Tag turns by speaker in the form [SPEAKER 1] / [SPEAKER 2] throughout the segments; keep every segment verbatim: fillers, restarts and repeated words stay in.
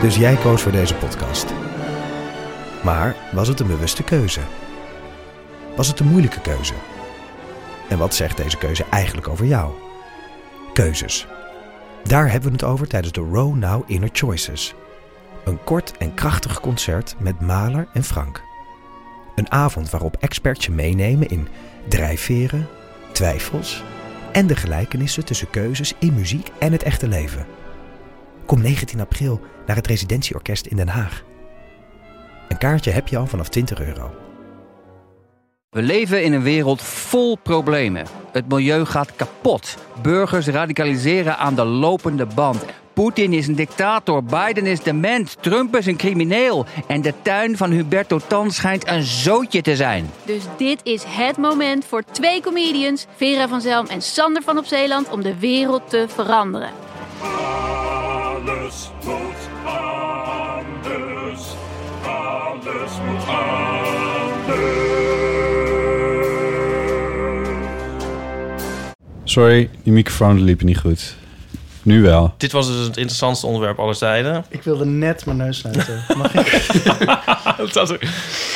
[SPEAKER 1] Dus jij koos voor deze podcast. Maar was het een bewuste keuze? Was het een moeilijke keuze? En wat zegt deze keuze eigenlijk over jou? Keuzes. Daar hebben we het over tijdens de Row Now Inner Choices. Een kort en krachtig concert met Mahler en Frank. Een avond waarop experts je meenemen in drijfveren, twijfels en de gelijkenissen tussen keuzes in muziek en het echte leven. Kom negentien april naar het Residentieorkest in Den Haag. Een kaartje heb je al vanaf twintig euro.
[SPEAKER 2] We leven in een wereld vol problemen. Het milieu gaat kapot. Burgers radicaliseren aan de lopende band. Poetin is een dictator, Biden is dement, Trump is een crimineel. En de tuin van Huberto Tan schijnt een zootje te zijn.
[SPEAKER 3] Dus dit is het moment voor twee comedians, Vera van Zelm en Sander van op Zeeland, om de wereld te veranderen.
[SPEAKER 4] Alles moet anders. Alles moet anders.
[SPEAKER 5] Sorry, die microfoon liep niet goed. Nu wel.
[SPEAKER 6] Dit was dus het interessantste onderwerp aller tijden.
[SPEAKER 7] Ik wilde net mijn neus snuiten. Mag ik?
[SPEAKER 6] Dat was een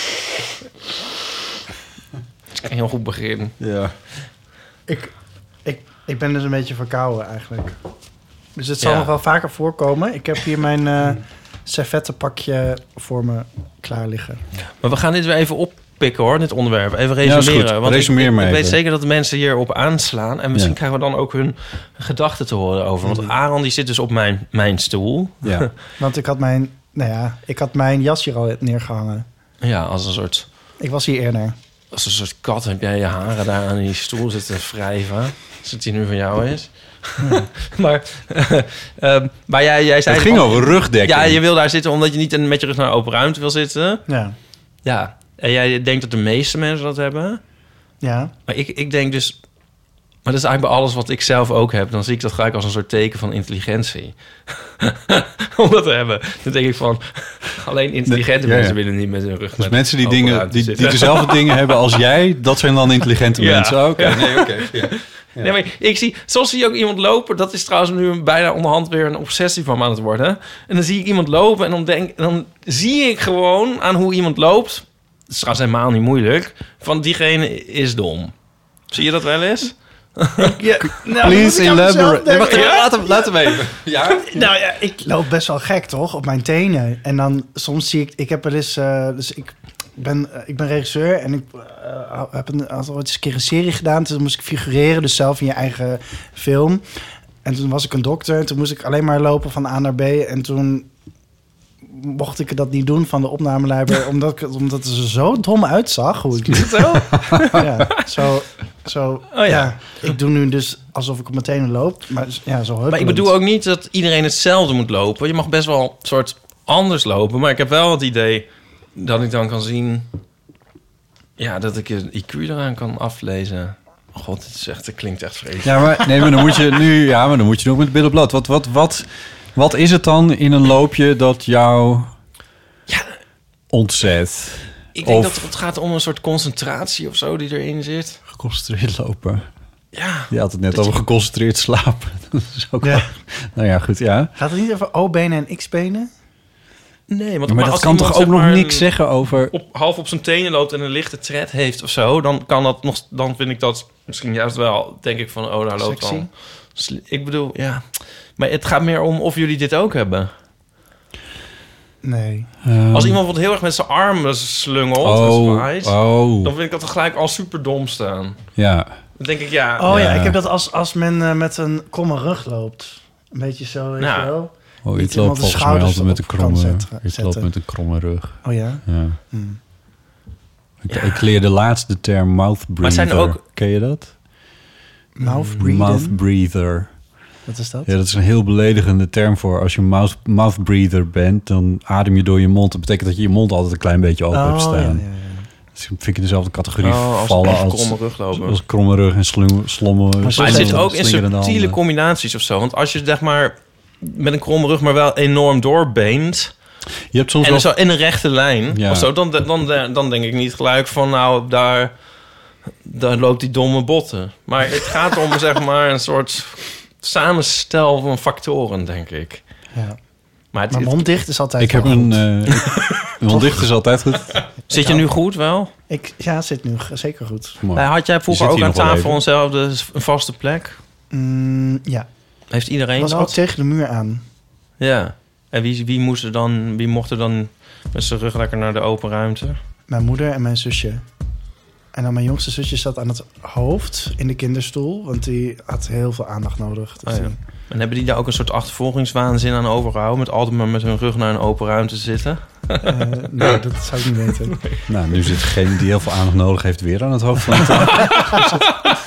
[SPEAKER 6] heel goed begin.
[SPEAKER 5] Ja.
[SPEAKER 7] ik, ik, ik ben dus een beetje verkouden eigenlijk. Dus het zal
[SPEAKER 6] Ja.
[SPEAKER 7] nog wel vaker voorkomen. Ik heb hier mijn uh, servettenpakje voor me klaar liggen.
[SPEAKER 6] Maar we gaan dit weer even oppikken hoor, dit onderwerp. Even
[SPEAKER 5] Ja, is
[SPEAKER 6] resumeren.
[SPEAKER 5] goed.
[SPEAKER 6] want
[SPEAKER 5] Resumeer
[SPEAKER 6] ik, ik,
[SPEAKER 5] maar
[SPEAKER 6] ik weet
[SPEAKER 5] even.
[SPEAKER 6] zeker dat de mensen hierop aanslaan. En misschien
[SPEAKER 5] Ja.
[SPEAKER 6] krijgen we dan ook hun gedachten te horen over. Want Aaron die zit dus op mijn, mijn stoel.
[SPEAKER 5] Ja.
[SPEAKER 7] Want ik had mijn, nou ja, ik had mijn jas hier al neergehangen.
[SPEAKER 6] Ja, als een soort...
[SPEAKER 7] Ik was hier eerder.
[SPEAKER 6] Als een soort kat heb jij je haren daar aan die stoel zitten wrijven. Als het die nu van jou is. maar uh, maar jij, jij zei...
[SPEAKER 5] Het ging over rugdekking.
[SPEAKER 6] Ja, je wil daar zitten omdat je niet met je rug naar open ruimte wil zitten.
[SPEAKER 7] Ja.
[SPEAKER 6] Ja. En jij denkt dat de meeste mensen dat hebben.
[SPEAKER 7] Ja.
[SPEAKER 6] Maar ik, ik denk dus... Maar dat is eigenlijk bij alles wat ik zelf ook heb. Dan zie ik dat gelijk als een soort teken van intelligentie. Om dat te hebben. Dan denk ik van... Alleen intelligente
[SPEAKER 5] Ja, ja.
[SPEAKER 6] mensen willen niet met hun rug
[SPEAKER 5] Dus
[SPEAKER 6] naar
[SPEAKER 5] mensen die,
[SPEAKER 6] open
[SPEAKER 5] dingen,
[SPEAKER 6] ruimte
[SPEAKER 5] die,
[SPEAKER 6] zitten.
[SPEAKER 5] die dezelfde dingen hebben als jij, dat zijn dan intelligente
[SPEAKER 6] Ja.
[SPEAKER 5] mensen. Oké,
[SPEAKER 6] Ja.
[SPEAKER 5] nee, oké. Ja. Ja.
[SPEAKER 6] Nee, maar ik zie, soms zie je ook iemand lopen. Dat is trouwens nu bijna onderhand weer een obsessie van me aan het worden. En dan zie ik iemand lopen en dan, denk, en dan zie ik gewoon aan hoe iemand loopt. Dat is trouwens helemaal niet moeilijk. Van diegene is dom. Zie je dat wel eens?
[SPEAKER 7] Ja, nou,
[SPEAKER 5] Please elaborate. Nee, wacht,
[SPEAKER 7] ja?
[SPEAKER 5] laat, hem, laat hem even. Ja?
[SPEAKER 7] Nou ja, ik loop best wel gek, toch? Op mijn tenen. En dan soms zie ik... Ik heb wel eens... Uh, dus ik ben, uh, ik ben regisseur en ik uh, heb een, had ooit eens een keer een serie gedaan. Toen moest ik figureren, dus zelf in je eigen film. En toen was ik een dokter. En toen moest ik alleen maar lopen van A naar B. En toen mocht ik dat niet doen van de opnameleider. omdat, ik, omdat het er zo dom uitzag, hoe ik liep.
[SPEAKER 6] Zo?
[SPEAKER 7] Ja, zo... Zo,
[SPEAKER 6] Oh ja.
[SPEAKER 7] ja. Ik doe nu dus alsof ik op mijn tenen loop. Maar ja, zo
[SPEAKER 6] Maar ik bedoel ook niet dat iedereen hetzelfde moet lopen. Je mag best wel soort anders lopen. Maar ik heb wel het idee dat ik dan kan zien... Ja, dat ik een I Q eraan kan aflezen. God, het, is echt, het klinkt echt vreselijk.
[SPEAKER 5] Ja, maar, nee, maar dan moet je nu, ja, maar dan moet je nog met het billen blad. Wat, wat, wat, wat is het dan in een loopje dat jou
[SPEAKER 6] Ja.
[SPEAKER 5] ontzet?
[SPEAKER 6] Ik denk
[SPEAKER 5] Of-
[SPEAKER 6] dat het gaat om een soort concentratie of zo die erin zit.
[SPEAKER 5] Geconcentreerd lopen.
[SPEAKER 6] Ja.
[SPEAKER 5] Je had het net
[SPEAKER 6] Dat
[SPEAKER 5] over
[SPEAKER 6] je-
[SPEAKER 5] geconcentreerd slapen. Dat is ook
[SPEAKER 7] Ja.
[SPEAKER 5] wel... Nou ja, goed, ja.
[SPEAKER 7] Gaat het niet over O-benen en X-benen?
[SPEAKER 6] Nee, want
[SPEAKER 5] Maar, dat
[SPEAKER 6] als
[SPEAKER 5] kan
[SPEAKER 6] iemand,
[SPEAKER 5] toch ook
[SPEAKER 6] zeg
[SPEAKER 5] nog
[SPEAKER 6] maar,
[SPEAKER 5] niks zeggen over...
[SPEAKER 6] Op, half op zijn tenen loopt en een lichte tred heeft of zo, dan kan dat nog. Dan vind ik dat misschien juist wel. Denk ik van, oh, daar loopt
[SPEAKER 7] Sexy.
[SPEAKER 6] al. sli- Ik bedoel, ja. Maar het gaat meer om of jullie dit ook hebben.
[SPEAKER 7] Nee.
[SPEAKER 5] Um,
[SPEAKER 6] Als iemand wat heel erg met zijn armen slungelt en
[SPEAKER 5] Oh,
[SPEAKER 6] zwaait,
[SPEAKER 5] oh,
[SPEAKER 6] dan vind ik dat toch gelijk al super dom staan.
[SPEAKER 5] ja.
[SPEAKER 6] Dan denk ik, ja.
[SPEAKER 7] Oh ja,
[SPEAKER 5] Ja.
[SPEAKER 7] ik heb dat als, als men uh, met een kromme rug loopt. Een beetje zo, weet
[SPEAKER 6] Nou.
[SPEAKER 7] je wel.
[SPEAKER 5] Oh,
[SPEAKER 7] Niet
[SPEAKER 5] ik
[SPEAKER 7] iemand
[SPEAKER 5] loop
[SPEAKER 7] de
[SPEAKER 5] volgens mij
[SPEAKER 7] schouders
[SPEAKER 5] altijd met een
[SPEAKER 7] op kan
[SPEAKER 5] kromme...
[SPEAKER 7] zetten-
[SPEAKER 5] Ik loop
[SPEAKER 7] zetten.
[SPEAKER 5] met een kromme rug.
[SPEAKER 7] Oh ja?
[SPEAKER 5] Ja.
[SPEAKER 7] Hmm.
[SPEAKER 5] Ik, ik leerde laatst de term mouth breather.
[SPEAKER 6] Maar zijn er ook-
[SPEAKER 5] Ken je dat?
[SPEAKER 7] Mouth breathing?
[SPEAKER 5] Mouth breather.
[SPEAKER 7] Wat is dat?
[SPEAKER 5] Ja, dat is een heel beledigende term voor als je mouth, mouth breather bent, dan adem je door je mond. Dat betekent dat je je mond altijd een klein beetje open hebt
[SPEAKER 7] Oh,
[SPEAKER 5] staan.
[SPEAKER 7] ja, ja, ja.
[SPEAKER 5] Dus vind ik in dezelfde categorie
[SPEAKER 6] Oh, als
[SPEAKER 5] vallen
[SPEAKER 6] als
[SPEAKER 5] als,
[SPEAKER 6] kromme rugloper.
[SPEAKER 5] als kromme rug en slung, slommen.
[SPEAKER 7] Maar
[SPEAKER 6] Maar
[SPEAKER 7] Zo
[SPEAKER 6] het
[SPEAKER 7] zijn
[SPEAKER 6] zit
[SPEAKER 7] ze
[SPEAKER 6] ook in subtiele combinaties of zo. Want als je zeg maar met een kromme rug, maar wel enorm doorbeent.
[SPEAKER 5] Je hebt soms
[SPEAKER 6] En
[SPEAKER 5] wel...
[SPEAKER 6] zo in een rechte lijn
[SPEAKER 5] Ja.
[SPEAKER 6] of zo, dan, dan, dan denk ik niet gelijk van nou, daar, daar loopt die domme botten. Maar het gaat om zeg maar een soort samenstel van factoren, denk ik.
[SPEAKER 7] Ja.
[SPEAKER 6] Maar, het,
[SPEAKER 7] Maar mond dicht is altijd
[SPEAKER 5] Ik heb
[SPEAKER 7] wel
[SPEAKER 5] een...
[SPEAKER 7] goed.
[SPEAKER 5] Uh, mond dicht is altijd goed.
[SPEAKER 6] zit je nu goed wel?
[SPEAKER 7] Ik, ja, zit nu g- zeker goed.
[SPEAKER 5] Mooi.
[SPEAKER 6] Nou, had jij vroeger
[SPEAKER 5] Je
[SPEAKER 6] ook
[SPEAKER 5] zit
[SPEAKER 6] aan
[SPEAKER 5] hier nog wel
[SPEAKER 6] tafel eenzelfde een vaste plek?
[SPEAKER 7] Mm, ja,
[SPEAKER 6] Heeft iedereen
[SPEAKER 7] was
[SPEAKER 6] dat?
[SPEAKER 7] ook tegen de muur aan.
[SPEAKER 6] Ja. En wie, wie, moest er dan, wie mocht er dan met zijn rug lekker naar de open ruimte?
[SPEAKER 7] Mijn moeder en mijn zusje. En dan mijn jongste zusje zat aan het hoofd in de kinderstoel. Want die had heel veel aandacht nodig. Dus
[SPEAKER 6] Oh ja.
[SPEAKER 7] die-
[SPEAKER 6] En hebben die daar ook een soort achtervolgingswaanzin aan overgehouden? Met altijd maar met hun rug naar een open ruimte zitten?
[SPEAKER 7] eh, nee, dat zou ik niet weten.
[SPEAKER 5] Nou, nu zit degene die heel veel aandacht nodig heeft weer aan het hoofd van de tafel.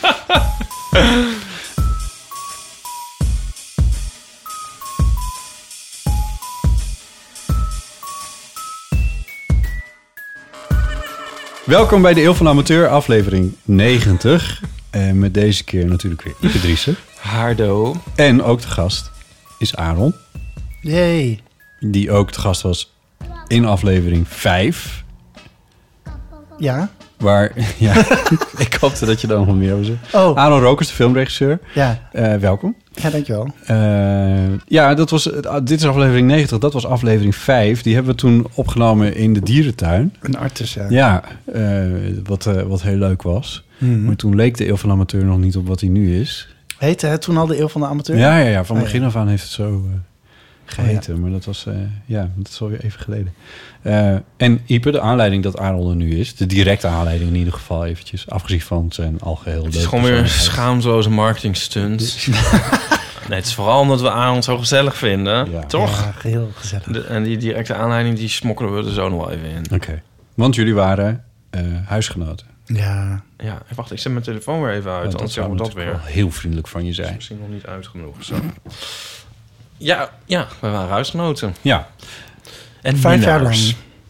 [SPEAKER 5] Welkom bij de Eeuw van de Amateur, aflevering negentig. En met deze keer natuurlijk weer Ipe Driessen.
[SPEAKER 6] Hardo.
[SPEAKER 5] En ook de gast is Aaron,
[SPEAKER 7] Yay.
[SPEAKER 5] die ook de gast was in aflevering vijf.
[SPEAKER 7] Ja?
[SPEAKER 5] Waar, ja, ik hoopte dat je daar nog wat meer over zegt.
[SPEAKER 7] Oh,
[SPEAKER 5] Aaron Rokers, de filmregisseur.
[SPEAKER 7] ja.
[SPEAKER 5] Uh, welkom.
[SPEAKER 7] Ja, dankjewel.
[SPEAKER 5] Uh, ja, dat was, uh, dit is aflevering negentig, dat was aflevering vijf. Die hebben we toen opgenomen in de dierentuin.
[SPEAKER 7] Een artis, ja.
[SPEAKER 5] Ja, uh, wat, uh, wat heel leuk was.
[SPEAKER 7] Hmm.
[SPEAKER 5] Maar toen leek de Eeuw van de Amateur nog niet op wat hij nu is.
[SPEAKER 7] Heette het toen al de Eeuw van de Amateur?
[SPEAKER 5] Ja, ja, ja, van
[SPEAKER 7] Oh,
[SPEAKER 5] begin
[SPEAKER 7] ja.
[SPEAKER 5] af aan heeft het zo uh, geheten.
[SPEAKER 7] Oh,
[SPEAKER 5] Maar dat was, uh, ja, dat is alweer even geleden. Uh, en Ipe, de aanleiding dat Aaron er nu is, de directe aanleiding in ieder geval eventjes, afgezien van zijn algeheel.
[SPEAKER 6] Het is gewoon weer een schaamteloze marketing stunt. Nee, het is vooral omdat we Aaron zo gezellig vinden.
[SPEAKER 5] Ja.
[SPEAKER 6] Toch?
[SPEAKER 7] Ja, heel gezellig.
[SPEAKER 6] De, en die directe aanleiding, die smokkelen we er zo nog wel even in.
[SPEAKER 5] Oké, okay. Want jullie waren uh, huisgenoten.
[SPEAKER 7] Ja.
[SPEAKER 6] Ja, wacht, ik zet mijn telefoon weer even uit.
[SPEAKER 5] Oh,
[SPEAKER 6] Anders
[SPEAKER 5] zou
[SPEAKER 6] zeggen we dat
[SPEAKER 5] natuurlijk
[SPEAKER 6] weer.
[SPEAKER 5] wel heel vriendelijk van je
[SPEAKER 6] Dat is
[SPEAKER 5] zijn.
[SPEAKER 6] misschien nog niet uit genoeg. Zo. Ja, ja, we waren huisgenoten.
[SPEAKER 5] Ja.
[SPEAKER 6] En
[SPEAKER 7] Vijf jaar lang.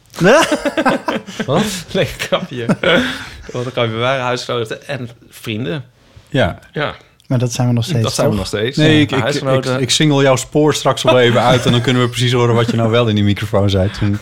[SPEAKER 6] Wat? Nee, grapje. Wat een grapje. We waren huisgenoten en vrienden.
[SPEAKER 5] Ja.
[SPEAKER 6] Ja,
[SPEAKER 7] Maar dat zijn we nog steeds,
[SPEAKER 6] dat zijn we
[SPEAKER 7] toch?
[SPEAKER 6] nog steeds.
[SPEAKER 5] Nee,
[SPEAKER 6] Ja,
[SPEAKER 5] ik, ik, ik,
[SPEAKER 6] huisgenoten.
[SPEAKER 5] ik single jouw spoor straks wel even uit en dan kunnen we precies horen wat je nou wel in die microfoon zei toen.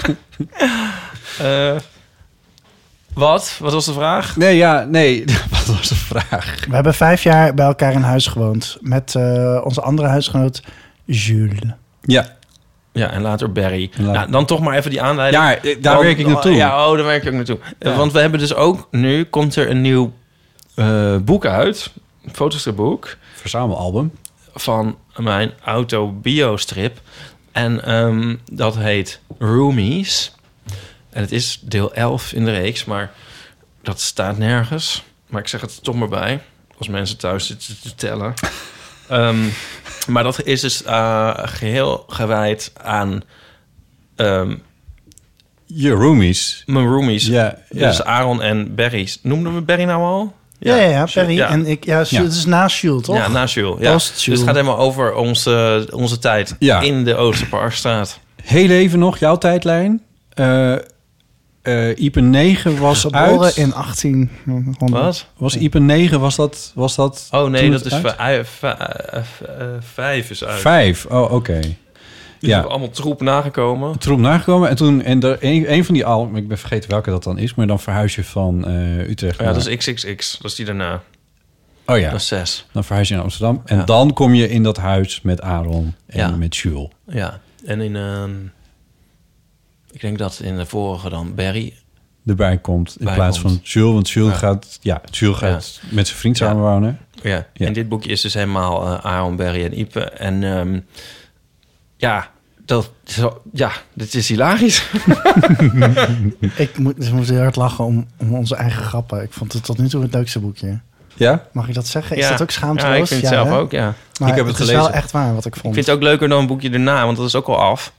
[SPEAKER 6] Uh, wat? Wat was de vraag?
[SPEAKER 5] Nee, ja, nee. Wat was de vraag?
[SPEAKER 7] We hebben vijf jaar bij elkaar in huis gewoond. Met uh, onze andere huisgenoot, Jules.
[SPEAKER 5] Ja.
[SPEAKER 6] Ja, en later Barry.
[SPEAKER 5] En later...
[SPEAKER 6] Nou, dan toch maar even die aanleiding.
[SPEAKER 5] Ja, daar
[SPEAKER 6] Want,
[SPEAKER 5] werk ik naartoe.
[SPEAKER 6] Ja, oh, daar werk ik ook naartoe.
[SPEAKER 5] Ja.
[SPEAKER 6] Want we hebben dus ook... Nu komt er een nieuw uh, boek uit. Een fotostripboek.
[SPEAKER 5] Verzamelalbum.
[SPEAKER 6] Van mijn autobiostrip. En um, dat heet Roomies. En het is deel elf in de reeks, maar dat staat nergens. Maar ik zeg het er toch maar bij, als mensen thuis zitten te tellen. um, maar dat is dus uh, geheel gewijd aan um,
[SPEAKER 5] je roomies.
[SPEAKER 6] mijn roomies.
[SPEAKER 5] Ja, ja.
[SPEAKER 6] Dus Aaron en Barry. Noemden we Barry nou al?
[SPEAKER 7] Ja, ja, ja, Perry.
[SPEAKER 6] Ja.
[SPEAKER 7] En ik, ja, Jules,
[SPEAKER 5] Ja.
[SPEAKER 7] het is na Jules, toch?
[SPEAKER 6] Ja, na Jules. Ja.
[SPEAKER 7] Post
[SPEAKER 6] Dus
[SPEAKER 7] Jules.
[SPEAKER 6] het gaat helemaal over onze, onze tijd
[SPEAKER 5] Ja.
[SPEAKER 6] in de Oosterparkstraat.
[SPEAKER 5] Heel even nog, jouw tijdlijn. Uh, uh, Ipe negen was
[SPEAKER 7] Geboren
[SPEAKER 5] uit.
[SPEAKER 7] in achttienhonderd.
[SPEAKER 6] Wat?
[SPEAKER 5] Was Ipe negen, was dat... Was dat
[SPEAKER 6] Oh nee,
[SPEAKER 5] toen
[SPEAKER 6] dat
[SPEAKER 5] het
[SPEAKER 6] is
[SPEAKER 5] uit?
[SPEAKER 6] vijf, vijf, vijf is uit.
[SPEAKER 5] Vijf, oh oké. Okay.
[SPEAKER 6] Die
[SPEAKER 5] Ja.
[SPEAKER 6] hebben allemaal troep nagekomen.
[SPEAKER 5] Troep nagekomen en toen... En er, een, een van die al, ik ben vergeten welke dat dan is, maar dan verhuis je van uh, Utrecht
[SPEAKER 6] Ja,
[SPEAKER 5] naar...
[SPEAKER 6] dat is X X X. Dat is die daarna.
[SPEAKER 5] Oh ja,
[SPEAKER 6] Dat is zes.
[SPEAKER 5] dan verhuis je naar Amsterdam. En
[SPEAKER 6] Ja.
[SPEAKER 5] dan kom je in dat huis met Aaron en
[SPEAKER 6] Ja.
[SPEAKER 5] met Jules.
[SPEAKER 6] Ja. En in... Um, ik denk dat in de vorige dan Barry...
[SPEAKER 5] Erbij komt in
[SPEAKER 6] Bij
[SPEAKER 5] plaats
[SPEAKER 6] komt.
[SPEAKER 5] van Jules. Want Jules
[SPEAKER 6] Ja.
[SPEAKER 5] gaat, ja, Jules gaat met zijn vriend
[SPEAKER 6] Ja.
[SPEAKER 5] samenwonen.
[SPEAKER 6] Ja.
[SPEAKER 5] Ja.
[SPEAKER 6] En dit boekje is dus helemaal uh, Aaron, Barry en Ipe. En um, ja, dat, zo, ja, dit is hilarisch.
[SPEAKER 7] Ik moet, ik moet heel hard lachen om, om onze eigen grappen. Ik vond het tot nu toe het leukste boekje.
[SPEAKER 5] Ja?
[SPEAKER 7] Mag ik dat zeggen? Is
[SPEAKER 6] Ja.
[SPEAKER 7] dat ook schaamteloos?
[SPEAKER 6] Ja, ik vind het zelf
[SPEAKER 7] hè?
[SPEAKER 6] ook, ja.
[SPEAKER 7] Maar
[SPEAKER 5] Ik heb het
[SPEAKER 7] het is
[SPEAKER 5] gelezen.
[SPEAKER 7] wel echt waar wat ik vond.
[SPEAKER 6] Ik vind het ook leuker dan een boekje erna, want dat is ook al af.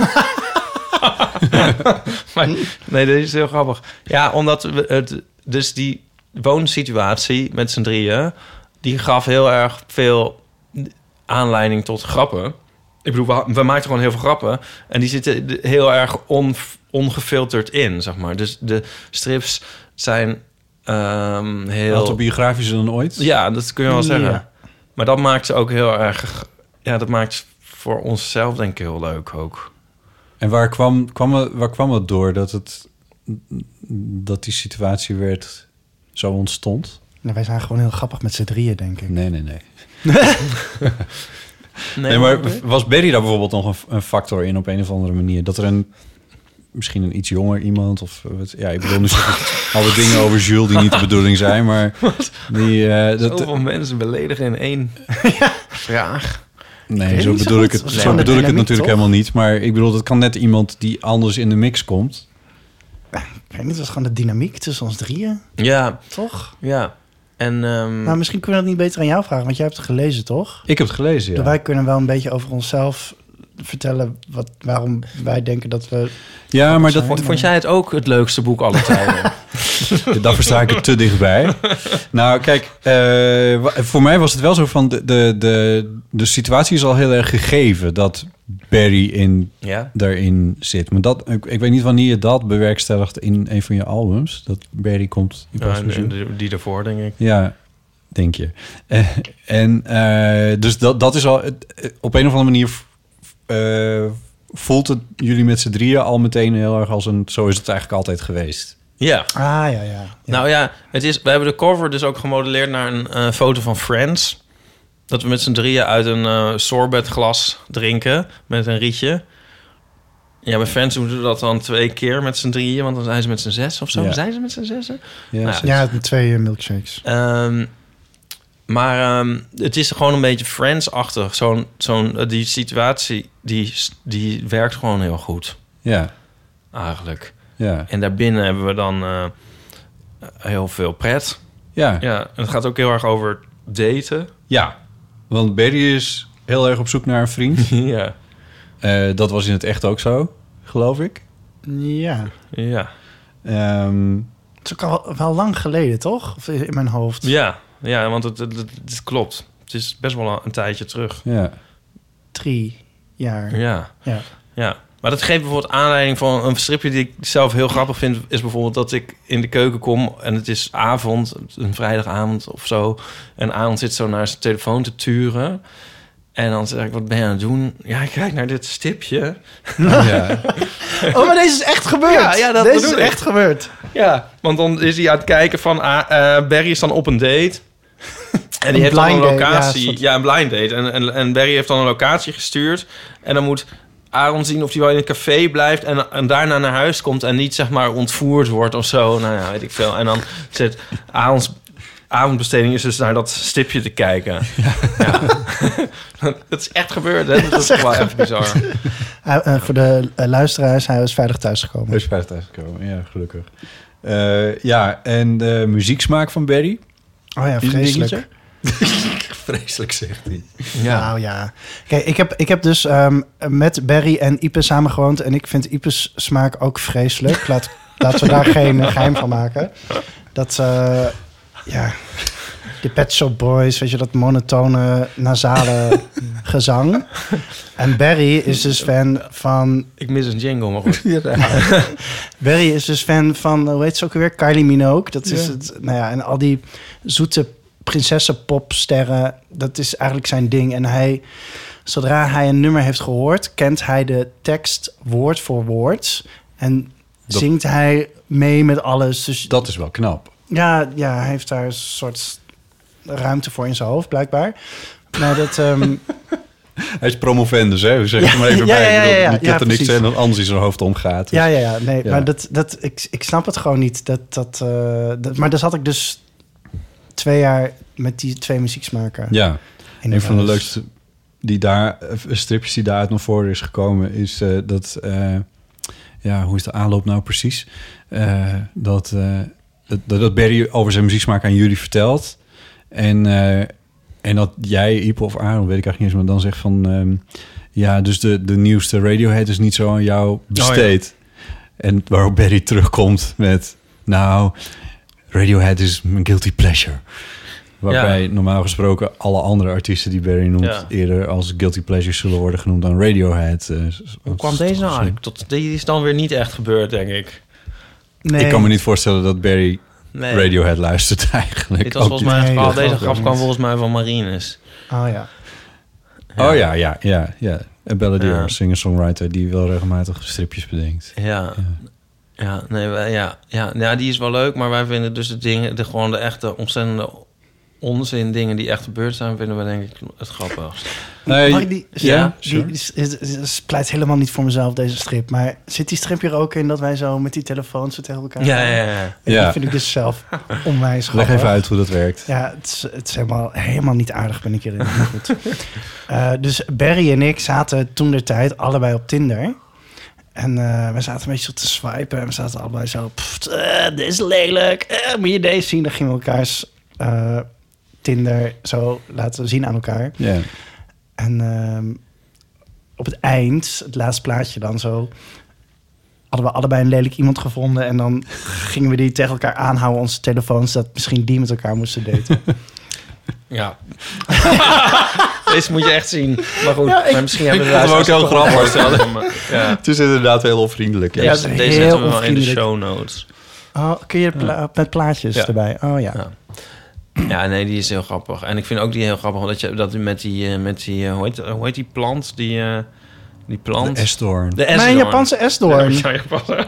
[SPEAKER 6] maar, nee, dit is heel grappig. Ja, omdat we het, dus die woonsituatie met z'n drieën, die gaf heel erg veel aanleiding tot grappen. Ik bedoel, we, we maakten gewoon heel veel grappen en die zitten heel erg on, ongefilterd in, zeg maar. Dus de strips zijn um, heel...
[SPEAKER 5] Autobiografischer dan ooit?
[SPEAKER 6] Ja, dat kun je wel zeggen.
[SPEAKER 7] Ja.
[SPEAKER 6] Maar dat maakt ze ook heel erg... Ja, dat maakt voor onszelf denk ik heel leuk ook.
[SPEAKER 5] En waar kwam, kwam het, waar kwam het door dat, het, dat die situatie werd zo ontstond?
[SPEAKER 7] Nou, wij zijn gewoon heel grappig met z'n drieën, denk ik.
[SPEAKER 5] Nee, nee, nee. Nee, maar was Barry daar bijvoorbeeld nog een, een factor in op een of andere manier? Dat er een, misschien een iets jonger iemand of wat, ja, ik bedoel nu zeg ik alle dingen over Jules die niet de bedoeling zijn, maar die uh, dat
[SPEAKER 6] zoveel mensen beledigen in één vraag.
[SPEAKER 5] Nee, zo bedoel ik het, zo bedoel ik het natuurlijk helemaal niet. Maar ik bedoel, dat kan net iemand die anders in de mix komt.
[SPEAKER 7] Ja, ik weet niet, het was gewoon de dynamiek tussen ons drieën.
[SPEAKER 6] Ja.
[SPEAKER 7] Toch?
[SPEAKER 6] Ja. En, um...
[SPEAKER 7] maar misschien kunnen we dat niet beter aan jou vragen, want jij hebt het gelezen, toch?
[SPEAKER 5] Ik heb het gelezen, ja.
[SPEAKER 7] Wij kunnen wel een beetje over onszelf vertellen wat, waarom wij denken dat we...
[SPEAKER 5] Ja, maar dat
[SPEAKER 6] vond, vond jij het ook het leukste boek aller tijden?
[SPEAKER 5] Daarvoor sta ik er te dichtbij. Nou, kijk, uh, voor mij was het wel zo van... De, de, de, de situatie is al heel erg gegeven dat Barry in,
[SPEAKER 6] ja?
[SPEAKER 5] daarin zit. Maar dat, ik, ik weet niet wanneer je dat bewerkstelligt in een van je albums. Dat Barry komt in
[SPEAKER 6] ja, en, en die daarvoor, denk ik.
[SPEAKER 5] Ja, denk je. Uh, en uh, dus dat, dat is al... Uh, op een of andere manier... Uh, voelt het jullie met z'n drieën al meteen heel erg als een... Zo is het eigenlijk altijd geweest.
[SPEAKER 6] Ja.
[SPEAKER 7] Ah, ja, ja. ja.
[SPEAKER 6] Nou ja, het is, we hebben de cover dus ook gemodelleerd naar een uh, foto van Friends. Dat we met z'n drieën uit een uh, sorbetglas drinken met een rietje. Ja, bij Friends doen we dat dan twee keer met z'n drieën, want dan zijn ze met z'n zes of zo. Ja. Zijn ze met z'n zessen?
[SPEAKER 5] Ja,
[SPEAKER 6] nou,
[SPEAKER 7] ja, met twee uh, milkshakes.
[SPEAKER 6] Um, maar um, het is gewoon een beetje Friends-achtig. Zo'n, zo'n, uh, die situatie, die, die werkt gewoon heel goed.
[SPEAKER 5] Ja.
[SPEAKER 6] Eigenlijk.
[SPEAKER 5] Ja.
[SPEAKER 6] En daarbinnen hebben we dan uh, heel veel pret.
[SPEAKER 5] Ja.
[SPEAKER 6] Ja. En het gaat ook heel erg over daten.
[SPEAKER 5] Ja. Want Barry is heel erg op zoek naar een vriend.
[SPEAKER 6] Ja.
[SPEAKER 5] Uh, dat was in het echt ook zo, geloof ik.
[SPEAKER 7] Ja.
[SPEAKER 6] Ja.
[SPEAKER 5] Um,
[SPEAKER 7] het is ook al wel lang geleden, toch? Of in mijn hoofd.
[SPEAKER 6] Ja. Ja, want het, het, het, het klopt. Het is best wel een, een tijdje terug.
[SPEAKER 5] Ja.
[SPEAKER 7] Drie jaar.
[SPEAKER 6] Ja.
[SPEAKER 7] Ja.
[SPEAKER 6] Ja. Maar dat geeft bijvoorbeeld aanleiding van een stripje die ik zelf heel grappig vind. Is bijvoorbeeld dat ik in de keuken kom en het is avond, een vrijdagavond of zo. En Aaron zit zo naar zijn telefoon te turen. En dan zeg ik, wat ben je aan het doen? Ja, ik kijk naar dit stipje.
[SPEAKER 5] Ja.
[SPEAKER 7] Oh, maar deze is echt gebeurd.
[SPEAKER 6] Ja, ja dat
[SPEAKER 7] deze is
[SPEAKER 6] ik.
[SPEAKER 7] echt gebeurd.
[SPEAKER 6] Ja, want dan is hij aan het kijken van... Uh, Barry is dan op een date. En die heeft dan een locatie. Date, ja, ja, een blind date. En, en, en Barry heeft dan een locatie gestuurd. En dan moet Aaron zien of hij wel in een café blijft... En, en daarna naar huis komt en niet, zeg maar, ontvoerd wordt of zo. Nou ja, weet ik veel. En dan zit Aarons avondbesteding is dus naar dat stipje te kijken. Ja. Ja. Dat is echt gebeurd, hè? Dat, dat is echt wel even bizar.
[SPEAKER 7] Uh, uh, voor de uh, luisteraars, hij was veilig thuisgekomen.
[SPEAKER 5] Hij is veilig thuisgekomen, ja, gelukkig. Uh, ja, en de muzieksmaak van Barry?
[SPEAKER 7] Oh ja, vreselijk.
[SPEAKER 5] Vreselijk, zegt hij.
[SPEAKER 7] Ja. Nou ja. Kijk, ik heb, ik heb dus um, met Barry en Ipe samengewoond... en ik vind Ipe's smaak ook vreselijk. Laat, laten we daar geen geheim van maken. Dat, uh, ja... De Pet Shop Boys, weet je, dat monotone, nasale gezang. En Barry is dus fan van...
[SPEAKER 6] Ik mis een jingle, maar goed.
[SPEAKER 7] Barry is dus fan van, hoe heet ze ook weer? Kylie Minogue. Dat is ja. het, nou ja, en al die zoete prinsessenpopsterren, dat is eigenlijk zijn ding. En hij, zodra hij een nummer heeft gehoord, kent hij de tekst woord voor woord. En dat, zingt hij mee met alles. Dus,
[SPEAKER 5] dat is wel knap.
[SPEAKER 7] Ja, ja, hij heeft daar een soort ruimte voor in zijn hoofd, blijkbaar. Maar dat... Um...
[SPEAKER 5] Hij is promovendus, hè? Zeg het
[SPEAKER 7] ja,
[SPEAKER 5] maar even
[SPEAKER 7] ja,
[SPEAKER 5] bij.
[SPEAKER 7] Ja, ja, ja,
[SPEAKER 5] niet
[SPEAKER 7] ja,
[SPEAKER 5] dat er niks en dan anders in zijn hoofd omgaat. Dus.
[SPEAKER 7] Ja, ja, ja. Nee,
[SPEAKER 5] ja.
[SPEAKER 7] maar dat, dat, ik, ik snap het gewoon niet. Dat, dat, uh, dat, maar daar zat ik dus twee jaar met die twee muzieksmaken.
[SPEAKER 5] Ja, een van de leukste die daar, stripjes die daaruit naar voren is gekomen, is uh, dat... Uh, ja, hoe is de aanloop nou precies? Uh, dat, uh, dat, dat Barry over zijn muzieksmaak aan jullie vertelt. En... Uh, En dat jij, Ipe of Aaron, weet ik eigenlijk niet eens, maar dan zegt van... Um, ja, dus de, de nieuwste Radiohead is niet zo aan jou besteed. Oh, ja. En waarop Barry terugkomt met... Nou, Radiohead is mijn guilty pleasure. Waarbij ja. normaal gesproken alle andere artiesten die Barry noemt... Ja. eerder als guilty pleasure zullen worden genoemd dan Radiohead. Uh,
[SPEAKER 6] Hoe kwam deze nou eigenlijk? Tot, die is dan weer niet echt gebeurd, denk ik.
[SPEAKER 5] Nee. Ik kan me niet voorstellen dat Barry... Nee. Radiohead luistert eigenlijk.
[SPEAKER 6] Dit was volgens mij nee, al deze grap kwam volgens mij van Marines.
[SPEAKER 7] Oh ja.
[SPEAKER 5] ja. Oh ja, ja, ja, ja. En Bella Dior, ja. singer-songwriter die wel regelmatig stripjes bedenkt.
[SPEAKER 6] Ja. Ja, ja, nee, wij, ja, ja, ja, die is wel leuk, maar wij vinden dus de dingen, de gewoon de echte ontzettende onzin dingen die echt gebeurd zijn, vinden we denk ik het grappigst.
[SPEAKER 5] Nee,
[SPEAKER 7] Mag ik die,
[SPEAKER 5] ja,
[SPEAKER 7] die,
[SPEAKER 5] sure.
[SPEAKER 7] die is, is, is, is- pleit helemaal niet voor mezelf, deze strip. Maar zit die strip hier ook in dat wij zo met die telefoons zo tegen elkaar
[SPEAKER 6] Ja,
[SPEAKER 7] gaan?
[SPEAKER 6] ja, ja.
[SPEAKER 7] En
[SPEAKER 5] Ja.
[SPEAKER 7] Die vind ik dus zelf onwijs
[SPEAKER 5] Leg
[SPEAKER 7] grappig.
[SPEAKER 5] even uit hoe dat werkt.
[SPEAKER 7] Ja, het is, het is helemaal, helemaal niet aardig, ben ik hierin. Maar goed. Eh, dus Barry en ik zaten toen de tijd allebei op Tinder. En eh, we zaten een beetje zo te swipen. En we zaten allebei zo... Pff, eh, dit is lelijk. Eh, moet je deze zien? Dan gingen we elkaars eh, Tinder zo laten zien aan elkaar.
[SPEAKER 5] Ja.
[SPEAKER 7] En ehm, op het eind, het laatste plaatje dan zo... hadden we allebei een lelijk iemand gevonden. En dan gingen we die tegen elkaar aanhouden, onze telefoons... dat misschien die met elkaar moesten daten.
[SPEAKER 6] Ja. Deze moet je echt zien. Maar goed,
[SPEAKER 7] Ja, ik-
[SPEAKER 6] maar misschien hebben we
[SPEAKER 5] ik vond hem ook heel
[SPEAKER 6] luisteraars
[SPEAKER 5] grappig.
[SPEAKER 6] toch wel voorstellen. Ja.
[SPEAKER 5] Het is inderdaad heel onvriendelijk.
[SPEAKER 6] Ja,
[SPEAKER 5] Ja.
[SPEAKER 7] is
[SPEAKER 6] deze
[SPEAKER 7] heel
[SPEAKER 6] zetten we wel in de
[SPEAKER 7] onvriendelijk.
[SPEAKER 6] show notes.
[SPEAKER 7] Oh, kun je pla- met plaatjes
[SPEAKER 6] Ja.
[SPEAKER 7] erbij? Oh ja.
[SPEAKER 6] Ja. Ja, nee, die is heel grappig. En ik vind ook die heel grappig, dat je dat u met die, eh, met die eh, hoe, heet, hoe heet die plant? Die, eh, die plant?
[SPEAKER 5] De Esdoorn.
[SPEAKER 6] De
[SPEAKER 7] Mijn
[SPEAKER 6] esdoorn.
[SPEAKER 7] Japanse esdoorn.
[SPEAKER 6] Ja, Japanse.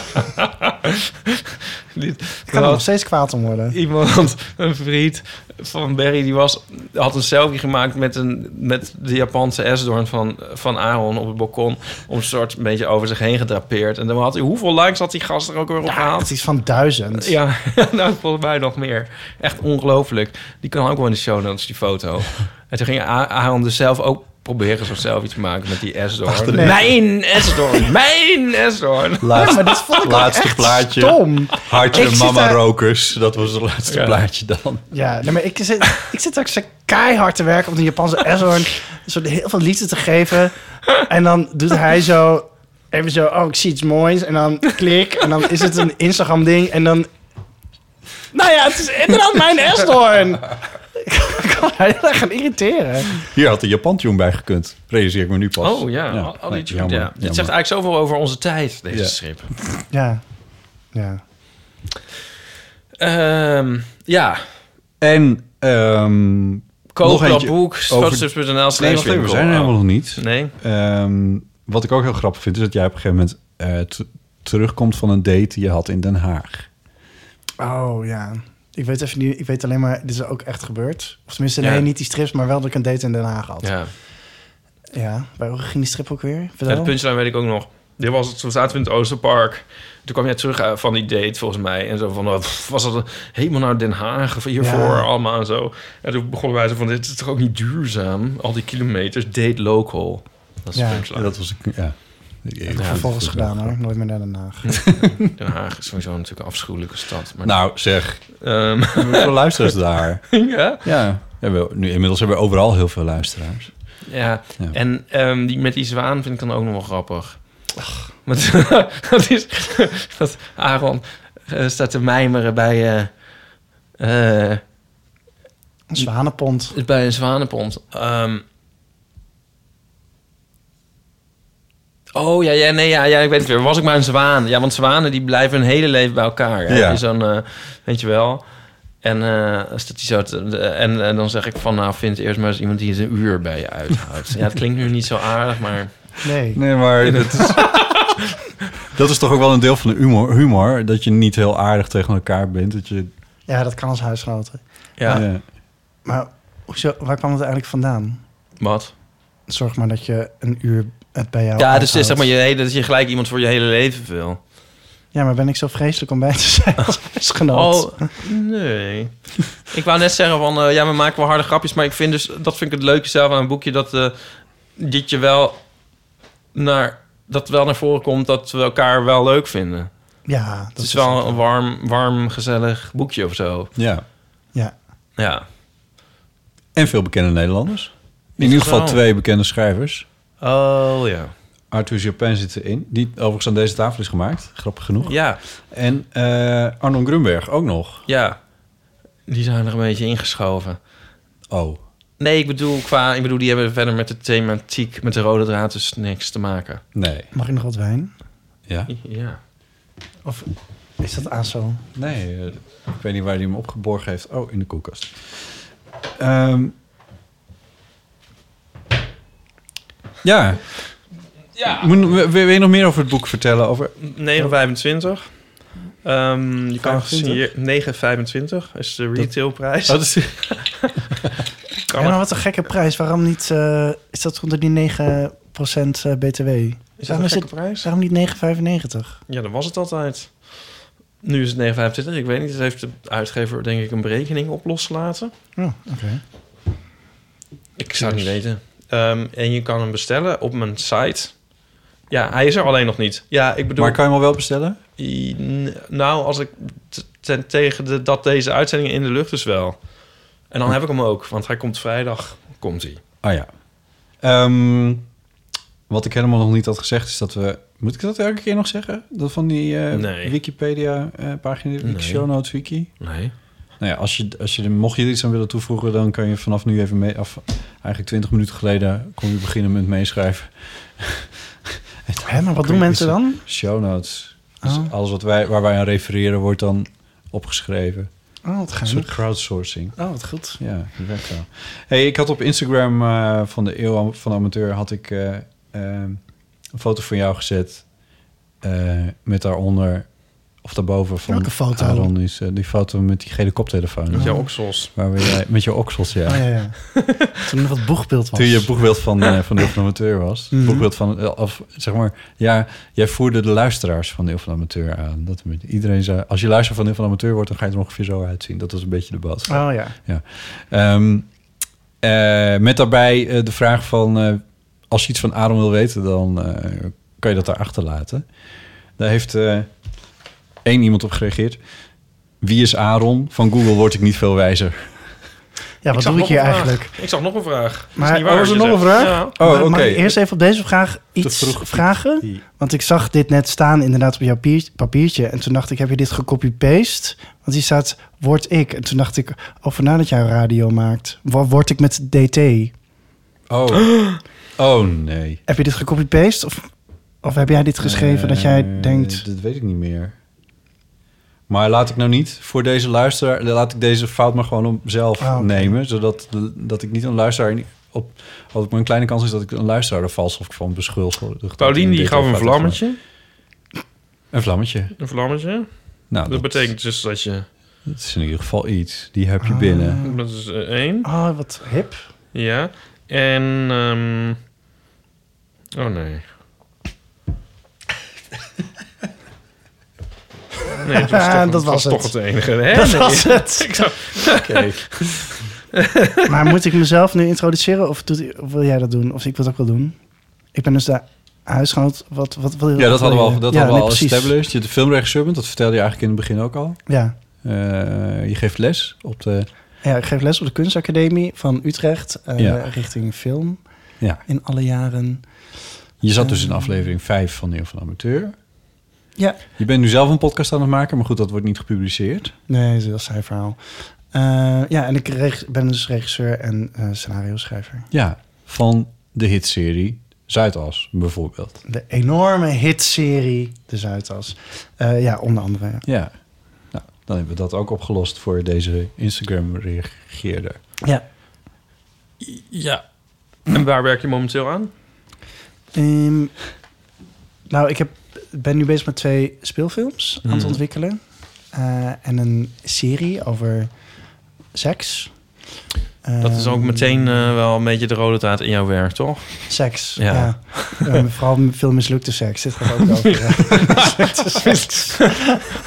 [SPEAKER 6] Die-
[SPEAKER 7] Ik kan er nog steeds kwaad om worden.
[SPEAKER 6] Iemand, een vriend van Barry, die was, had een selfie gemaakt met, een, met de Japanse esdoorn van, van Aaron op het balkon. Om een soort een beetje over zich heen gedrapeerd. En dan had hij, hoeveel likes had die gast er ook weer op
[SPEAKER 7] Ja,
[SPEAKER 6] gehaald?
[SPEAKER 7] het is van duizend.
[SPEAKER 6] Ja, nou, volgens mij nog meer. Echt ongelooflijk. Die kan ook wel in de show notes, die foto. En toen ging A- Aaron dus zelf ook proberen zo'n selfie te maken met die esdoorn.
[SPEAKER 7] Nee.
[SPEAKER 6] Mijn esdoorn! Mijn esdoorn!
[SPEAKER 7] Ja,
[SPEAKER 5] Laatste,
[SPEAKER 7] maar dat vond ik ook
[SPEAKER 5] laatste
[SPEAKER 7] echt
[SPEAKER 5] plaatje.
[SPEAKER 7] stom.
[SPEAKER 5] Hartje
[SPEAKER 7] Ik zit
[SPEAKER 5] mama
[SPEAKER 7] daar-
[SPEAKER 5] rokers. Dat was het laatste
[SPEAKER 6] Ja.
[SPEAKER 5] plaatje dan.
[SPEAKER 7] Ja, nee, maar ik zit, ik zit ook zo keihard te werken om de Japanse esdoorn zo heel veel liefde te geven. En dan doet hij zo even zo, oh, ik zie iets moois. En dan klik. En dan is het een Instagram ding. En dan... Nou ja, het is inderdaad mijn esdoorn. Ik kan mij heel erg gaan irriteren.
[SPEAKER 5] Hier had de Japan-tune bij gekund. Realiseer ik me nu pas.
[SPEAKER 6] Oh ja, al, al die
[SPEAKER 5] nee,
[SPEAKER 6] ja.
[SPEAKER 5] jammer,
[SPEAKER 6] Dit
[SPEAKER 5] jammer.
[SPEAKER 6] zegt eigenlijk zoveel over onze tijd, deze
[SPEAKER 5] Ja.
[SPEAKER 6] strip.
[SPEAKER 7] Ja. Ja.
[SPEAKER 6] Ehm, ja,
[SPEAKER 5] En ehm
[SPEAKER 6] koop
[SPEAKER 5] nog
[SPEAKER 6] dat
[SPEAKER 5] eentje
[SPEAKER 6] boek,
[SPEAKER 5] over-
[SPEAKER 6] fotostrips punt n l
[SPEAKER 5] Nee,
[SPEAKER 6] slash
[SPEAKER 5] wacht even, we
[SPEAKER 6] winkel.
[SPEAKER 5] zijn er helemaal
[SPEAKER 6] Oh.
[SPEAKER 5] nog niet.
[SPEAKER 6] Nee?
[SPEAKER 5] Ehm, wat ik ook heel grappig vind, is dat jij op een gegeven moment eh, t- terugkomt van een date die je had in Den Haag.
[SPEAKER 7] Oh ja. Ik weet even niet, ik weet alleen maar, dit is ook echt gebeurd. Of tenminste,
[SPEAKER 6] Ja.
[SPEAKER 7] nee, niet die strips, maar wel dat ik een date in Den Haag had.
[SPEAKER 6] Ja.
[SPEAKER 7] Ja, waarom ging die strip ook weer?
[SPEAKER 6] Ja,
[SPEAKER 7] Vertel.
[SPEAKER 6] de punchline weet ik ook nog. Dit was het, zo zaten we in het Oosterpark. Toen kwam jij terug eh, van die date, volgens mij. En zo van, wat pff, was dat een- helemaal naar Den Haag of hiervoor,
[SPEAKER 7] Ja.
[SPEAKER 6] allemaal en zo. En toen begonnen wij zo van, dit is toch ook niet duurzaam? Al die kilometers, date local. Dat is
[SPEAKER 7] Ja.
[SPEAKER 6] de
[SPEAKER 5] Ja,
[SPEAKER 6] punchline.
[SPEAKER 5] dat was ik. Ja.
[SPEAKER 6] Ja,
[SPEAKER 7] Vervolgens gedaan hoor, nooit meer naar Den Haag.
[SPEAKER 6] Den Haag is sowieso natuurlijk een afschuwelijke stad. Maar,
[SPEAKER 5] Nou, zeg.
[SPEAKER 6] ehm,
[SPEAKER 5] Hoeveel luisteraars daar?
[SPEAKER 6] ja.
[SPEAKER 5] Ja. Ja, we, nu, inmiddels hebben we overal heel veel luisteraars.
[SPEAKER 6] Ja,
[SPEAKER 5] Ja.
[SPEAKER 6] en ehm, die met die zwaan vind ik dan ook nog wel grappig. Want dat is dat Aaron eh, staat te mijmeren bij, eh, eh,
[SPEAKER 7] Een zwanenpont.
[SPEAKER 6] bij een zwanenpont. Ehm, oh ja, ja, nee, ja, ja, ik weet het weer. Was ik maar een zwaan? Ja, want zwanen die blijven hun hele leven bij elkaar. Hè?
[SPEAKER 5] Ja.
[SPEAKER 6] Die Zo'n, eh, weet je wel. En, eh, dan staat hij zo te- de- en, en dan zeg ik van, nou, vind eerst maar eens iemand die eens een uur bij je uithoudt. Ja, het klinkt nu niet zo aardig, maar...
[SPEAKER 7] Nee.
[SPEAKER 5] Nee, maar dat is, dat is toch ook wel een deel van de humor, humor. Dat je niet heel aardig tegen elkaar bent. Dat je,
[SPEAKER 7] Ja, dat kan als huisgenoten.
[SPEAKER 6] Ja,
[SPEAKER 5] ja.
[SPEAKER 7] Maar hoezo, waar kwam het eigenlijk vandaan?
[SPEAKER 6] wat?
[SPEAKER 7] Zorg maar dat je een uur het bij jou
[SPEAKER 6] Ja, dus
[SPEAKER 7] uithoudt.
[SPEAKER 6] is zeg maar je hele, dat je gelijk iemand voor je hele leven wil.
[SPEAKER 7] Ja, maar ben ik zo vreselijk om bij te zijn als huisgenoot?
[SPEAKER 6] Oh, nee. Ik wou net zeggen van, eh, ja, we maken wel harde grapjes, maar ik vind dus, dat vind ik het leuke zelf aan een boekje, dat eh dit je wel naar, dat wel naar voren komt dat we elkaar wel leuk vinden.
[SPEAKER 7] Ja, dat
[SPEAKER 6] Het is wel een warm, warm, gezellig boekje of zo.
[SPEAKER 5] ja.
[SPEAKER 7] Ja.
[SPEAKER 6] Ja.
[SPEAKER 5] En veel bekende Nederlanders. In
[SPEAKER 6] Is
[SPEAKER 5] ieder
[SPEAKER 6] dat
[SPEAKER 5] geval
[SPEAKER 6] zo?
[SPEAKER 5] twee bekende schrijvers.
[SPEAKER 6] Oh, ja.
[SPEAKER 5] Arthur Japan zit erin. Die overigens aan deze tafel is gemaakt. Grappig genoeg.
[SPEAKER 6] Ja,
[SPEAKER 5] En eh Arnon Grunberg ook nog.
[SPEAKER 6] ja. Die zijn er een beetje ingeschoven.
[SPEAKER 5] Oh.
[SPEAKER 6] Nee, ik bedoel, qua, ik bedoel, die hebben verder met de thematiek, met de rode draad dus niks te maken.
[SPEAKER 5] Nee.
[SPEAKER 7] Mag ik nog wat wijn?
[SPEAKER 5] Ja?
[SPEAKER 6] Ja.
[SPEAKER 7] Of is dat aan zo?
[SPEAKER 5] Nee. eh, ik weet niet waar hij hem opgeborgen heeft. Oh, in de koelkast. Ehm, ja.
[SPEAKER 6] Ja.
[SPEAKER 5] Moet, wil wil je nog meer over het boek vertellen? Over...
[SPEAKER 6] negen vijfentwintig. Um, je kan
[SPEAKER 7] vijfentwintig?
[SPEAKER 6] hier negen vijfentwintig is de retailprijs.
[SPEAKER 5] Oh, dat is...
[SPEAKER 6] Kan
[SPEAKER 7] Ja, maar wat een gekke prijs. Waarom niet... Uh, is dat onder die negen procent B T W?
[SPEAKER 6] Is dat
[SPEAKER 7] waarom,
[SPEAKER 6] een
[SPEAKER 7] is
[SPEAKER 6] gekke
[SPEAKER 7] het,
[SPEAKER 6] prijs?
[SPEAKER 7] waarom niet negen vijfennegentig?
[SPEAKER 6] Ja, dat was het altijd. Nu is het negen vijfentwintig. Ik weet niet. Dat heeft de uitgever denk ik een berekening op losgelaten.
[SPEAKER 7] Oh, oké. Okay.
[SPEAKER 6] Ik zou het niet weten. Um, en je kan hem bestellen op mijn site. Ja, hij is er alleen nog niet. Ja, ik bedoel...
[SPEAKER 5] Maar kan je hem al wel bestellen?
[SPEAKER 6] I, n- nou, als ik t- ten, tegen de, dat deze uitzending in de lucht is wel. En dan heb ik hem ook, want hij komt vrijdag. Komt hij.
[SPEAKER 5] Ah ja. Um, wat ik helemaal nog niet had gezegd is dat we... Moet ik dat elke keer nog zeggen? Dat van die uh,
[SPEAKER 6] nee.
[SPEAKER 5] Wikipedia-pagina, uh,
[SPEAKER 6] nee.
[SPEAKER 5] show notes wiki?
[SPEAKER 6] Nee.
[SPEAKER 5] Nou ja, als je, als je, mocht je er iets aan willen toevoegen, dan kan je vanaf nu even mee... Af, eigenlijk twintig minuten geleden kon je beginnen met meeschrijven.
[SPEAKER 7] Hé, maar wat doen mensen dan?
[SPEAKER 5] Show notes. Dus
[SPEAKER 7] oh.
[SPEAKER 5] alles wat wij, waar wij aan refereren wordt dan opgeschreven.
[SPEAKER 7] Oh, wat
[SPEAKER 5] Een
[SPEAKER 7] geinig.
[SPEAKER 5] soort crowdsourcing.
[SPEAKER 7] Oh, wat goed.
[SPEAKER 5] Ja, dat werkt wel. Hey, ik had op Instagram uh, van de Eeuw van de Amateur... had ik uh, uh, een foto van jou gezet... Uh, met daaronder... of daarboven van
[SPEAKER 7] Welke foto?
[SPEAKER 5] Aaron is uh, die foto met die gele koptelefoon.
[SPEAKER 6] Met
[SPEAKER 5] Oh.
[SPEAKER 6] jouw oksels.
[SPEAKER 5] Waar we, jij, met je oksels, ja.
[SPEAKER 7] Oh, ja, ja. Toen nog het boegbeeld was.
[SPEAKER 5] Toen je boegbeeld van, uh, van de Eeuw van de Amateur was.
[SPEAKER 7] Mm-hmm.
[SPEAKER 5] Boegbeeld van... Of, zeg maar... Ja, jij voerde de luisteraars van de Eeuw van de Amateur aan. Dat, iedereen zei... Als je luistert van de Eeuw van de Amateur wordt... dan ga je er ongeveer zo uitzien. Dat was een beetje de boodschap.
[SPEAKER 7] Oh ja.
[SPEAKER 5] Ja. Um, uh, met daarbij uh, de vraag van... Uh, als je iets van Aaron wil weten... dan uh, kan je dat daar achterlaten. Daar heeft uh, één iemand op gereageerd. Wie is Aaron? Van Google word ik niet veel wijzer.
[SPEAKER 7] Ja, wat doe ik hier eigenlijk?
[SPEAKER 6] Ik zag nog een vraag.
[SPEAKER 7] Maar
[SPEAKER 6] is niet waar,
[SPEAKER 7] was er nog een vraag?
[SPEAKER 6] Ja.
[SPEAKER 5] Oh, oké.
[SPEAKER 7] Okay. Mag ik eerst even op deze vraag iets
[SPEAKER 5] vroeg.
[SPEAKER 7] vragen? Want ik zag dit net staan inderdaad op jouw pier- papiertje. En toen dacht ik, heb je dit gecopy-paste? Want hier staat, word ik. En toen dacht ik, over nadat jij radio maakt. Word ik met D T?
[SPEAKER 5] Oh. Oh, nee.
[SPEAKER 7] Heb je dit gecopy-paste? Of, of heb jij dit geschreven uh, dat jij denkt...
[SPEAKER 5] Dat weet ik niet meer. Maar laat ik nou niet voor deze luisteraar... laat ik deze fout maar gewoon op zelf oh, okay. nemen. Zodat de, dat ik niet een luisteraar... op wat ik maar een kleine kans is dat ik een luisteraar er vals of van beschuldig.
[SPEAKER 6] Paulien, die gaf een vlammetje.
[SPEAKER 5] Een vlammetje.
[SPEAKER 6] Een vlammetje.
[SPEAKER 5] Nou,
[SPEAKER 6] dat,
[SPEAKER 5] dat
[SPEAKER 6] betekent dus dat je...
[SPEAKER 5] Dat is in ieder geval iets. Die heb je oh. binnen.
[SPEAKER 6] Dat is uh, één.
[SPEAKER 7] Oh, wat hip.
[SPEAKER 6] Ja. En... Um... Oh, nee. Nee, het was toch,
[SPEAKER 7] dat
[SPEAKER 6] was,
[SPEAKER 7] was
[SPEAKER 6] was
[SPEAKER 7] het.
[SPEAKER 6] toch het enige. Hè?
[SPEAKER 7] Dat
[SPEAKER 6] nee.
[SPEAKER 7] was het.
[SPEAKER 5] Oké.
[SPEAKER 7] Maar moet ik mezelf nu introduceren of, doet, of wil jij dat doen? Of ik wil het ook wel doen? Ik ben dus de huisgenoot. Wat, wat wil je?
[SPEAKER 5] Ja, dat hadden we al, dat ja, hadden we
[SPEAKER 7] nee,
[SPEAKER 5] al established. Je de filmregisseur bent, dat vertelde je eigenlijk in het begin ook al.
[SPEAKER 7] Ja.
[SPEAKER 5] Uh, je geeft les op de...
[SPEAKER 7] Ja, ik geef les op de Kunstacademie van Utrecht. Uh, ja. Richting film.
[SPEAKER 5] Ja.
[SPEAKER 7] In alle jaren.
[SPEAKER 5] Je zat dus in aflevering vijf van de Eeuw van de Amateur.
[SPEAKER 7] Ja.
[SPEAKER 5] Je bent nu zelf een podcast aan het maken, maar goed, dat wordt niet gepubliceerd.
[SPEAKER 7] Nee, dat is zijn verhaal. Uh, ja, en ik reg- ben dus regisseur en uh, scenario-schrijver.
[SPEAKER 5] Ja, van de hitserie Zuidas bijvoorbeeld.
[SPEAKER 7] De enorme hitserie De Zuidas. Uh, ja, onder andere. Ja.
[SPEAKER 5] ja. Nou, dan hebben we dat ook opgelost voor deze Instagram-reageerder.
[SPEAKER 7] Ja.
[SPEAKER 6] Ja. En waar werk je momenteel aan?
[SPEAKER 7] Um, nou, ik heb, ben nu bezig met twee speelfilms mm. aan het ontwikkelen. Uh, en een serie over seks.
[SPEAKER 6] Dat is ook meteen uh, wel een beetje de rode draad in jouw werk, toch?
[SPEAKER 7] Seks, ja. ja. uh, vooral veel mislukte seks. Dit gaat ook over. Ja. Mislukte seks. uh,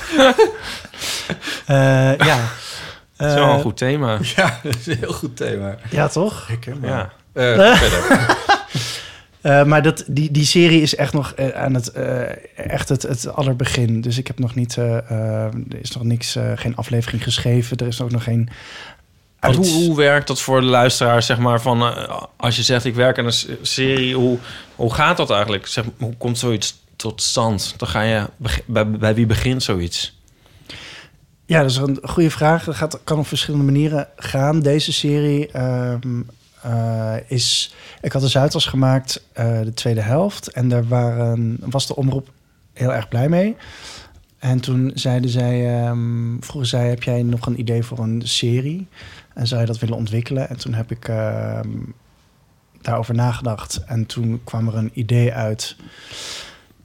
[SPEAKER 7] ja.
[SPEAKER 6] Dat is wel een goed thema.
[SPEAKER 5] Ja, dat is een heel goed thema.
[SPEAKER 7] Ja, toch?
[SPEAKER 5] Ik heb
[SPEAKER 6] ja.
[SPEAKER 5] Uh, verder.
[SPEAKER 7] Uh, maar dat, die, die serie is echt nog uh, aan het, uh, echt het, het allerbegin. Dus ik heb nog niet, uh, uh, er is nog niks, uh, geen aflevering geschreven. Er is ook nog geen...
[SPEAKER 6] Uit... Hoe, hoe werkt dat voor de luisteraar, zeg maar, van uh, als je zegt ik werk aan een serie, hoe, hoe gaat dat eigenlijk? Zeg, hoe komt zoiets tot stand? Dan ga je, bij, bij wie begint zoiets?
[SPEAKER 7] Ja, dat is een goede vraag. Dat gaat, kan op verschillende manieren gaan. Deze serie um, uh, is... Ik had de Zuidas gemaakt, uh, de tweede helft. En daar waren, was de omroep heel erg blij mee. En toen zeiden zij... Um, vroegen zij, heb jij nog een idee voor een serie? En zou je dat willen ontwikkelen? En toen heb ik uh, daarover nagedacht. En toen kwam er een idee uit...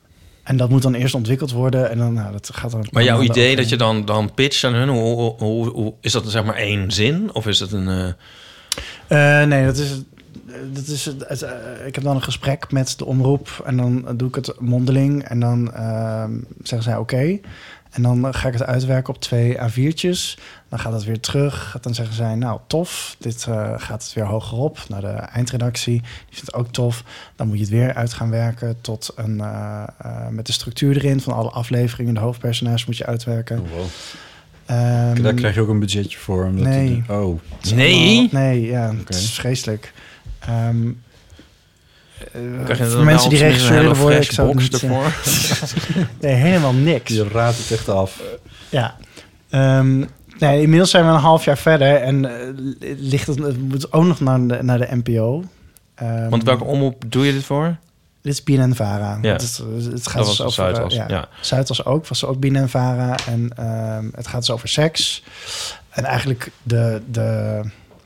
[SPEAKER 7] En dat moet dan eerst ontwikkeld worden. En dan, nou, dat gaat dan...
[SPEAKER 6] Maar jouw idee
[SPEAKER 7] over.
[SPEAKER 6] dat je dan, dan pitcht aan hun, hoe, hoe, hoe, hoe- is dat zeg maar één zin? Of is dat een... Uh...
[SPEAKER 7] Uh, nee, dat is... Dat is het, het, uh, ik heb dan een gesprek met de omroep en dan doe ik het mondeling en dan uh, zeggen zij oké. Okay. En dan ga ik het uitwerken op twee A viertjes. Dan gaat het weer terug. Dan zeggen zij, nou tof, dit uh, gaat het weer hogerop naar de eindredactie. Die vindt het ook tof. Dan moet je het weer uit gaan werken tot een uh, uh, met de structuur erin van alle afleveringen. De hoofdpersonages moet je uitwerken.
[SPEAKER 5] Oh, wow.
[SPEAKER 7] Um,
[SPEAKER 5] Daar krijg je ook een budgetje voor. Om dat
[SPEAKER 7] nee.
[SPEAKER 5] te doen. Oh.
[SPEAKER 6] Nee?
[SPEAKER 7] Allemaal, nee, ja,
[SPEAKER 5] okay.
[SPEAKER 7] Het is vreselijk. Um,
[SPEAKER 6] Krijg je
[SPEAKER 7] voor mensen die regisseur willen worden, ik zou het niet
[SPEAKER 6] ervoor.
[SPEAKER 7] Nee, helemaal niks.
[SPEAKER 5] Je raadt het echt af.
[SPEAKER 7] Ja. Um, nee, inmiddels zijn we een half jaar verder en uh, ligt het, het moet ook nog naar de, naar de N P O. Um,
[SPEAKER 6] Want welke omroep doe je dit voor?
[SPEAKER 7] Dit is B N N Vara.
[SPEAKER 6] Ja.
[SPEAKER 7] Het, is, het gaat
[SPEAKER 6] Dat
[SPEAKER 7] dus
[SPEAKER 6] was
[SPEAKER 7] over
[SPEAKER 6] Zuidas,
[SPEAKER 7] ja,
[SPEAKER 6] ja.
[SPEAKER 7] Zuidas ook, was ook B N N Vara. En um, het gaat dus over seks. En eigenlijk de, de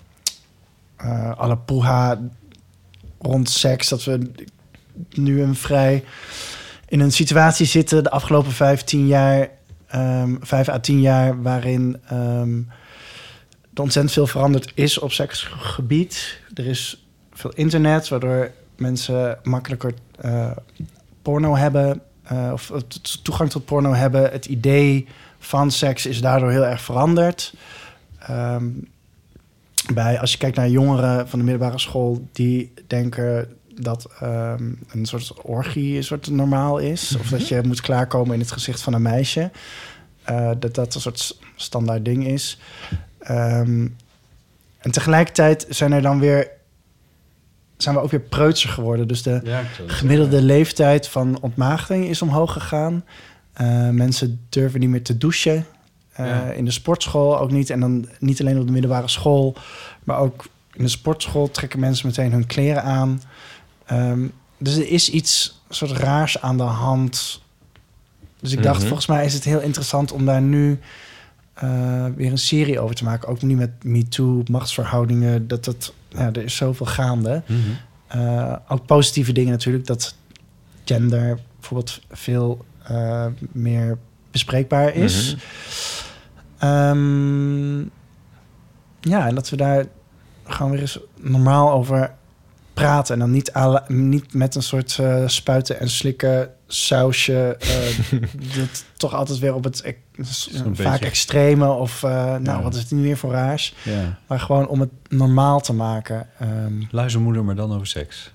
[SPEAKER 7] uh, alle poeha rond seks, dat we nu een vrij in een situatie zitten de afgelopen vijftien jaar, um, vijf à tien jaar, waarin um, er ontzettend veel veranderd is op seksgebied. Er is veel internet, waardoor mensen makkelijker uh, porno hebben, uh, of toegang tot porno hebben. Het idee van seks is daardoor heel erg veranderd. Um, bij, als je kijkt naar jongeren van de middelbare school, die denken dat um, een soort orgie een soort normaal is. Of dat je moet klaarkomen in het gezicht van een meisje. Uh, dat dat een soort standaard ding is. Um, en tegelijkertijd zijn er dan weer, zijn we ook weer preutser geworden. Dus de
[SPEAKER 5] Ja,
[SPEAKER 7] gemiddelde ja. leeftijd van ontmaagding is omhoog gegaan. Uh, mensen durven niet meer te douchen. Uh, ja. In de sportschool ook niet. En dan niet alleen op de middelbare school, maar ook in de sportschool trekken mensen meteen hun kleren aan. Um, dus er is iets soort raars aan de hand. Dus ik mm-hmm. dacht, volgens mij is het heel interessant om daar nu uh, weer een serie over te maken. Ook nu met MeToo, machtsverhoudingen. Dat dat, ja, er is zoveel gaande. Mm-hmm. Uh, ook positieve dingen natuurlijk. Dat gender bijvoorbeeld veel uh, meer bespreekbaar is. Mm-hmm. Um, ja, en dat we daar gewoon weer eens normaal over praten. En dan niet, ala, niet met een soort uh, spuiten en slikken sausje. Uh, dat toch altijd weer op het uh, vaak beetje extreme. Of uh, nou, ja. wat is het nu weer voor raars?
[SPEAKER 5] Ja.
[SPEAKER 7] Maar gewoon om het normaal te maken. Um,
[SPEAKER 5] Luistermoeder, maar dan over seks.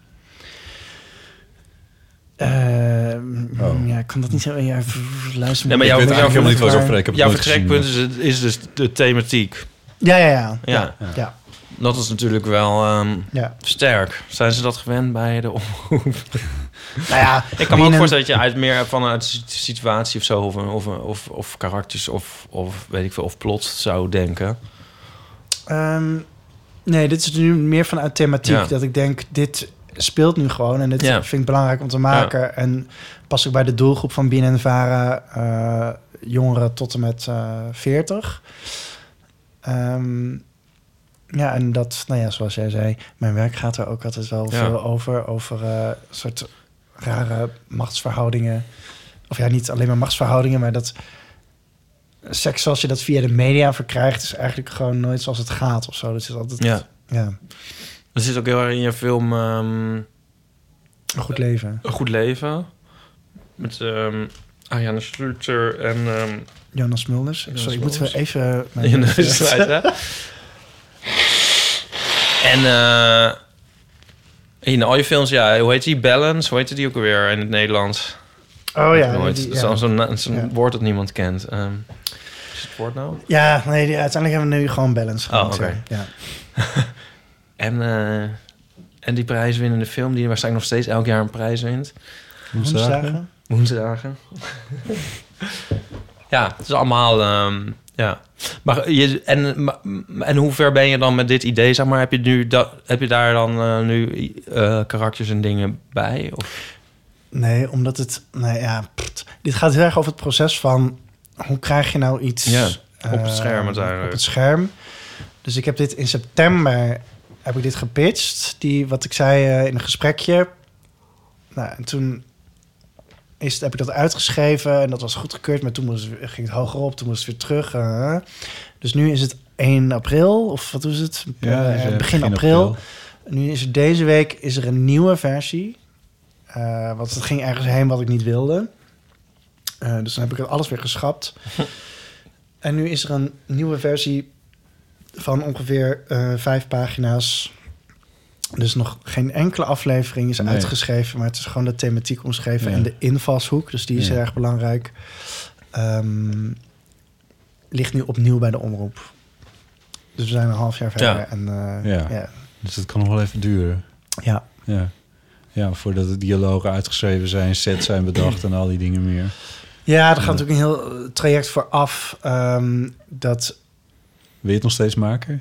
[SPEAKER 7] Uh, oh. Ja, ik kan dat niet zeggen. Ja, luister.
[SPEAKER 6] Ja, maar jouw,
[SPEAKER 5] ik weet
[SPEAKER 6] jouw,
[SPEAKER 5] jouw, niet
[SPEAKER 6] jouw,
[SPEAKER 5] over,
[SPEAKER 6] jouw vertrekpunt is, is dus de thematiek.
[SPEAKER 7] Ja, ja, ja.
[SPEAKER 6] ja.
[SPEAKER 7] ja. ja. ja.
[SPEAKER 6] Dat is natuurlijk wel um,
[SPEAKER 7] ja.
[SPEAKER 6] sterk. Zijn ze dat gewend bij de omroep?
[SPEAKER 7] Nou ja,
[SPEAKER 6] ik kan me ook voorstellen dat je uit meer vanuit de situatie of zo, of, of, of, of karakters of, of weet ik veel, of plot zou denken.
[SPEAKER 7] Um, nee, dit is nu meer vanuit thematiek. Ja. Dat ik denk, dit speelt nu gewoon en dit ja. vind ik belangrijk om te maken. Ja. En pas ik bij de doelgroep van B N N Vara, uh, jongeren tot en met uh, veertig. Um, ja, en dat, nou ja, zoals jij zei, mijn werk gaat er ook altijd wel ja. veel over. Over uh, soort rare machtsverhoudingen. Of ja, niet alleen maar machtsverhoudingen, maar dat seks zoals je dat via de media verkrijgt, is eigenlijk gewoon nooit zoals het gaat of zo. Dat is altijd,
[SPEAKER 6] ja.
[SPEAKER 7] ja.
[SPEAKER 6] Er zit ook heel erg in je film Um,
[SPEAKER 7] een goed leven.
[SPEAKER 6] Een goed leven. Met um, Ariane Schluter en Um,
[SPEAKER 7] Jonas Mulders. Jonas Sorry, Mulders. Ik moet even mijn
[SPEAKER 6] ja, neus sluiten. En uh, in al je films, ja, hoe heet die? Balance, hoe heet die ook alweer in het Nederlands?
[SPEAKER 7] Oh ja.
[SPEAKER 6] Nooit.
[SPEAKER 7] Die,
[SPEAKER 6] dat is
[SPEAKER 7] ja.
[SPEAKER 6] zo'n, zo'n ja. woord dat niemand kent. Um, is het woord nou?
[SPEAKER 7] Ja, nee, die, uiteindelijk hebben we nu gewoon Balance
[SPEAKER 6] gehad. Oh, oké.
[SPEAKER 7] Okay. Ja.
[SPEAKER 6] en, uh, en die prijswinnende film, die waarschijnlijk nog steeds elk jaar een prijs wint.
[SPEAKER 7] Woensdagen.
[SPEAKER 6] Woensdagen. Ja, het is allemaal Um, ja, maar je, en, en hoe ver ben je dan met dit idee? Zeg maar, heb je, nu da, heb je daar dan uh, nu uh, karakters en dingen bij? Of?
[SPEAKER 7] Nee, omdat het... Nee, ja, pff, dit gaat heel erg over het proces van hoe krijg je nou iets
[SPEAKER 6] ja, op het scherm uiteindelijk.
[SPEAKER 7] Uh, op het scherm. Dus ik heb dit in september heb ik dit gepitcht. Die, wat ik zei uh, in een gesprekje. Nou, en toen is, het- heb ik dat uitgeschreven en dat was goedgekeurd. Maar toen moest, ging het hoger op, toen moest het weer terug. eh. Dus nu is het één april, of wat is het?
[SPEAKER 5] Ja,
[SPEAKER 7] Eh,
[SPEAKER 5] dus, eh,
[SPEAKER 7] begin april. Nu is er deze week is er een nieuwe versie. Uh, want het ging ergens heen wat ik niet wilde. Uh, dus dan heb ik het alles weer geschrapt. En nu is er een nieuwe versie van ongeveer uh, vijf pagina's. Dus nog geen enkele aflevering is
[SPEAKER 5] Nee.
[SPEAKER 7] uitgeschreven. Maar het is gewoon de thematiek omschreven
[SPEAKER 5] Ja.
[SPEAKER 7] en de invalshoek. Dus die is
[SPEAKER 5] Ja.
[SPEAKER 7] heel erg belangrijk. Um, ligt nu opnieuw bij de omroep. Dus we zijn een half jaar verder.
[SPEAKER 6] Ja.
[SPEAKER 7] En, uh,
[SPEAKER 5] Ja.
[SPEAKER 7] ja.
[SPEAKER 5] Dus dat kan nog wel even duren.
[SPEAKER 7] Ja.
[SPEAKER 5] Ja. Ja, voordat de dialogen uitgeschreven zijn, sets zijn bedacht en al die dingen meer.
[SPEAKER 7] Ja, er gaat natuurlijk een heel traject voor af. Um, dat,
[SPEAKER 5] Wil je het nog steeds maken?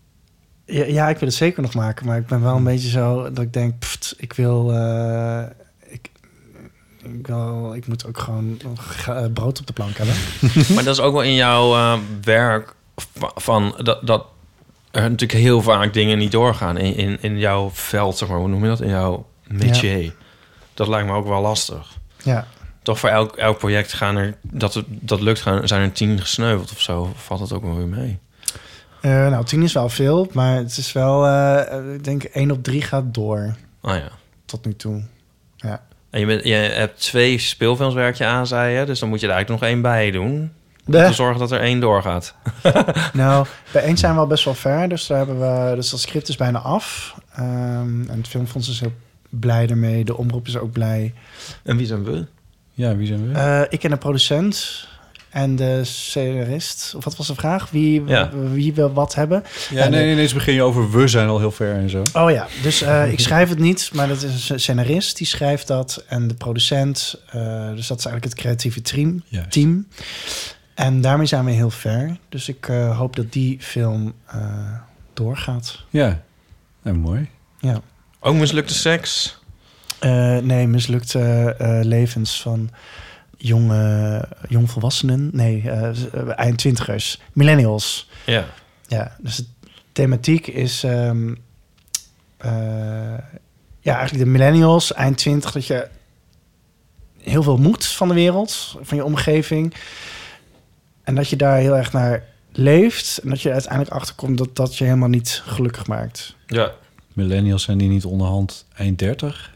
[SPEAKER 7] ja, ja, ik wil het zeker nog maken. Maar ik ben wel een beetje zo dat ik denk... Pft, ik wil... Uh, ik, ik, wil ik moet ook gewoon nog, uh, brood op de plank hebben.
[SPEAKER 6] Maar dat is ook wel in jouw uh, werk... van dat, dat er natuurlijk heel vaak dingen niet doorgaan. In, in, in jouw veld, zeg maar. Hoe noem je dat? In jouw métier. Ja. Dat lijkt me ook wel lastig.
[SPEAKER 7] Ja.
[SPEAKER 6] Toch voor elk, elk project gaan er... Dat, het, dat lukt, gaan, zijn er tien gesneuveld of zo. Valt dat ook wel weer mee?
[SPEAKER 7] Uh, nou, tien is wel veel. Maar het is wel... Uh, ik denk één op drie gaat door.
[SPEAKER 6] Oh ja.
[SPEAKER 7] Tot nu toe. Ja.
[SPEAKER 6] En je, bent, je hebt twee speelfilms werk je aan, zei je. Dus dan moet je er eigenlijk nog één bij doen. Om
[SPEAKER 7] De...
[SPEAKER 6] te zorgen dat er één doorgaat.
[SPEAKER 7] Nou, bij één zijn we al best wel ver. Dus daar hebben we... Dus dat script is bijna af. Um, en het filmfonds is heel blij ermee. De omroep is ook blij.
[SPEAKER 6] En wie zijn we?
[SPEAKER 5] Ja, wie zijn we?
[SPEAKER 7] Uh, ik en de producent en de scenarist. Of wat was de vraag? Wie,
[SPEAKER 6] ja.
[SPEAKER 7] wie wil wat hebben?
[SPEAKER 5] Ja, nee, nee, ineens begin je over we zijn al heel ver en zo.
[SPEAKER 7] Oh ja, dus uh, ik schrijf het niet, maar dat is een scenarist die schrijft dat. En de producent. Uh, dus dat is eigenlijk het creatieve team. team. En daarmee zijn we heel ver. Dus ik uh, hoop dat die film uh, doorgaat.
[SPEAKER 5] Ja, en mooi.
[SPEAKER 7] Ja.
[SPEAKER 6] Ook mislukte seks?
[SPEAKER 7] Uh, nee, mislukte uh, levens van jonge jongvolwassenen. Nee, uh, eind twintigers. Millennials.
[SPEAKER 6] Ja.
[SPEAKER 7] Ja, dus de thematiek is... Um, uh, ja, eigenlijk de millennials, eind twintig... dat je heel veel moet van de wereld, van je omgeving. En dat je daar heel erg naar leeft. En dat je er uiteindelijk achterkomt dat dat je helemaal niet gelukkig maakt.
[SPEAKER 6] Ja.
[SPEAKER 5] Millennials zijn die niet onderhand eind dertig?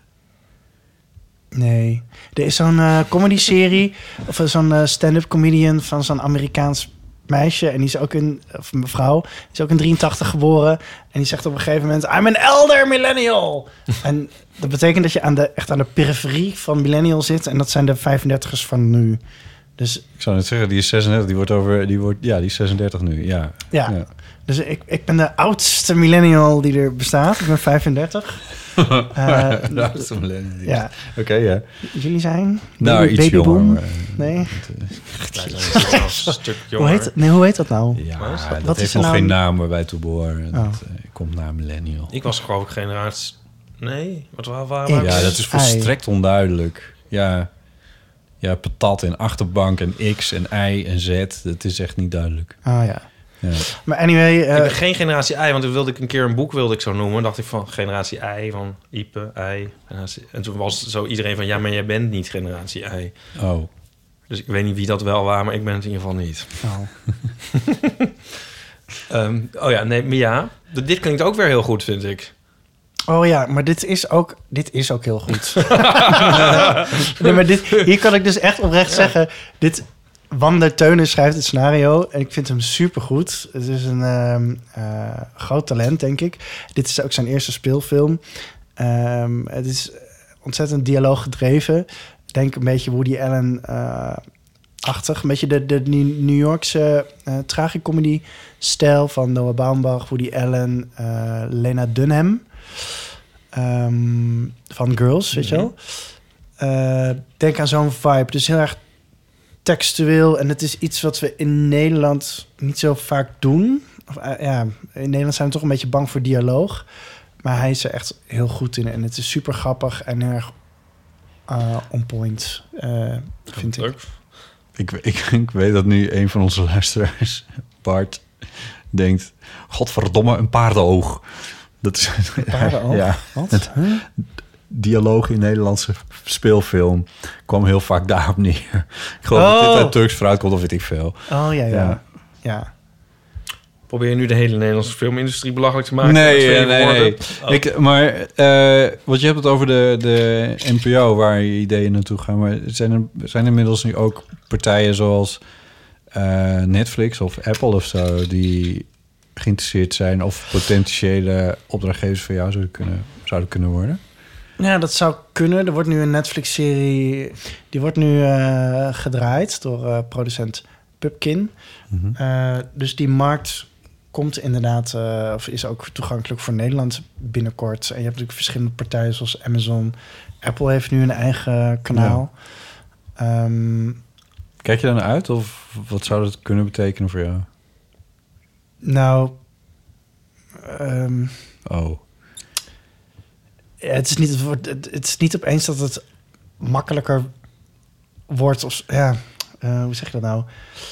[SPEAKER 7] Nee. Er is zo'n uh, comedy-serie... of zo'n uh, stand-up comedian van zo'n Amerikaans meisje... en die is ook een... of mevrouw... die is ook in drieëntachtig geboren... en die zegt op een gegeven moment... I'm an elder millennial! En dat betekent dat je aan de, echt aan de periferie van millennial zit... en dat zijn de vijfendertigers van nu. Dus,
[SPEAKER 5] ik zou net zeggen, die is zesendertig, die wordt over... Die wordt, ja, die is zesendertig nu, ja.
[SPEAKER 7] Ja, ja. Dus ik, ik ben de oudste millennial die er bestaat. Ik ben vijfendertig.
[SPEAKER 5] uh, de oudste millennial.
[SPEAKER 7] Ja.
[SPEAKER 5] Oké, okay, ja.
[SPEAKER 7] Jullie zijn?
[SPEAKER 5] Nou,
[SPEAKER 7] baby,
[SPEAKER 5] iets
[SPEAKER 7] babyboom?
[SPEAKER 5] jonger.
[SPEAKER 7] Nee?
[SPEAKER 6] Wij zijn een stuk jonger.
[SPEAKER 7] Hoe heet, nee, hoe heet dat nou?
[SPEAKER 5] Ja,
[SPEAKER 7] wat,
[SPEAKER 5] dat
[SPEAKER 7] wat
[SPEAKER 5] heeft
[SPEAKER 7] is
[SPEAKER 5] nog
[SPEAKER 7] nou?
[SPEAKER 5] geen naam waar wij toe behoren.
[SPEAKER 7] Oh.
[SPEAKER 5] Dat uh, komt naar millennial.
[SPEAKER 6] Ik was gewoon generatie... Nee? Wat waren we?
[SPEAKER 5] Ja, dat is volstrekt onduidelijk. Ja... Ja, patat en achterbank en X en Y en Z. Dat is echt niet duidelijk.
[SPEAKER 7] Ah ja.
[SPEAKER 5] ja.
[SPEAKER 7] Maar anyway... Uh,
[SPEAKER 6] ik ben geen generatie Y, want toen wilde ik een keer een boek wilde ik zo noemen. dacht ik van generatie Y, van Ipe, Y. En toen was zo iedereen van, ja, maar jij bent niet generatie Y.
[SPEAKER 5] Oh.
[SPEAKER 6] Dus ik weet niet wie dat wel was, maar ik ben het in ieder geval niet.
[SPEAKER 7] Oh.
[SPEAKER 6] um, oh ja, nee, maar ja. Dit klinkt ook weer heel goed, vind ik.
[SPEAKER 7] Oh ja, maar dit is ook, dit is ook heel goed. nee, maar dit, hier kan ik dus echt oprecht ja. zeggen... Dit, Wander Teunen schrijft het scenario... en ik vind hem supergoed. Het is een um, uh, groot talent, denk ik. Dit is ook zijn eerste speelfilm. Um, het is ontzettend dialooggedreven. Ik denk een beetje Woody Allen-achtig. Uh, een beetje de, de New Yorkse uh, tragicomedy-stijl... van Noah Baumbach, Woody Allen, uh, Lena Dunham... Um, van Girls, weet je wel. Uh, denk aan zo'n vibe. Dus heel erg textueel. En het is iets wat we in Nederland niet zo vaak doen. Of, uh, ja, in Nederland zijn we toch een beetje bang voor dialoog. Maar hij is er echt heel goed in. En het is super grappig en heel erg uh, on point, uh, vind ik.
[SPEAKER 5] Ik, ik. Ik weet dat nu een van onze luisteraars, Bart, denkt... Godverdomme, een paardenoog. Dat is,
[SPEAKER 7] paardenoog?
[SPEAKER 5] Ja.
[SPEAKER 7] Wat? Huh?
[SPEAKER 5] dialoog in Nederlandse speelfilm kwam heel vaak daarop neer. Ik geloof dat
[SPEAKER 7] Oh.
[SPEAKER 5] dit uit Turks fruit komt of weet ik veel.
[SPEAKER 7] Oh, ja, ja.
[SPEAKER 5] Ja.
[SPEAKER 7] ja.
[SPEAKER 6] Probeer je nu de hele Nederlandse filmindustrie belachelijk te maken?
[SPEAKER 5] Nee,
[SPEAKER 6] met twee
[SPEAKER 5] eh, nee, nee.
[SPEAKER 6] woorden? Oh.
[SPEAKER 5] Ik, maar, eh want je hebt het over de, de N P O waar je ideeën naartoe gaan. Maar zijn er zijn er inmiddels nu ook partijen zoals eh, Netflix of Apple of zo die geïnteresseerd zijn of potentiële opdrachtgevers van jou zouden kunnen, zouden kunnen worden?
[SPEAKER 7] Ja, dat zou kunnen. Er wordt nu een Netflix-serie... die wordt nu eh, gedraaid door eh, producent Pupkin.
[SPEAKER 5] Mhm.
[SPEAKER 7] Uh, dus die markt komt inderdaad... Uh, of is ook toegankelijk voor Nederland binnenkort. En je hebt natuurlijk verschillende partijen zoals Amazon. Apple heeft nu een eigen kanaal. Ja. Um,
[SPEAKER 5] Kijk je daar naar uit? Of wat zou dat kunnen betekenen voor jou?
[SPEAKER 7] Nou... Um,
[SPEAKER 5] oh...
[SPEAKER 7] Het is, niet, het, wordt, het, het is niet opeens dat het makkelijker wordt. Of, ja, uh, hoe zeg je dat nou?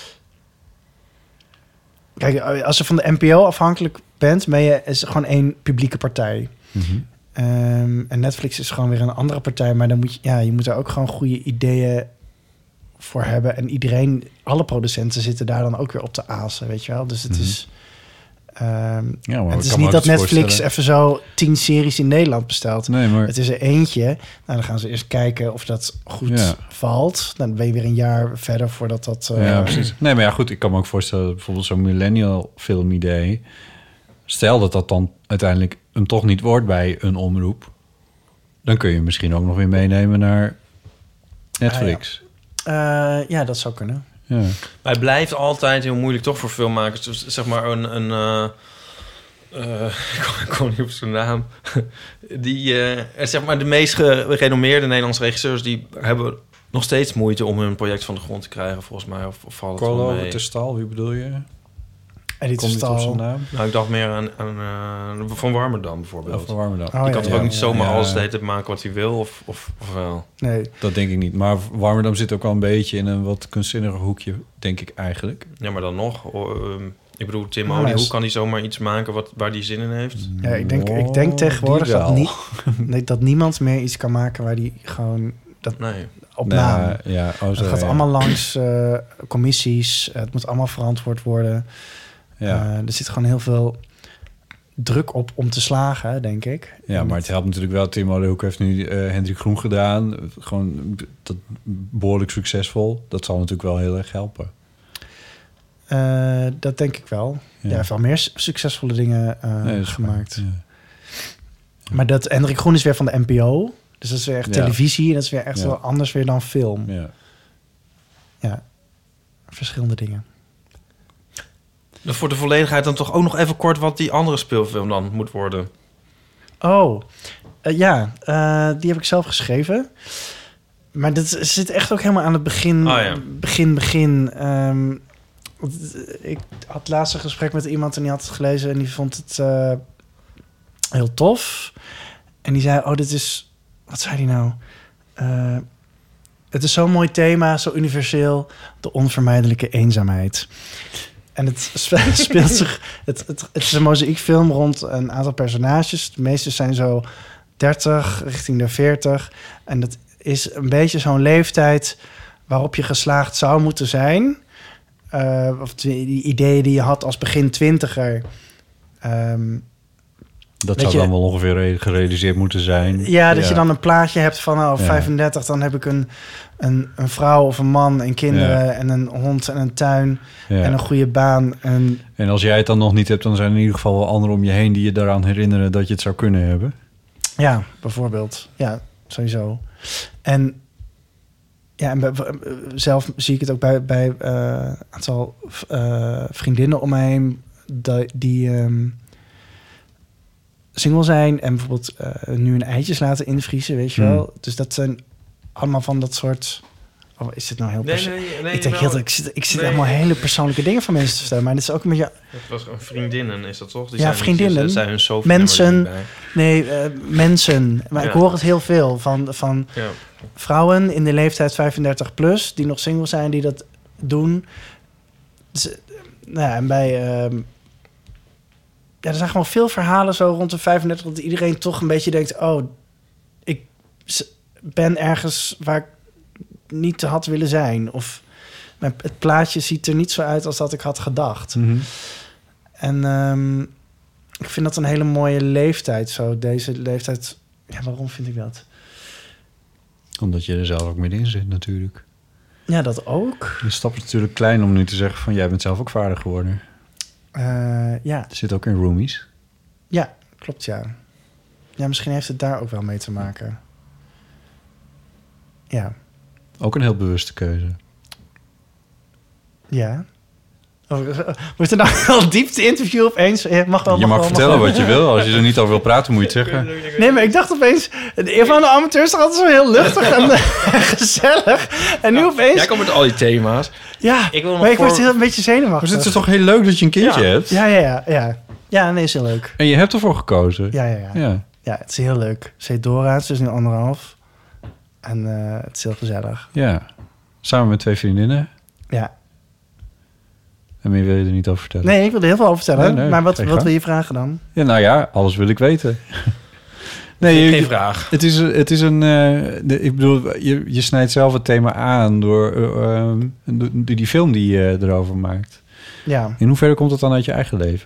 [SPEAKER 7] Kijk, als je van de N P O afhankelijk bent, ben je is er gewoon één publieke partij.
[SPEAKER 5] Mm-hmm.
[SPEAKER 7] Um, en Netflix is gewoon weer een andere partij. Maar dan moet je, ja, je moet er ook gewoon goede ideeën voor hebben. En iedereen, alle producenten zitten daar dan ook weer op te azen, weet je wel. Dus het
[SPEAKER 5] Mm-hmm.
[SPEAKER 7] is... Um,
[SPEAKER 5] ja, maar
[SPEAKER 7] het is niet dat Netflix even zo tien series in Nederland bestelt.
[SPEAKER 5] Nee, maar...
[SPEAKER 7] Het is er eentje. Nou, dan gaan ze eerst kijken of dat goed
[SPEAKER 5] ja.
[SPEAKER 7] valt. Dan ben je weer een jaar verder voordat dat... Uh...
[SPEAKER 5] Ja, precies. Nee, maar ja, goed. Ik kan me ook voorstellen, bijvoorbeeld zo'n millennial filmidee. Stel dat dat dan uiteindelijk een toch niet wordt bij een omroep. Dan kun je misschien ook nog weer meenemen naar Netflix.
[SPEAKER 7] Ah, ja. Uh, ja, dat zou kunnen.
[SPEAKER 5] Ja.
[SPEAKER 6] Maar het blijft altijd heel moeilijk toch voor filmmakers. Dus zeg maar een... een uh, uh, ik kom niet op zijn naam. Die, uh, zeg maar de meest gerenommeerde Nederlandse regisseurs... die hebben nog steeds moeite om hun project van de grond te krijgen, volgens mij. Of, of valt het wel mee?
[SPEAKER 5] Carlo ter Stal, wie bedoel je?
[SPEAKER 7] Edith
[SPEAKER 5] Komt niet op zijn naam?
[SPEAKER 6] Nou, ik dacht meer aan, aan uh, Van Warmerdam bijvoorbeeld.
[SPEAKER 5] Oh, van Warmerdam.
[SPEAKER 6] Oh, die kan
[SPEAKER 7] ja,
[SPEAKER 6] toch
[SPEAKER 7] ja,
[SPEAKER 6] ook niet
[SPEAKER 7] ja,
[SPEAKER 6] zomaar
[SPEAKER 5] ja.
[SPEAKER 6] alles de hele tijd maken wat hij wil? Of, of, of wel?
[SPEAKER 7] Nee.
[SPEAKER 5] Dat denk ik niet. Maar Warmerdam zit ook wel een beetje in een wat kunstzinniger hoekje, denk ik eigenlijk.
[SPEAKER 6] Ja, maar dan nog. Uh, ik bedoel, Tim
[SPEAKER 7] Maar
[SPEAKER 6] Olie,
[SPEAKER 7] hij is-
[SPEAKER 6] hoe kan hij zomaar iets maken wat, waar hij zin in heeft?
[SPEAKER 7] Ja, ik denk, ik denk
[SPEAKER 5] Oh,
[SPEAKER 7] tegenwoordig
[SPEAKER 5] die
[SPEAKER 7] dat,
[SPEAKER 5] wel.
[SPEAKER 7] nie, nee, dat niemand meer iets kan maken... waar die gewoon dat
[SPEAKER 6] Nee.
[SPEAKER 7] op
[SPEAKER 5] Nou,
[SPEAKER 7] naam...
[SPEAKER 5] ja, oh,
[SPEAKER 7] Het
[SPEAKER 5] zo,
[SPEAKER 7] gaat
[SPEAKER 5] ja.
[SPEAKER 7] allemaal langs uh, commissies. Het moet allemaal verantwoord worden.
[SPEAKER 5] Ja.
[SPEAKER 7] Uh, er zit gewoon heel veel druk op om te slagen, denk ik.
[SPEAKER 5] Ja,
[SPEAKER 7] En
[SPEAKER 5] maar het helpt natuurlijk wel. Tim Olehoek heeft nu uh, Hendrik Groen gedaan. Gewoon dat, behoorlijk succesvol. Dat zal natuurlijk wel heel erg helpen.
[SPEAKER 7] Uh, dat denk ik wel.
[SPEAKER 5] Ja.
[SPEAKER 7] Ja, hij heeft wel meer su- succesvolle dingen uh,
[SPEAKER 5] Nee, dat is
[SPEAKER 7] gemaakt.
[SPEAKER 5] waar. Ja.
[SPEAKER 7] Maar dat Hendrik Groen is weer van de N P O. Dus dat is weer echt
[SPEAKER 5] Ja.
[SPEAKER 7] televisie. En dat is weer echt
[SPEAKER 5] Ja.
[SPEAKER 7] wel anders weer dan film.
[SPEAKER 5] Ja.
[SPEAKER 7] Ja, verschillende dingen.
[SPEAKER 6] Dus voor de volledigheid dan toch ook nog even kort... wat die andere speelfilm dan moet worden.
[SPEAKER 7] Oh, uh, ja. Uh, die heb ik zelf geschreven. Maar dat zit echt ook helemaal aan het begin.
[SPEAKER 6] Oh, ja.
[SPEAKER 7] Begin, begin. Um, ik had laatst een gesprek met iemand en die had het gelezen... en die vond het uh, heel tof. En die zei, oh, dit is... Wat zei die nou? Uh, het is zo'n mooi thema, zo universeel. De onvermijdelijke eenzaamheid. En het spe- speelt zich... Het, het, het is een mozaïekfilm rond een aantal personages. De meeste zijn zo dertig, richting de veertig. En dat is een beetje zo'n leeftijd... waarop je geslaagd zou moeten zijn. Uh, of die, die ideeën die je had als begin twintiger... Um,
[SPEAKER 5] Dat
[SPEAKER 7] Weet
[SPEAKER 5] zou
[SPEAKER 7] je-
[SPEAKER 5] dan wel ongeveer re- gerealiseerd moeten zijn.
[SPEAKER 7] Ja, dat je dan een plaatje hebt van oh,
[SPEAKER 5] Ja.
[SPEAKER 7] vijfendertig... dan heb ik een, een, een vrouw of een man en kinderen...
[SPEAKER 5] Ja.
[SPEAKER 7] en een hond en een tuin
[SPEAKER 5] Ja.
[SPEAKER 7] en een goede baan. En
[SPEAKER 5] En als jij het dan nog niet hebt, dan zijn er in ieder geval wel anderen om je heen die je daaraan herinneren dat je het zou kunnen hebben.
[SPEAKER 7] ja, bijvoorbeeld. Ja, sowieso. En, ja, en bij- zelf zie ik het ook bij bij eh, een aantal eh, vriendinnen om mij heen... die, die ehm, single zijn en bijvoorbeeld eh, nu een eitjes laten invriezen, weet je
[SPEAKER 5] Hmm.
[SPEAKER 7] wel. Dus dat zijn allemaal van dat soort... Oh, is dit nou heel
[SPEAKER 6] Nee,
[SPEAKER 7] perso-
[SPEAKER 6] nee, nee.
[SPEAKER 7] ik denk
[SPEAKER 6] wel-
[SPEAKER 7] heel, ik zit, ik zit
[SPEAKER 6] Nee.
[SPEAKER 7] helemaal hele persoonlijke dingen van mensen te stellen, maar dit is ook een beetje...
[SPEAKER 6] Het was een vriendinnen, is dat toch? Die
[SPEAKER 7] Ja,
[SPEAKER 6] zijn niet-
[SPEAKER 7] vriendinnen.
[SPEAKER 6] Zijn hun zoveel
[SPEAKER 7] Mensen.
[SPEAKER 6] nummer niet
[SPEAKER 7] Nee, eh, mensen. Maar ik
[SPEAKER 6] Ja.
[SPEAKER 7] hoor het heel veel van, van
[SPEAKER 6] bij. Ja.
[SPEAKER 7] vrouwen in de leeftijd vijfendertig plus... die nog single zijn, die dat doen. Dus, eh, nou ja, en bij... ehm, ja, er zijn gewoon veel verhalen zo rond de vijfendertig... dat iedereen toch een beetje denkt... oh, ik ben ergens waar ik niet had willen zijn. Of mijn, het plaatje ziet er niet zo uit als dat ik had gedacht.
[SPEAKER 5] Mm-hmm.
[SPEAKER 7] En um, ik vind dat een hele mooie leeftijd. Zo, deze leeftijd. Ja, waarom vind ik dat?
[SPEAKER 5] Omdat je er zelf ook middenin zit natuurlijk.
[SPEAKER 7] Ja, dat ook.
[SPEAKER 5] De stap is natuurlijk klein om nu te zeggen van... jij bent zelf ook vader geworden.
[SPEAKER 7] Uh, ja.
[SPEAKER 5] Er zit ook in roomies.
[SPEAKER 7] Ja, klopt, ja. Ja, misschien heeft het daar ook wel mee te maken. Ja.
[SPEAKER 5] Ook een heel bewuste keuze.
[SPEAKER 7] Ja. Oh, wordt er nou wel diepte interview opeens? Je mag, wel,
[SPEAKER 5] je mag, mag vertellen wel. Wat je wil. Als je er niet over wil praten, moet je het zeggen.
[SPEAKER 7] Nee, maar ik dacht opeens... De van de amateurs is toch altijd zo heel luchtig en gezellig. En nu opeens...
[SPEAKER 6] Jij komt met al die thema's.
[SPEAKER 7] Ja,
[SPEAKER 6] ik wil nog
[SPEAKER 7] maar ik
[SPEAKER 6] voor...
[SPEAKER 7] word heel een beetje zenuwachtig.
[SPEAKER 5] Maar het is toch heel leuk dat je een kindje
[SPEAKER 6] ja.
[SPEAKER 5] hebt?
[SPEAKER 7] Ja, ja, ja, ja. Ja, nee, is heel leuk.
[SPEAKER 5] En je hebt ervoor gekozen?
[SPEAKER 7] Ja, ja, ja.
[SPEAKER 5] Ja,
[SPEAKER 7] ja het is heel leuk. Ze heet Dora, ze is nu anderhalf. En uh, het is heel gezellig.
[SPEAKER 5] Ja. Samen met twee vriendinnen?
[SPEAKER 7] Ja.
[SPEAKER 5] En meer wil je er niet over vertellen?
[SPEAKER 7] Nee, ik wil er heel veel over vertellen. Nee, nee, maar wat, wat wil je vragen dan?
[SPEAKER 5] Ja, nou ja, alles wil ik weten.
[SPEAKER 6] Nee, geen vraag.
[SPEAKER 5] Het is, het is een... Uh, de, ik bedoel, je, je snijdt zelf het thema aan door, uh, door die film die je erover maakt.
[SPEAKER 7] Ja.
[SPEAKER 5] In hoeverre komt het dan uit je eigen leven?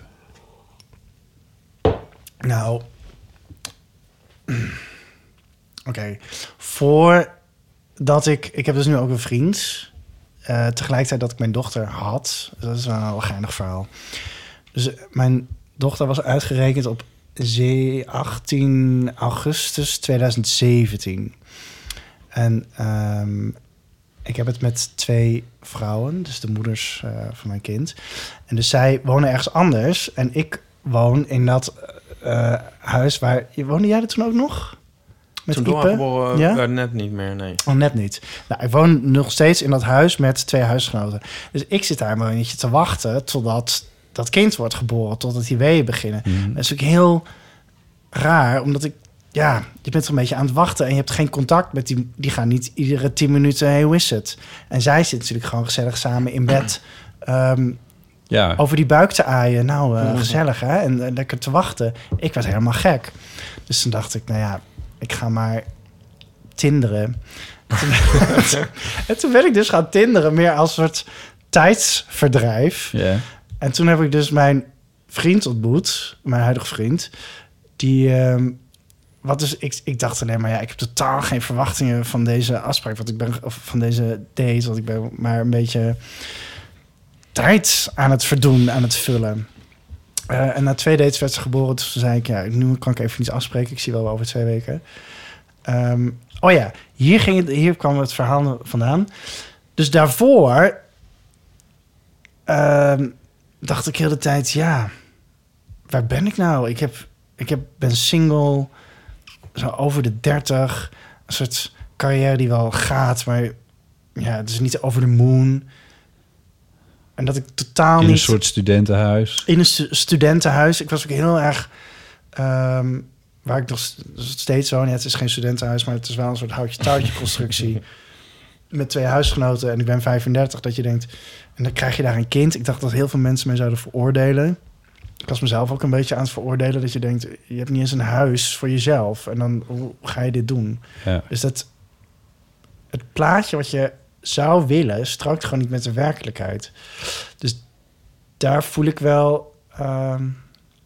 [SPEAKER 7] Nou... Oké. Okay. Voordat ik... Ik heb dus nu ook een vriend... Uh, tegelijkertijd dat ik mijn dochter had. Dat is wel een heel geinig verhaal. Dus mijn dochter was uitgerekend op achttien augustus tweeduizend zeventien. En um, ik heb het met twee vrouwen, dus de moeders uh, van mijn kind. En dus zij wonen ergens anders. En ik woon in dat uh, huis waar... Woonde jij er toen ook nog? Met
[SPEAKER 6] toen
[SPEAKER 7] Ipe?
[SPEAKER 6] doorgeboren
[SPEAKER 7] ja?
[SPEAKER 6] werd net niet meer, nee.
[SPEAKER 7] Oh, net niet. Nou, ik woon nog steeds in dat huis met twee huisgenoten. Dus ik zit daar een beetje te wachten totdat dat kind wordt geboren, totdat die weeën beginnen. Mm. Dat is ook heel raar, omdat ik... Ja, je bent er een beetje aan het wachten en je hebt geen contact met die... Die gaan niet iedere tien minuten, hey, hoe is het? En zij zit natuurlijk gewoon gezellig samen in bed... Um, ja. over die buik te aaien. Nou, uh, mm. gezellig, hè? En uh, lekker te wachten. Ik werd helemaal gek. Dus toen dacht ik, nou ja... Ik ga maar tinderen. En toen ben ik dus gaan tinderen, meer als een soort tijdsverdrijf. Yeah. En toen heb ik dus mijn vriend ontmoet, mijn huidige vriend. Die, um, wat dus, ik, ik dacht alleen maar, ja, ik heb totaal geen verwachtingen van deze afspraak, want ik ben, of van deze date, want ik ben maar een beetje tijd aan het verdoen, aan het vullen. Uh, en na twee dates werd ze geboren. Dus toen zei ik, ja, nu kan ik even niet afspreken. Ik zie wel over twee weken. Um, oh ja, hier, ging het, hier kwam het verhaal vandaan. Dus daarvoor um, dacht ik heel de tijd, ja, waar ben ik nou? Ik, heb, ik heb, ben single, zo over de dertig. Een soort carrière die wel gaat, maar ja, het is niet over de moon. En dat ik totaal niet...
[SPEAKER 5] In een soort studentenhuis.
[SPEAKER 7] In een stu- studentenhuis. Ik was ook heel erg... Um, waar ik nog steeds woon. Ja, het is geen studentenhuis, maar het is wel een soort houtje-touwtje constructie. Met twee huisgenoten en ik ben vijfendertig. Dat je denkt... En dan krijg je daar een kind. Ik dacht dat heel veel mensen mij zouden veroordelen. Ik was mezelf ook een beetje aan het veroordelen. Dat je denkt, je hebt niet eens een huis voor jezelf. En dan, hoe ga je dit doen?
[SPEAKER 5] Ja.
[SPEAKER 7] Dus dat... Het plaatje wat je... zou willen, strookt gewoon niet met de werkelijkheid. Dus daar voel ik wel um,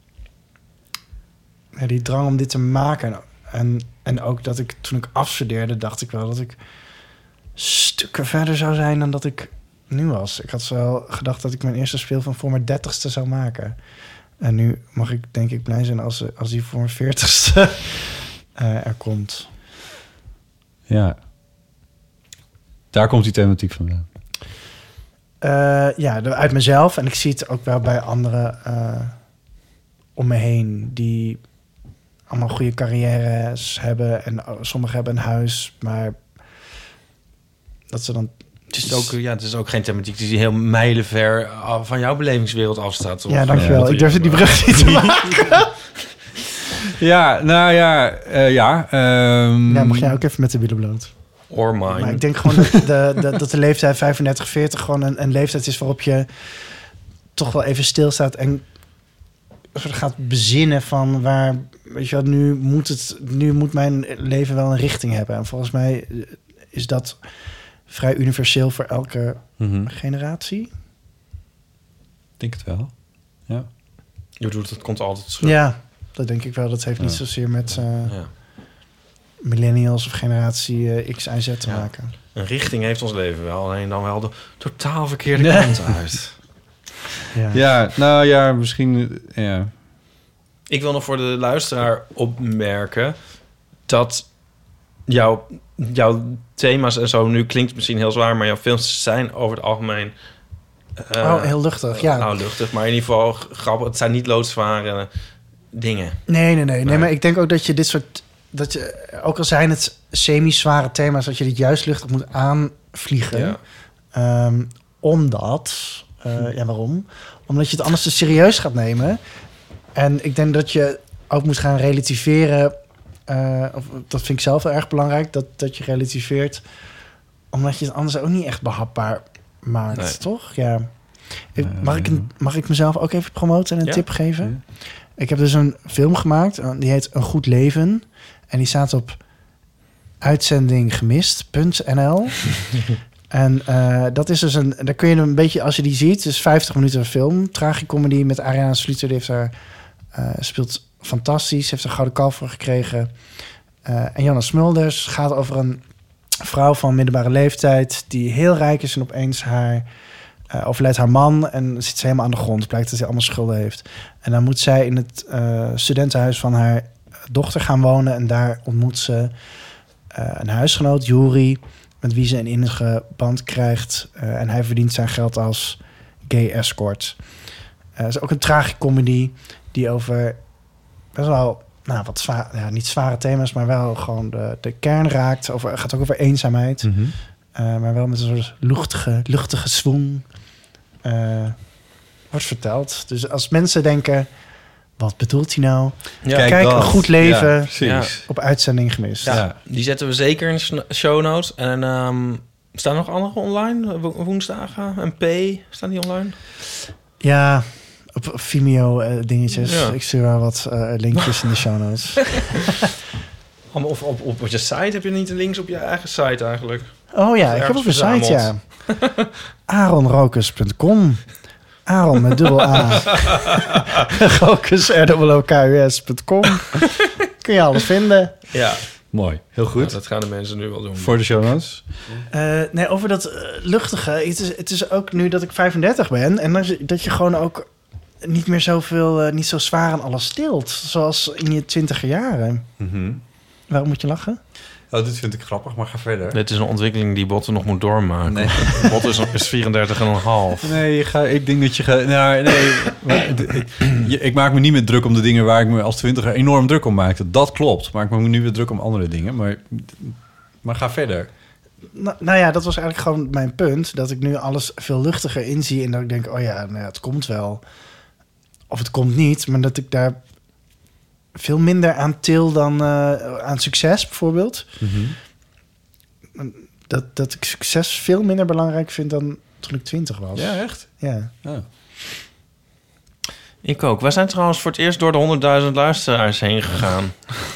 [SPEAKER 7] ja, die drang om dit te maken. En, en ook dat ik, toen ik afstudeerde, dacht ik wel dat ik stukken verder zou zijn dan dat ik nu was. Ik had wel gedacht dat ik mijn eerste speelfilm voor mijn dertigste zou maken. En nu mag ik denk ik blij zijn als, als die voor mijn veertigste uh, er komt.
[SPEAKER 5] Ja. Daar komt die thematiek vandaan.
[SPEAKER 7] Uh, ja, uit mezelf. En ik zie het ook wel bij anderen uh, om me heen... die allemaal goede carrières hebben. En uh, sommigen hebben een huis, maar... dat ze dan...
[SPEAKER 6] Het is ook, ja, het is ook geen thematiek die heel mijlenver van jouw belevingswereld afstaat.
[SPEAKER 7] Ja, dankjewel. Ja, ik durf die brug niet te maken.
[SPEAKER 5] Ja, nou ja... Uh, ja, um...
[SPEAKER 7] ja, mag jij ook even met de billen bloot?
[SPEAKER 6] Or mine.
[SPEAKER 7] Maar ik denk gewoon dat de, de, dat de leeftijd vijfendertig, veertig gewoon een, een leeftijd is waarop je toch wel even stilstaat en gaat bezinnen van waar weet je wat, nu moet het, nu moet mijn leven wel een richting hebben. En volgens mij is dat vrij universeel voor elke
[SPEAKER 5] Mm-hmm.
[SPEAKER 7] generatie.
[SPEAKER 5] Ik denk het wel. Ja.
[SPEAKER 6] Je bedoelt, het komt altijd terug.
[SPEAKER 7] Ja, dat denk ik wel. Dat heeft niet
[SPEAKER 5] Ja.
[SPEAKER 7] zozeer met uh,
[SPEAKER 6] Ja.
[SPEAKER 7] millennials of generatie uh, X en Z te
[SPEAKER 6] Ja.
[SPEAKER 7] maken.
[SPEAKER 6] Een richting heeft ons leven wel, alleen dan wel de totaal verkeerde
[SPEAKER 7] Ja.
[SPEAKER 6] kant uit.
[SPEAKER 7] Ja.
[SPEAKER 5] Ja, nou ja, misschien... Ja.
[SPEAKER 6] Ik wil nog voor de luisteraar opmerken dat jouw, jouw thema's en zo, nu klinkt het misschien heel zwaar, maar jouw films zijn over het algemeen... Uh,
[SPEAKER 7] oh, heel luchtig, ja.
[SPEAKER 6] Nou, luchtig, maar in ieder geval grappig. Het zijn niet loodzware dingen.
[SPEAKER 7] Nee, nee, nee, nee.
[SPEAKER 6] Nee.
[SPEAKER 7] Maar ik denk ook dat je dit soort... Dat je, ook al zijn het semi-zware thema's, dat je dit juist luchtig moet aanvliegen.
[SPEAKER 6] Ja.
[SPEAKER 7] Um, omdat... Uh, ja, waarom? Omdat je het anders te serieus gaat nemen. En ik denk dat je ook moet gaan relativeren. Uh, of, dat vind ik zelf wel erg belangrijk. Dat, dat je relativeert. Omdat je het anders ook niet echt behapbaar maakt,
[SPEAKER 6] Nee.
[SPEAKER 7] toch? Ja. Ik,
[SPEAKER 5] Uh,
[SPEAKER 7] mag, ik een, mag ik mezelf ook even promoten en een
[SPEAKER 6] Ja.
[SPEAKER 7] tip geven? Ik heb dus een film gemaakt. uh, Die heet Een Goed Leven. En die staat op uitzendinggemist punt n l. En uh, dat is dus een... Daar kun je een beetje... Als je die ziet, dus vijftig minuten film. Tragicomedy met Ariana Sluiter. Die heeft daar... Uh, speelt fantastisch. Heeft een gouden kalf voor gekregen. Uh, en Jonas Smulders gaat over een vrouw van middelbare leeftijd... die heel rijk is en opeens haar... Uh, overlijdt haar man en zit ze helemaal aan de grond. Blijkt dat hij allemaal schulden heeft. En dan moet zij in het uh, studentenhuis van haar dochter gaan wonen. En daar ontmoet ze uh, een huisgenoot, Juri... met wie ze een innige band krijgt. Uh, en hij verdient zijn geld als gay escort. Het uh, is ook een tragicomedy die over best wel... Nou, wat zwaar, ja, niet zware thema's, maar wel gewoon de, de kern raakt. Over, het gaat ook over eenzaamheid.
[SPEAKER 5] Mm-hmm.
[SPEAKER 7] Uh, maar wel met een soort luchtige, luchtige swoon. Uh, wordt verteld. Dus als mensen denken... Wat bedoelt hij nou?
[SPEAKER 6] Ja.
[SPEAKER 7] Kijk,
[SPEAKER 5] Kijk
[SPEAKER 7] een
[SPEAKER 5] dat.
[SPEAKER 7] goed leven
[SPEAKER 5] Ja, precies.
[SPEAKER 6] Ja.
[SPEAKER 7] op uitzending gemist.
[SPEAKER 6] Ja,
[SPEAKER 5] Ja.
[SPEAKER 6] die zetten we zeker in de show notes. En um, staan er nog andere online? Wo- woensdagen? En P, staan die online?
[SPEAKER 7] Ja, op Vimeo uh, dingetjes.
[SPEAKER 6] Ja.
[SPEAKER 7] Ik stuur wel wat uh, linkjes in de show notes.
[SPEAKER 6] Allemaal Of op, op, op je site heb je niet de links op je eigen site eigenlijk.
[SPEAKER 7] Oh ja,
[SPEAKER 6] Of
[SPEAKER 7] ik heb op een
[SPEAKER 6] ergens
[SPEAKER 7] site, ja. aaronrokus punt com. Aaron met dubbel A. Rokus, R O O K U S punt com. Kun je alles vinden.
[SPEAKER 6] Ja,
[SPEAKER 5] Mooi, heel goed.
[SPEAKER 6] ja, dat gaan de mensen nu wel doen.
[SPEAKER 5] Voor de show notes.
[SPEAKER 7] Uh, nee, over dat uh, luchtige. Het is, het is ook nu dat ik vijfendertig ben. En dat je, dat je gewoon ook niet meer zoveel, uh, niet zo zwaar aan alles stilt. Zoals in je twintiger jaren.
[SPEAKER 5] Mm-hmm.
[SPEAKER 7] Waarom moet je lachen?
[SPEAKER 5] Oh, dit vind ik grappig, maar ga verder.
[SPEAKER 6] Dit is een ontwikkeling die Botte nog moet doormaken.
[SPEAKER 5] Nee.
[SPEAKER 6] Botte is, is vierendertig en een half.
[SPEAKER 5] Nee, je ga, ik denk dat je gaat... Nou, nee, maar, d- ik, je- ik maak me niet meer druk om de dingen waar ik me als twintiger enorm druk om maakte. Dat klopt, maar ik maak me nu weer druk om andere dingen. Maar, maar ga verder.
[SPEAKER 7] Nou, nou ja, dat was eigenlijk gewoon mijn punt. Dat ik nu alles veel luchtiger inzie. En dat ik denk, oh ja, nou ja, het komt wel. Of het komt niet. Maar dat ik daar veel minder aan til dan uh, aan succes bijvoorbeeld.
[SPEAKER 5] Mm-hmm.
[SPEAKER 7] Dat, dat ik succes veel minder belangrijk vind dan toen ik twintig was.
[SPEAKER 5] Ja, echt?
[SPEAKER 7] Ja.
[SPEAKER 5] Oh.
[SPEAKER 6] Ik ook. Wij zijn trouwens voor het eerst door de honderdduizend luisteraars heen gegaan.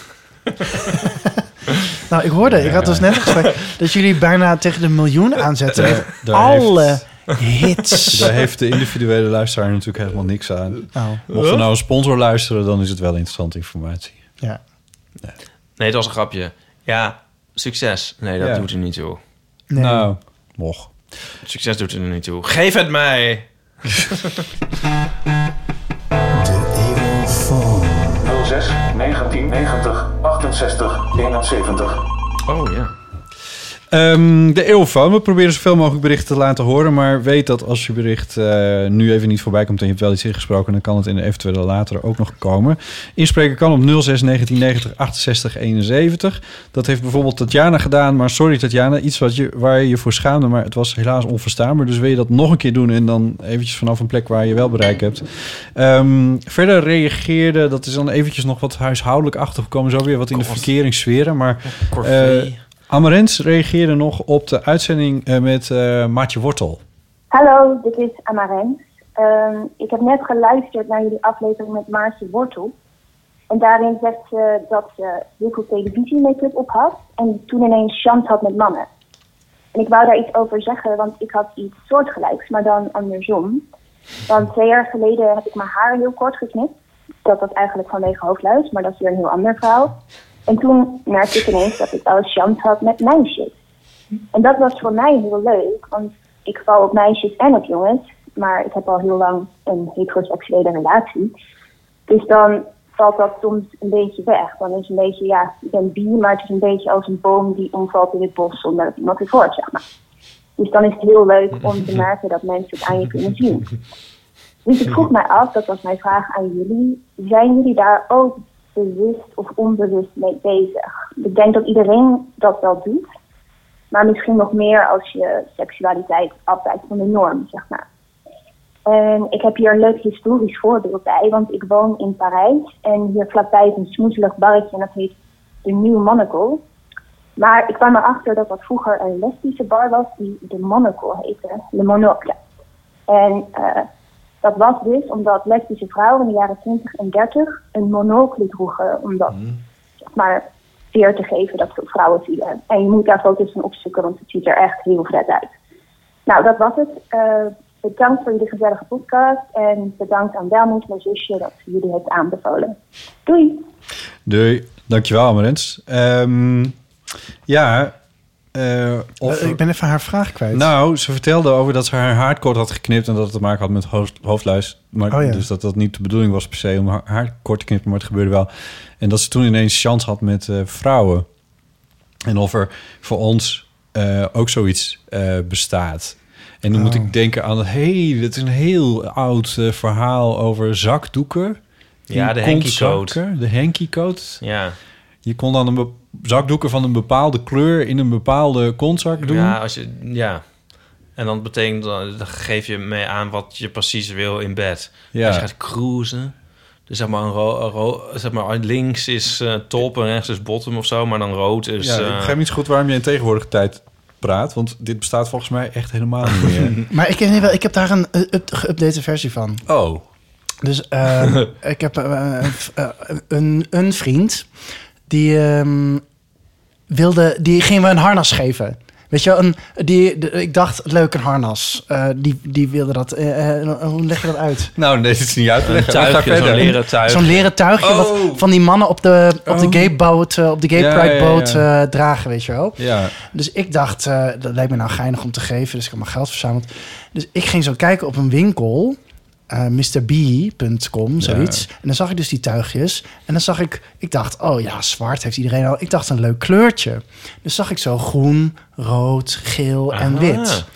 [SPEAKER 7] Nou, ik hoorde, ik had dus net een gesprek dat jullie bijna tegen de miljoen aanzetten met alle hits.
[SPEAKER 5] Daar heeft de individuele luisteraar natuurlijk helemaal niks aan.
[SPEAKER 7] Oh,
[SPEAKER 5] Mocht er nou een sponsor luisteren, dan is het wel interessante informatie.
[SPEAKER 7] ja.
[SPEAKER 6] Nee, dat was een grapje. Ja, succes. Nee, dat
[SPEAKER 5] Ja.
[SPEAKER 6] doet er niet toe.
[SPEAKER 7] Nee.
[SPEAKER 5] Nou, mocht.
[SPEAKER 6] Succes doet er niet toe. Geef het mij!
[SPEAKER 8] nul zes negentien negentig achtenzestig eenenzeventig.
[SPEAKER 6] Oh ja.
[SPEAKER 5] Um, de Eeuwfoon. We proberen zoveel mogelijk berichten te laten horen. Maar weet dat als je bericht uh, nu even niet voorbij komt en je hebt wel iets ingesproken, dan kan het in de eventuele latere ook nog komen. Inspreken kan op nul zes negentien negentig achtenzestig eenenzeventig. Dat heeft bijvoorbeeld Tatjana gedaan. Maar sorry Tatjana, iets wat je, waar je je voor schaamde, maar het was helaas onverstaanbaar. Dus wil je dat nog een keer doen en dan eventjes vanaf een plek waar je wel bereik hebt. Um, verder reageerde, dat is dan eventjes nog wat huishoudelijk achtergekomen. Zo weer wat in de verkeringssferen. Maar
[SPEAKER 6] Corvée.
[SPEAKER 5] Uh, Amarens reageerde nog op de uitzending uh, met uh, Maartje Wortel.
[SPEAKER 9] Hallo, dit is Amarens. Um, ik heb net geluisterd naar jullie aflevering met Maartje Wortel. En daarin zegt ze dat ze heel veel televisie-make-up op had en toen ineens chance had met mannen. En ik wou daar iets over zeggen, want ik had iets soortgelijks, maar dan andersom. Want twee jaar geleden heb ik mijn haar heel kort geknipt. Dat was eigenlijk vanwege hoofdluis, maar dat is weer een heel ander verhaal. En toen merkte ik ineens dat ik wel eens chance had met meisjes. En dat was voor mij heel leuk, want ik val op meisjes en op jongens. Maar ik heb al heel lang een heteroseksuele relatie. Dus dan valt dat soms een beetje weg. Dan is het een beetje, ja, ik ben bi, maar het is een beetje als een boom die omvalt in het bos zonder dat iemand het hoort, zeg maar. Dus dan is het heel leuk om te merken dat mensen het aan je kunnen zien. Dus ik vroeg mij af, dat was mijn vraag aan jullie, zijn jullie daar ook bewust of onbewust mee bezig? Ik denk dat iedereen dat wel doet, maar misschien nog meer als je seksualiteit afwijkt van de norm, zeg maar. En ik heb hier een leuk historisch voorbeeld bij, want ik woon in Parijs en hier vlakbij is een smoezelig barretje en dat heet de New Monocle. Maar ik kwam erachter dat dat vroeger een lesbische bar was die de Monocle heette, Le Monocle. En uh, dat was dus omdat lesbische vrouwen in de jaren twintig en dertig een monocle droegen, om dat mm. zeg maar weer te geven dat ze op vrouwen vielen. En je moet daar foto's van opzoeken, want het ziet er echt heel vet uit. Nou, dat was het. Uh, bedankt voor jullie gezellige podcast en bedankt aan Welmoed, mijn zusje, dat ze jullie heeft aanbevolen. Doei!
[SPEAKER 5] Doei, dankjewel Amarens. Um, ja, uh, of...
[SPEAKER 7] uh, ik ben even haar vraag kwijt.
[SPEAKER 5] Nou, ze vertelde over dat ze haar haar kort had geknipt en dat het te maken had met hoofd, hoofdluis. Maar,
[SPEAKER 7] oh, ja.
[SPEAKER 5] Dus dat dat niet de bedoeling was per se om haar, haar kort te knippen, maar het gebeurde wel. En dat ze toen ineens chance had met uh, vrouwen. En of er voor ons uh, ook zoiets uh, bestaat. En dan oh. moet ik denken aan, hey, dat is een heel oud uh, verhaal over zakdoeken.
[SPEAKER 6] Ja, de hanky-code.
[SPEAKER 5] De hanky-code.
[SPEAKER 6] Ja.
[SPEAKER 5] Je kon dan een be- zakdoeken van een bepaalde kleur in een bepaalde kontzak doen.
[SPEAKER 6] Ja, als je, ja. En dan betekent dan, dan geef je mee aan wat je precies wil in bed.
[SPEAKER 5] Ja.
[SPEAKER 6] Als je gaat cruisen. Dus zeg maar, een ro- een ro- zeg maar links is uh, top en rechts is bottom of zo, maar dan rood is.
[SPEAKER 5] Ja, ik
[SPEAKER 6] uh...
[SPEAKER 5] begrijp niet zo goed waarom je in tegenwoordige tijd praat, want dit bestaat volgens mij echt helemaal niet meer.
[SPEAKER 7] Maar ik, wel, ik heb daar een up, geüpdate versie van.
[SPEAKER 5] Oh.
[SPEAKER 7] Dus uh, ik heb uh, uh, een, een vriend die um, wilde, die ging me een harnas geven. Weet je, een, die, de, ik dacht, leuk, een harnas. Uh, die, die wilde dat. Uh, uh, hoe leg je dat uit?
[SPEAKER 5] Nou, nee, dit is niet uit te leggen.
[SPEAKER 6] Een tuigje, zo'n leren tuigje.
[SPEAKER 7] Zo'n leren tuigje
[SPEAKER 5] oh.
[SPEAKER 7] wat van die mannen op de, op de
[SPEAKER 5] oh.
[SPEAKER 7] gay boot, uh, op de gay
[SPEAKER 5] ja,
[SPEAKER 7] pride boot
[SPEAKER 5] ja, ja.
[SPEAKER 7] Uh, dragen, weet je wel.
[SPEAKER 5] Ja.
[SPEAKER 7] Dus ik dacht, uh, dat lijkt me nou geinig om te geven. Dus ik had mijn geld verzameld. Dus ik ging zo kijken op een winkel. Uh, mister B punt com, zoiets. Ja. En dan zag ik dus die tuigjes. En dan zag ik, ik dacht, oh ja, zwart heeft iedereen al. Ik dacht een leuk kleurtje. Dus zag ik zo groen, rood, geel en
[SPEAKER 6] Aha.
[SPEAKER 7] wit.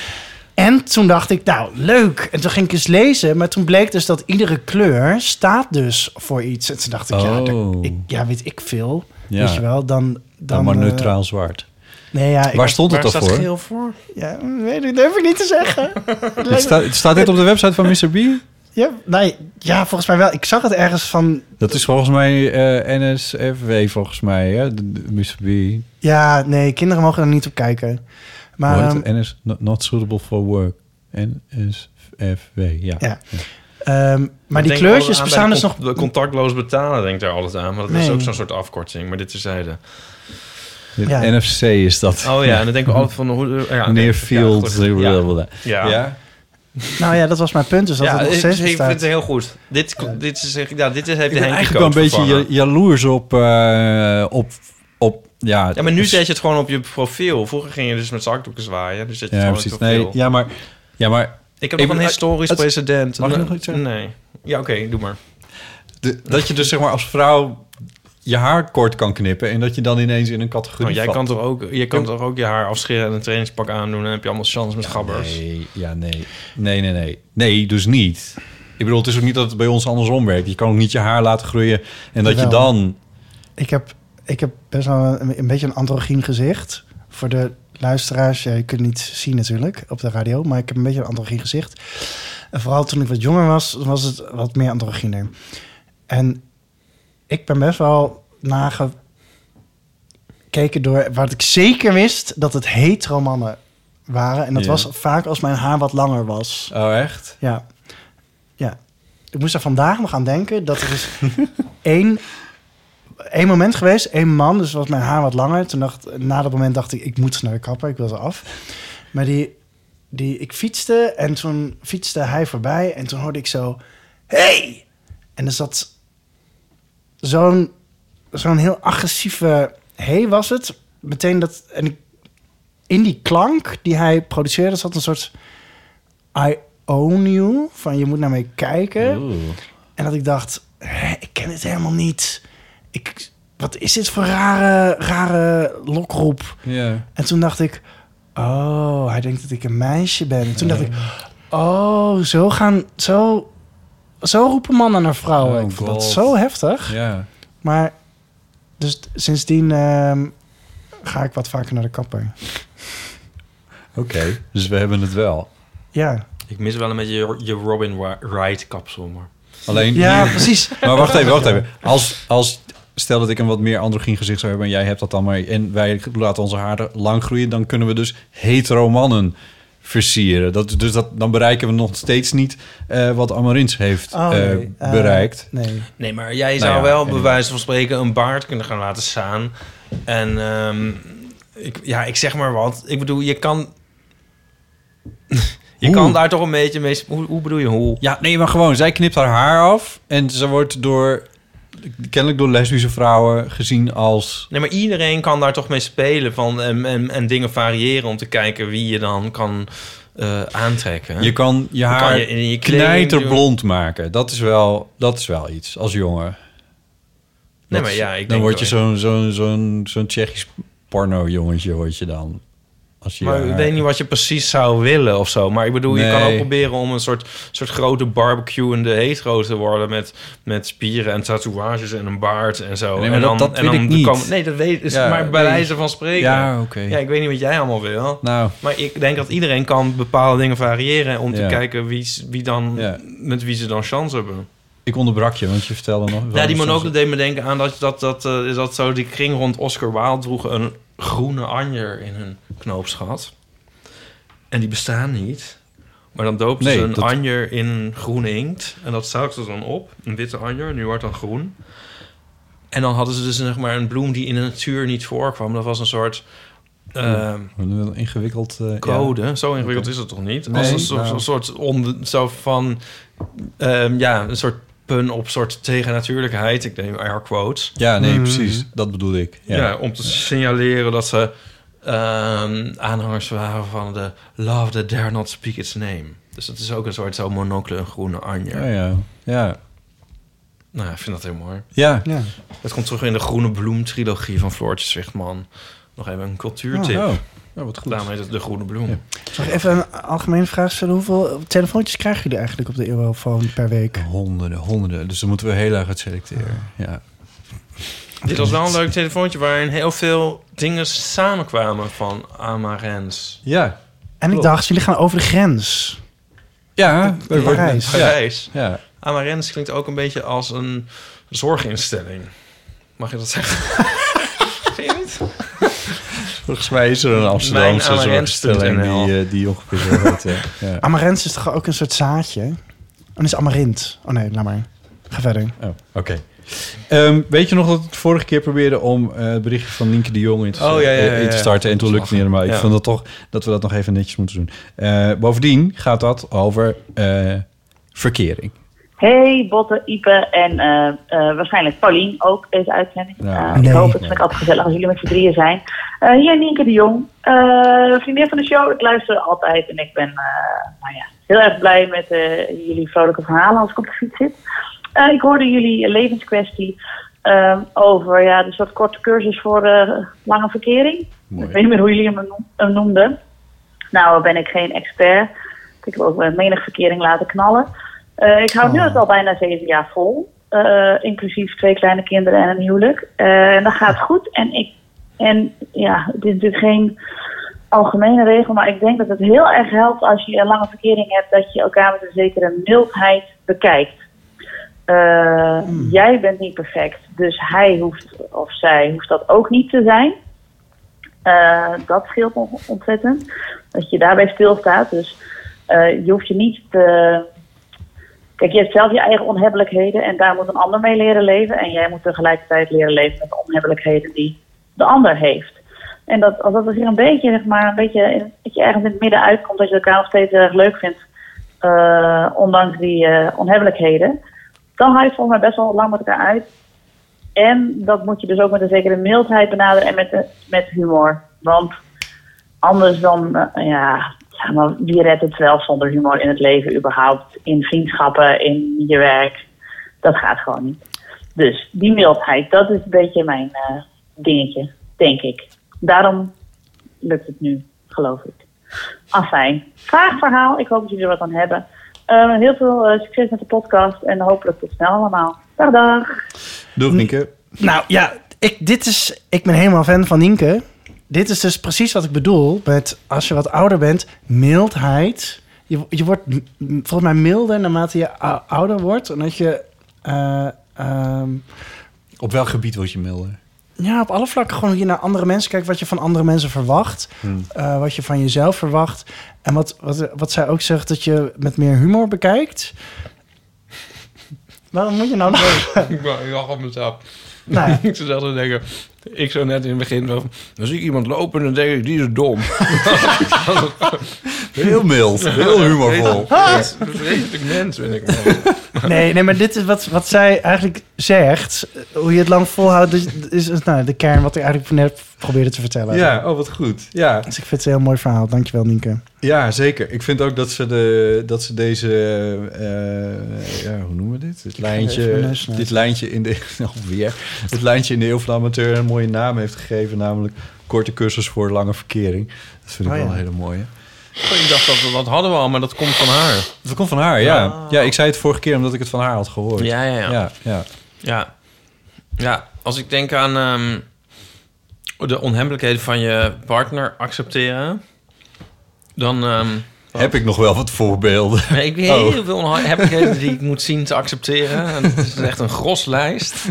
[SPEAKER 7] En toen dacht ik, nou, leuk. En toen ging ik eens lezen. Maar toen bleek dus dat iedere kleur staat dus voor iets. En toen dacht ik,
[SPEAKER 5] oh.
[SPEAKER 7] ja, daar, ik, ja, weet ik veel.
[SPEAKER 5] Ja.
[SPEAKER 7] Weet je wel, dan... dan,
[SPEAKER 5] dan maar
[SPEAKER 7] uh,
[SPEAKER 5] neutraal zwart.
[SPEAKER 7] Nee, ja,
[SPEAKER 5] Waar stond het
[SPEAKER 6] dan
[SPEAKER 5] voor?
[SPEAKER 6] Waar staat geel voor?
[SPEAKER 7] Ja, weet ik, durf ik niet te zeggen.
[SPEAKER 5] Het staat, staat dit op de website van mister B?
[SPEAKER 7] Ja, nee, ja, volgens mij wel. Ik zag het ergens van...
[SPEAKER 5] Dat is volgens mij uh, N S F W volgens mij, hè? De, de, mister B.
[SPEAKER 7] Ja, nee, kinderen mogen er niet op kijken. Maar
[SPEAKER 5] Hoe heet
[SPEAKER 7] um,
[SPEAKER 5] het? N S not, not suitable for work. N S F W, ja.
[SPEAKER 7] ja. ja. Um, maar
[SPEAKER 6] Ik
[SPEAKER 7] die
[SPEAKER 6] denk
[SPEAKER 7] kleurtjes
[SPEAKER 6] aan
[SPEAKER 7] bestaan
[SPEAKER 6] de
[SPEAKER 7] dus
[SPEAKER 6] con-
[SPEAKER 7] nog...
[SPEAKER 6] de contactloos betalen, denk ik daar altijd aan. Maar dat
[SPEAKER 7] nee.
[SPEAKER 6] is ook zo'n soort afkorting. Maar dit terzijde.
[SPEAKER 5] Ja. N F C is dat.
[SPEAKER 6] Oh ja, en dan denken we altijd van... hoe ja,
[SPEAKER 5] Near field.
[SPEAKER 6] Ja,
[SPEAKER 5] ja.
[SPEAKER 6] ja.
[SPEAKER 5] ja.
[SPEAKER 7] Nou ja, dat was mijn punt. Dus dat
[SPEAKER 6] ja,
[SPEAKER 7] het nog
[SPEAKER 6] ik,
[SPEAKER 7] steeds
[SPEAKER 6] ik
[SPEAKER 7] bestaat.
[SPEAKER 6] vind het heel goed. Dit, dit is, ja, dit is, heeft
[SPEAKER 5] Ik
[SPEAKER 6] de
[SPEAKER 5] ben
[SPEAKER 6] Henkie
[SPEAKER 5] eigenlijk wel een beetje
[SPEAKER 6] vervangen.
[SPEAKER 5] ja, jaloers op... Uh, op, op ja,
[SPEAKER 6] Ja, maar nu
[SPEAKER 5] dus,
[SPEAKER 6] zet je het gewoon op je profiel. Vroeger ging je dus met zakdoeken zwaaien. Dus zet je
[SPEAKER 5] ja,
[SPEAKER 6] het
[SPEAKER 5] precies.
[SPEAKER 6] gewoon op je
[SPEAKER 5] Nee,
[SPEAKER 6] profiel.
[SPEAKER 5] ja, maar... Ja, maar
[SPEAKER 6] ik heb
[SPEAKER 5] ik
[SPEAKER 6] nog een
[SPEAKER 5] ben-
[SPEAKER 6] historisch
[SPEAKER 5] het-
[SPEAKER 6] precedent.
[SPEAKER 5] Mag ik nog iets zeggen?
[SPEAKER 6] Nee. Ja, oké, okay, doe maar.
[SPEAKER 5] de, dat je dus zeg maar als vrouw je haar kort kan knippen... en dat je dan ineens in een categorie
[SPEAKER 6] Nou, jij
[SPEAKER 5] valt.
[SPEAKER 6] kan toch ook, je kan toch ook je haar afscheren en een trainingspak aandoen... en dan heb je allemaal chance met gabbers.
[SPEAKER 5] Nee, ja, nee. Nee, nee, nee. Nee, dus niet. Ik bedoel, het is ook niet dat het bij ons andersom werkt. Je kan ook niet je haar laten groeien en dat
[SPEAKER 7] Jawel.
[SPEAKER 5] je dan...
[SPEAKER 7] Ik heb, ik heb best wel een, een beetje een androgyn gezicht. Voor de luisteraars, ja, je kunt het niet zien natuurlijk op de radio... maar ik heb een beetje een androgyn gezicht. En vooral toen ik wat jonger was, was het wat meer androgyner. En ik ben best wel nagekeken door... wat ik zeker wist, dat het hetero mannen waren. En dat
[SPEAKER 5] Ja.
[SPEAKER 7] was vaak als mijn haar wat langer was.
[SPEAKER 5] Oh, echt?
[SPEAKER 7] Ja. Ja. ik moest er vandaag nog aan denken... dat er is één, één moment geweest, één man... dus was mijn haar wat langer. Toen dacht, na dat moment dacht ik, ik moet naar de kapper. Ik wil ze af. Maar die, die, ik fietste en toen fietste hij voorbij... en toen hoorde ik zo... Hey! En er zat zo'n, zo'n heel agressieve... Hey was het. Meteen dat... En ik, in die klank die hij produceerde... zat een soort... I own you. Van je moet naar mij kijken. Oeh. En dat ik dacht... Hé, ik ken het helemaal niet. Ik, wat is dit voor rare, rare lokroep? Yeah. En toen dacht ik... Oh, hij denkt dat ik een meisje ben. En toen dacht ik... Oh, zo gaan... Zo, zo roepen mannen naar vrouwen. Oh, ik vond dat zo heftig. Yeah. Maar... Dus sindsdien uh, ga ik wat vaker naar de kapper.
[SPEAKER 5] Oké, okay, dus we hebben het wel.
[SPEAKER 7] Ja.
[SPEAKER 6] Ik mis wel een beetje je, je Robin Wright kapsel, maar...
[SPEAKER 5] Alleen
[SPEAKER 7] ja,
[SPEAKER 5] hier...
[SPEAKER 7] precies.
[SPEAKER 5] Maar wacht even, wacht even. Als, als, stel dat ik een wat meer androgyn gezicht zou hebben... en jij hebt dat dan maar... en wij laten onze haren lang groeien... dan kunnen we dus hetero mannen versieren. Dat, dus dat, dan bereiken we nog steeds niet... Uh, wat Amarins heeft oh, nee. uh, bereikt.
[SPEAKER 7] Uh, nee.
[SPEAKER 6] nee, maar jij zou nou ja, wel bij wijze van spreken... een baard kunnen gaan laten staan. En um, ik, ja, ik zeg maar wat. Ik bedoel, je kan... Je hoe? kan daar toch een beetje mee... Hoe, hoe bedoel je, hoe?
[SPEAKER 5] Ja, nee, maar gewoon, zij knipt haar haar af... en ze wordt door... kennelijk door lesbische vrouwen gezien als...
[SPEAKER 6] Nee, maar iedereen kan daar toch mee spelen... Van, en, en, en dingen variëren om te kijken... wie je dan kan uh, aantrekken.
[SPEAKER 5] Je kan je haar kan je in je knijterblond maken. Dat is, wel, dat is wel iets, als jongen.
[SPEAKER 6] Nee, maar ja, ik
[SPEAKER 5] dan
[SPEAKER 6] denk
[SPEAKER 5] word je zo'n zo'n zo'n zo'n Tsjechisch porno-jongetje, word je dan... Je
[SPEAKER 6] maar ik weet niet wat je precies zou willen of zo. Maar ik bedoel, nee. je kan ook proberen om een soort, soort grote barbecue-ende hetero te worden... Met, met spieren en tatoeages en een baard en zo.
[SPEAKER 5] Nee, maar
[SPEAKER 6] en
[SPEAKER 5] dan, dat, dat en dan ik niet.
[SPEAKER 6] Komen, nee, dat weet ik. Ja, maar bij nee. wijze van spreken.
[SPEAKER 5] Ja, oké. Okay.
[SPEAKER 6] Ja, ik weet niet wat jij allemaal wil.
[SPEAKER 5] Nou.
[SPEAKER 6] Maar ik denk dat iedereen kan bepaalde dingen variëren... om ja. te kijken wie, wie dan, ja. met wie ze dan chance hebben.
[SPEAKER 5] Ik onderbrak je, want je vertelde nog...
[SPEAKER 6] Ja, die monocle deed me denken aan dat, dat, dat, uh, dat zo die kring rond Oscar Wilde droegen... een groene anjer in hun knoopsgat... En die bestaan niet. Maar dan doopten nee, ze een dat... anjer in groene inkt. En dat zouten ze dan op. Een witte anjer, nu wordt dan groen. En dan hadden ze dus zeg maar een bloem die in de natuur niet voorkwam. Dat was een soort... Uh,
[SPEAKER 5] een ingewikkeld... Uh,
[SPEAKER 6] code.
[SPEAKER 5] Ja.
[SPEAKER 6] Zo ingewikkeld okay. is het toch niet?
[SPEAKER 5] Nee,
[SPEAKER 6] Als een soort, nou. soort on, zo van... Uh, ja, een soort pun op soort tegennatuurlijkheid. Ik neem air quotes.
[SPEAKER 5] Ja, nee, mm. precies. Dat bedoel ik. Ja,
[SPEAKER 6] ja om te signaleren dat ze... Um, aanhangers waren van de Love That Dare Not Speak Its Name. Dus dat is ook een soort zo monocle, een groene anjer.
[SPEAKER 5] Ja, ja. ja.
[SPEAKER 6] Nou, ik vind dat heel mooi.
[SPEAKER 5] Ja. ja.
[SPEAKER 6] Het komt terug in de Groene Bloem-trilogie van Floortje Zwichtman. Nog even een cultuurtip.
[SPEAKER 5] Oh, oh. Ja, wat goed.
[SPEAKER 6] Daarom heet het de Groene Bloem. Ja.
[SPEAKER 7] Zal ik even een algemene vraag stellen? Hoeveel telefoontjes krijgen jullie eigenlijk op de Eurofoon per week?
[SPEAKER 5] Honderden, honderden. Dus dan moeten we heel erg uit selecteren. Ja.
[SPEAKER 6] Dit was wel een leuk telefoontje waarin heel veel dingen samenkwamen van Amarens.
[SPEAKER 5] Ja.
[SPEAKER 7] En ik dacht, jullie gaan over de grens.
[SPEAKER 5] Ja,
[SPEAKER 7] de reis.
[SPEAKER 6] Parijs.
[SPEAKER 5] Ja. Ja.
[SPEAKER 6] Amarens klinkt ook een beetje als een zorginstelling. Mag je dat zeggen? Vind je niet?
[SPEAKER 5] Volgens mij is er een Amsterdamse zorginstelling die, die ongeveer zo heet. Ja.
[SPEAKER 7] Amarens is toch ook een soort zaadje? Oh, is Amarint. Oh nee, laat maar. Ga verder.
[SPEAKER 5] Oh, oké. Okay. Um, weet je nog dat ik de vorige keer probeerde om uh, het berichtje van Nienke de Jong in te,
[SPEAKER 6] oh, ja, ja, ja,
[SPEAKER 5] in te starten en toen lukte het niet helemaal. Ik ja. vond dat toch dat we dat nog even netjes moeten doen. Uh, bovendien gaat dat over uh, verkering.
[SPEAKER 10] Hey, Botte, Ipe en uh, uh, waarschijnlijk Paulien ook deze uitzending. Ja. Uh, nee, ik hoop, het vind ik altijd gezellig als jullie met z'n drieën zijn. Uh, hier Nienke de Jong, uh, vriendin van de show. Ik luister altijd en ik ben uh, nou ja, heel erg blij met uh, jullie vrolijke verhalen als ik op de fiets zit. Uh, ik hoorde jullie levenskwestie uh, over ja, de soort korte cursus voor uh, lange verkering. Mooi. Ik weet niet meer hoe jullie hem, hem noemden. Nou ben ik geen expert. Ik heb ook menig verkering laten knallen. Uh, ik hou oh. nu het al bijna zeven jaar vol. Uh, inclusief twee kleine kinderen en een huwelijk. Uh, en dat gaat goed. En, ik, en ja, het is natuurlijk geen algemene regel. Maar ik denk dat het heel erg helpt als je een lange verkering hebt. Dat je elkaar met een zekere mildheid bekijkt. Uh, mm. Jij bent niet perfect, dus hij hoeft of zij hoeft dat ook niet te zijn. Uh, dat scheelt ontzettend. Dat je daarbij stilstaat. Dus uh, je hoeft je niet te, Kijk, je hebt zelf je eigen onhebbelijkheden en daar moet een ander mee leren leven. En jij moet tegelijkertijd leren leven met de onhebbelijkheden die de ander heeft. En dat, als dat er hier een beetje, zeg maar, een beetje, dat je ergens in het midden uitkomt, dat je elkaar nog steeds erg leuk vindt, uh, ondanks die uh, onhebbelijkheden, dan hou je het volgens mij best wel lang met elkaar uit. En dat moet je dus ook met een zekere mildheid benaderen en met, de, met humor. Want anders dan, uh, ja, zeg maar, wie redt het wel zonder humor in het leven überhaupt? In vriendschappen, in je werk. Dat gaat gewoon niet. Dus die mildheid, dat is een beetje mijn uh, dingetje, denk ik. Daarom lukt het nu, geloof ik. Afijn. Vaag verhaal. Ik hoop dat jullie er wat aan hebben. Uh, heel veel uh, succes met de podcast en hopelijk tot snel allemaal. Dag, dag.
[SPEAKER 5] Doeg, Nienke.
[SPEAKER 7] Nou ja, ik, dit is, ik ben helemaal fan van Nienke. Dit is dus precies wat ik bedoel met als je wat ouder bent, mildheid. Je, je wordt m- volgens mij milder naarmate je ou- ouder wordt. En dat je... Uh, um,
[SPEAKER 5] Op welk gebied word je milder?
[SPEAKER 7] Ja, op alle vlakken gewoon hoe je naar andere mensen kijkt, wat je van andere mensen verwacht, hmm. uh, wat je van jezelf verwacht. En wat, wat, wat zij ook zegt, dat je met meer humor bekijkt. Waarom moet je nou nog...
[SPEAKER 6] ik lach op mezelf.
[SPEAKER 7] Nou ja.
[SPEAKER 6] Ik zou zelfs denken, ik zo net in het begin, dan zie ik iemand lopen en dan denk ik, die is dom.
[SPEAKER 5] Heel mild, heel humorvol.
[SPEAKER 6] Een vreselijk mens ben ik.
[SPEAKER 7] Nee, nee, maar dit is wat, wat zij eigenlijk zegt. Hoe je het lang volhoudt, is, is nou, de kern wat ik eigenlijk net probeerde te vertellen.
[SPEAKER 5] Ja, oh wat goed. Ja.
[SPEAKER 7] Dus ik vind het een heel mooi verhaal. Dankjewel, Nienke.
[SPEAKER 5] Ja, zeker. Ik vind ook dat ze, de, dat ze deze... Uh, ja, hoe noemen we dit? Dit lijntje, dit lijntje in de... Alweer. Dit lijntje in de Eeuw van de Amateur een mooie naam heeft gegeven. Namelijk korte cursus voor lange verkering. Dat vind ik oh, wel ja. een hele mooie.
[SPEAKER 6] Oh, ik dacht dat dat hadden we al, maar dat komt van haar.
[SPEAKER 5] Dat komt van haar, ja. Oh. Ja, ik zei het vorige keer omdat ik het van haar had gehoord.
[SPEAKER 6] Ja, ja, ja.
[SPEAKER 5] Ja, ja.
[SPEAKER 6] ja. ja als ik denk aan um, de onhebbelijkheden van je partner accepteren, dan... Um,
[SPEAKER 5] heb ik nog wel wat voorbeelden?
[SPEAKER 6] Nee, ik weet oh. heel veel onhebbelijkheden die ik moet zien te accepteren. En het is echt een gros lijst.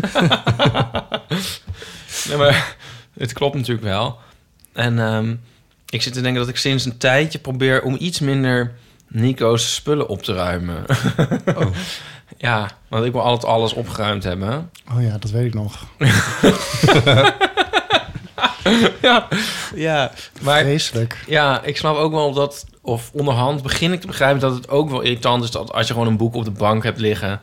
[SPEAKER 6] Nee, maar het klopt natuurlijk wel. En... Um, ik zit te denken dat ik sinds een tijdje probeer om iets minder Nico's spullen op te ruimen. Oh. Ja, want ik wil altijd alles opgeruimd hebben.
[SPEAKER 7] Oh ja, dat weet ik nog.
[SPEAKER 6] ja, ja, maar
[SPEAKER 7] vreselijk.
[SPEAKER 6] Ja, ik snap ook wel dat, of onderhand begin ik te begrijpen dat het ook wel irritant is dat als je gewoon een boek op de bank hebt liggen,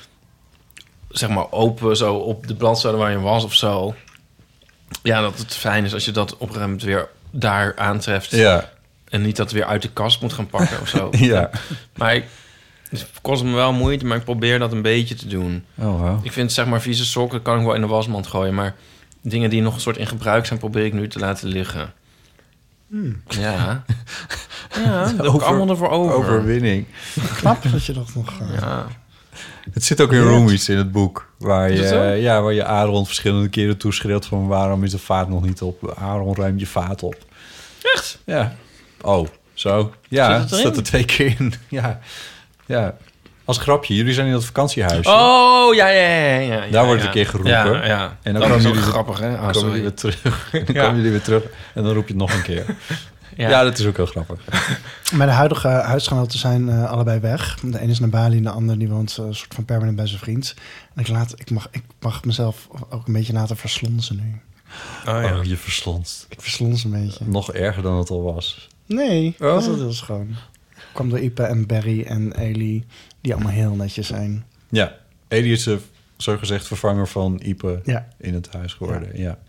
[SPEAKER 6] zeg maar open zo op de bladzijde waar je was of zo. Ja, dat het fijn is als je dat opgeruimd weer daar aantreft.
[SPEAKER 5] Ja.
[SPEAKER 6] En niet dat het weer uit de kast moet gaan pakken of zo.
[SPEAKER 5] Ja.
[SPEAKER 6] Maar ik, het kost me wel moeite, maar ik probeer dat een beetje te doen.
[SPEAKER 5] Oh, wow.
[SPEAKER 6] Ik vind, zeg maar, vieze sokken kan ik wel in de wasmand gooien. Maar dingen die nog een soort in gebruik zijn, probeer ik nu te laten liggen.
[SPEAKER 7] Hmm.
[SPEAKER 6] Ja. Ja, dat doe ik allemaal ervoor over.
[SPEAKER 5] Overwinning.
[SPEAKER 7] Knap dat je dat nog... Uh...
[SPEAKER 6] Ja.
[SPEAKER 5] Het zit ook in Roomies in het boek. Waar je, ja, waar je Aaron verschillende keren toeschreeuwt van waarom is de vaat nog niet op? Aaron, ruim je vaat op.
[SPEAKER 6] Echt?
[SPEAKER 5] Ja. Oh, zo. Ja, staat er twee keer in. Ja. Ja. Als grapje, jullie zijn in dat vakantiehuisje.
[SPEAKER 6] Oh, ja, ja, ja. ja, ja
[SPEAKER 5] Daar wordt
[SPEAKER 6] ja.
[SPEAKER 5] een keer geroepen.
[SPEAKER 6] Ja, ja.
[SPEAKER 5] En dan
[SPEAKER 6] dat
[SPEAKER 5] komen
[SPEAKER 6] is ook
[SPEAKER 5] jullie
[SPEAKER 6] grappig, hè?
[SPEAKER 5] Oh, komen jullie weer terug. En dan
[SPEAKER 6] ja.
[SPEAKER 5] komen jullie weer terug. En dan roep je het nog een keer. Ja. Ja, dat is ook heel grappig.
[SPEAKER 7] Mijn huidige huisgenoten zijn uh, allebei weg. De een is naar Bali en de ander die woont uh, soort van permanent bij zijn vriend. En ik, laat, ik, mag, ik mag mezelf ook een beetje laten verslonsen nu.
[SPEAKER 5] Oh, ja. Oh, je verslonst.
[SPEAKER 7] Ik verslons een beetje.
[SPEAKER 5] Nog erger dan het al was.
[SPEAKER 7] Nee, oh. dat is heel schoon. Ik kwam door Ipe en Barry en Eli, die allemaal heel netjes zijn.
[SPEAKER 5] Ja, Eli is de zogezegd vervanger van Ipe
[SPEAKER 7] ja.
[SPEAKER 5] in het huis geworden. Ja. ja.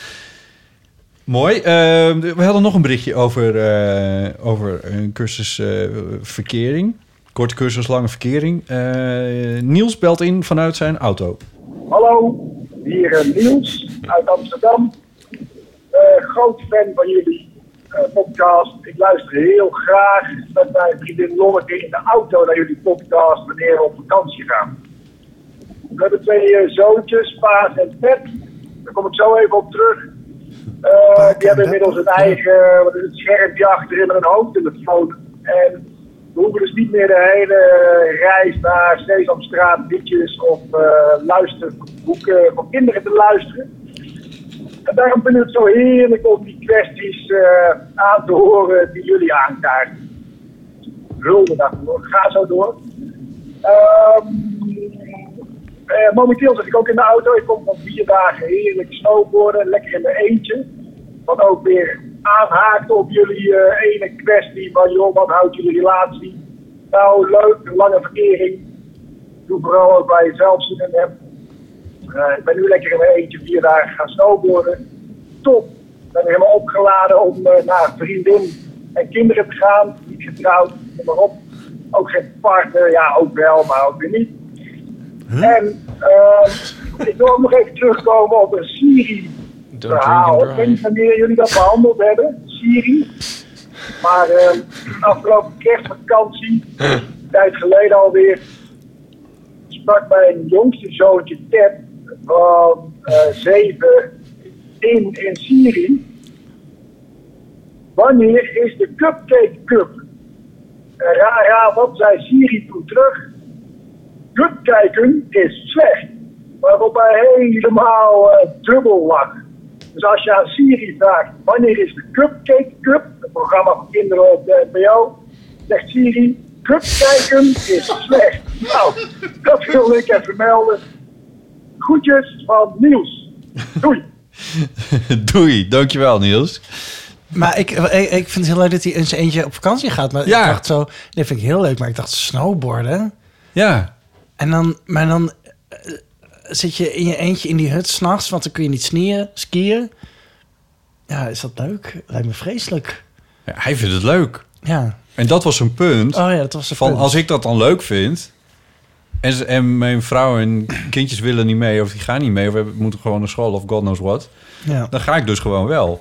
[SPEAKER 5] Mooi. Uh, we hadden nog een berichtje over, uh, over een cursus uh, verkering. Korte cursus, lange verkering. Uh, Niels belt in vanuit zijn auto.
[SPEAKER 11] Hallo, hier uh, Niels uit Amsterdam. Uh, groot fan van jullie uh, podcast. Ik luister heel graag met mijn vriendin Lonneke in de auto naar jullie podcast wanneer we op vakantie gaan. We hebben twee uh, zoontjes, Paas en Pet. Daar kom ik zo even op terug. Uh, die hebben inmiddels een eigen wat is het, schermpje achterin met een hoofdtelefoon. En we hoeven dus niet meer de hele reis naar Sesamstraat liedjes of uh, luisterboeken voor kinderen te luisteren. En daarom vind ik het zo heerlijk om die kwesties uh, aan te horen die jullie aankaarten. Hulde daarvoor. Ga zo door. Um, uh, momenteel zit ik ook in de auto. Ik kom van vier dagen heerlijk snowboarden, lekker in mijn eentje. Wat ook weer aanhaakt op jullie uh, ene kwestie van, joh, wat houdt jullie relatie? Nou, leuk, een lange verkering. Doe vooral ook waar je zelf zin in hebt. Uh, ik ben nu lekker in mijn eentje vier dagen gaan snowboarden. Top. Ik ben helemaal opgeladen om uh, naar vriendin en kinderen te gaan. Niet getrouwd, noem maar op. Ook geen partner, ja ook wel, maar ook weer niet. Huh? En uh, ik wil ook nog even terugkomen op een Siri-verhaal. Ik weet niet wanneer jullie dat behandeld hebben, Siri. Maar uh, afgelopen kerstvakantie, een tijd geleden alweer, sprak mijn jongste zoontje Ted van uh, zeven in in Siri. Wanneer is de Cupcake Cup? En raar, raar, wat zei Siri toen terug? Cup kijken is slecht. Waarop hij helemaal uh, dubbel lag. Dus als je aan Siri vraagt, wanneer is de Cupcake Cup? Het programma voor kinderen op de N P O. Zegt Siri, cup kijken is slecht. Nou, dat wilde ik even melden. Groetjes van Niels. Doei.
[SPEAKER 5] Doei, dankjewel Niels.
[SPEAKER 7] Maar ik, ik, ik vind het heel leuk dat hij in zijn eentje op vakantie gaat. Maar
[SPEAKER 5] ja.
[SPEAKER 7] ik dacht zo, dat vind ik heel leuk. Maar ik dacht snowboarden.
[SPEAKER 5] Ja.
[SPEAKER 7] En dan, maar dan uh, zit je in je eentje in die hut 's nachts, want dan kun je niet snieren, skiën. Ja, is dat leuk? Lijkt me vreselijk.
[SPEAKER 5] Ja, hij vindt het leuk.
[SPEAKER 7] Ja.
[SPEAKER 5] En dat was een punt.
[SPEAKER 7] Oh ja, dat was een
[SPEAKER 5] van
[SPEAKER 7] punt.
[SPEAKER 5] Als ik dat dan leuk vind en, ze, en mijn vrouw en kindjes willen niet mee of die gaan niet mee of we moeten gewoon naar school of God knows what,
[SPEAKER 7] ja.
[SPEAKER 5] dan ga ik dus gewoon wel.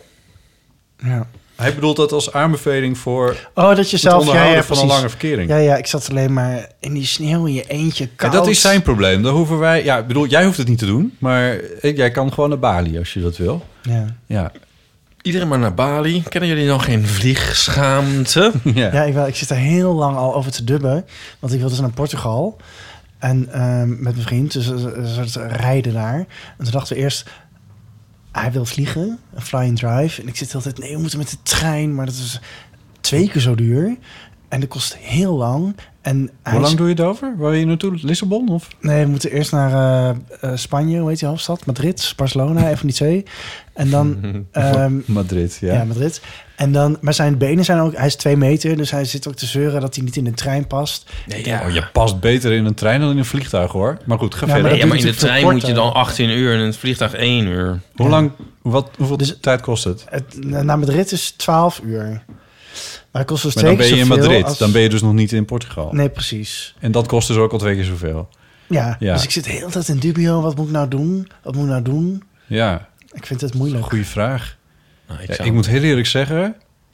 [SPEAKER 7] Ja.
[SPEAKER 5] Hij bedoelt dat als aanbeveling voor
[SPEAKER 7] oh, dat je zelf
[SPEAKER 5] het onderhouden
[SPEAKER 7] ja, ja,
[SPEAKER 5] van een lange verkering.
[SPEAKER 7] Ja, ja, ik zat alleen maar in die sneeuw in je eentje koud.
[SPEAKER 5] En dat is zijn probleem. Dan hoeven wij. Ja, ik bedoel, jij hoeft het niet te doen, maar jij kan gewoon naar Bali als je dat wil.
[SPEAKER 7] Ja.
[SPEAKER 5] Ja.
[SPEAKER 6] Iedereen maar naar Bali. Kennen jullie nog geen vliegschaamte?
[SPEAKER 7] ja, ja ik, wel, ik zit er heel lang al over te dubben, want ik wilde dus naar Portugal en um, met mijn vriend, dus een soort rijden daar. En toen dachten we eerst, hij wil vliegen, een flying drive. En ik zit altijd, nee, we moeten met de trein. Maar dat is twee keer zo duur. En dat kost heel lang. En
[SPEAKER 5] Hoe lang is... doe je het over? Waar wil je naartoe? Lissabon? Of?
[SPEAKER 7] Nee, we moeten eerst naar uh, uh, Spanje. Hoe heet die hoofdstad? Madrid, Barcelona, een van die twee. En dan... Um,
[SPEAKER 5] Madrid, ja.
[SPEAKER 7] Ja, Madrid. En dan, maar zijn benen zijn ook... Hij is twee meter, dus hij zit ook te zeuren dat hij niet in de trein past.
[SPEAKER 5] Nee, ja. Oh, je past beter in een trein dan in een vliegtuig, hoor. Maar goed, ga
[SPEAKER 6] ja,
[SPEAKER 5] verder.
[SPEAKER 6] Maar, ja, maar in de trein moet je dan achttien uur en in het vliegtuig één uur.
[SPEAKER 5] Hoe ja. lang... Wat, hoeveel dus, tijd kost het?
[SPEAKER 7] het? Naar Madrid is twaalf uur. Maar, het kost dus
[SPEAKER 5] maar
[SPEAKER 7] twee
[SPEAKER 5] dan ben je in Madrid.
[SPEAKER 7] Als...
[SPEAKER 5] Dan ben je dus nog niet in Portugal.
[SPEAKER 7] Nee, precies.
[SPEAKER 5] En dat kost dus ook al twee keer zoveel.
[SPEAKER 7] Ja, ja. Dus ik zit de hele tijd in dubio. Wat moet ik nou doen? Wat moet ik nou doen?
[SPEAKER 5] Ja.
[SPEAKER 7] Ik vind het moeilijk.
[SPEAKER 5] Goeie vraag.
[SPEAKER 6] Nou, ik,
[SPEAKER 5] ja, ik moet heel eerlijk zeggen...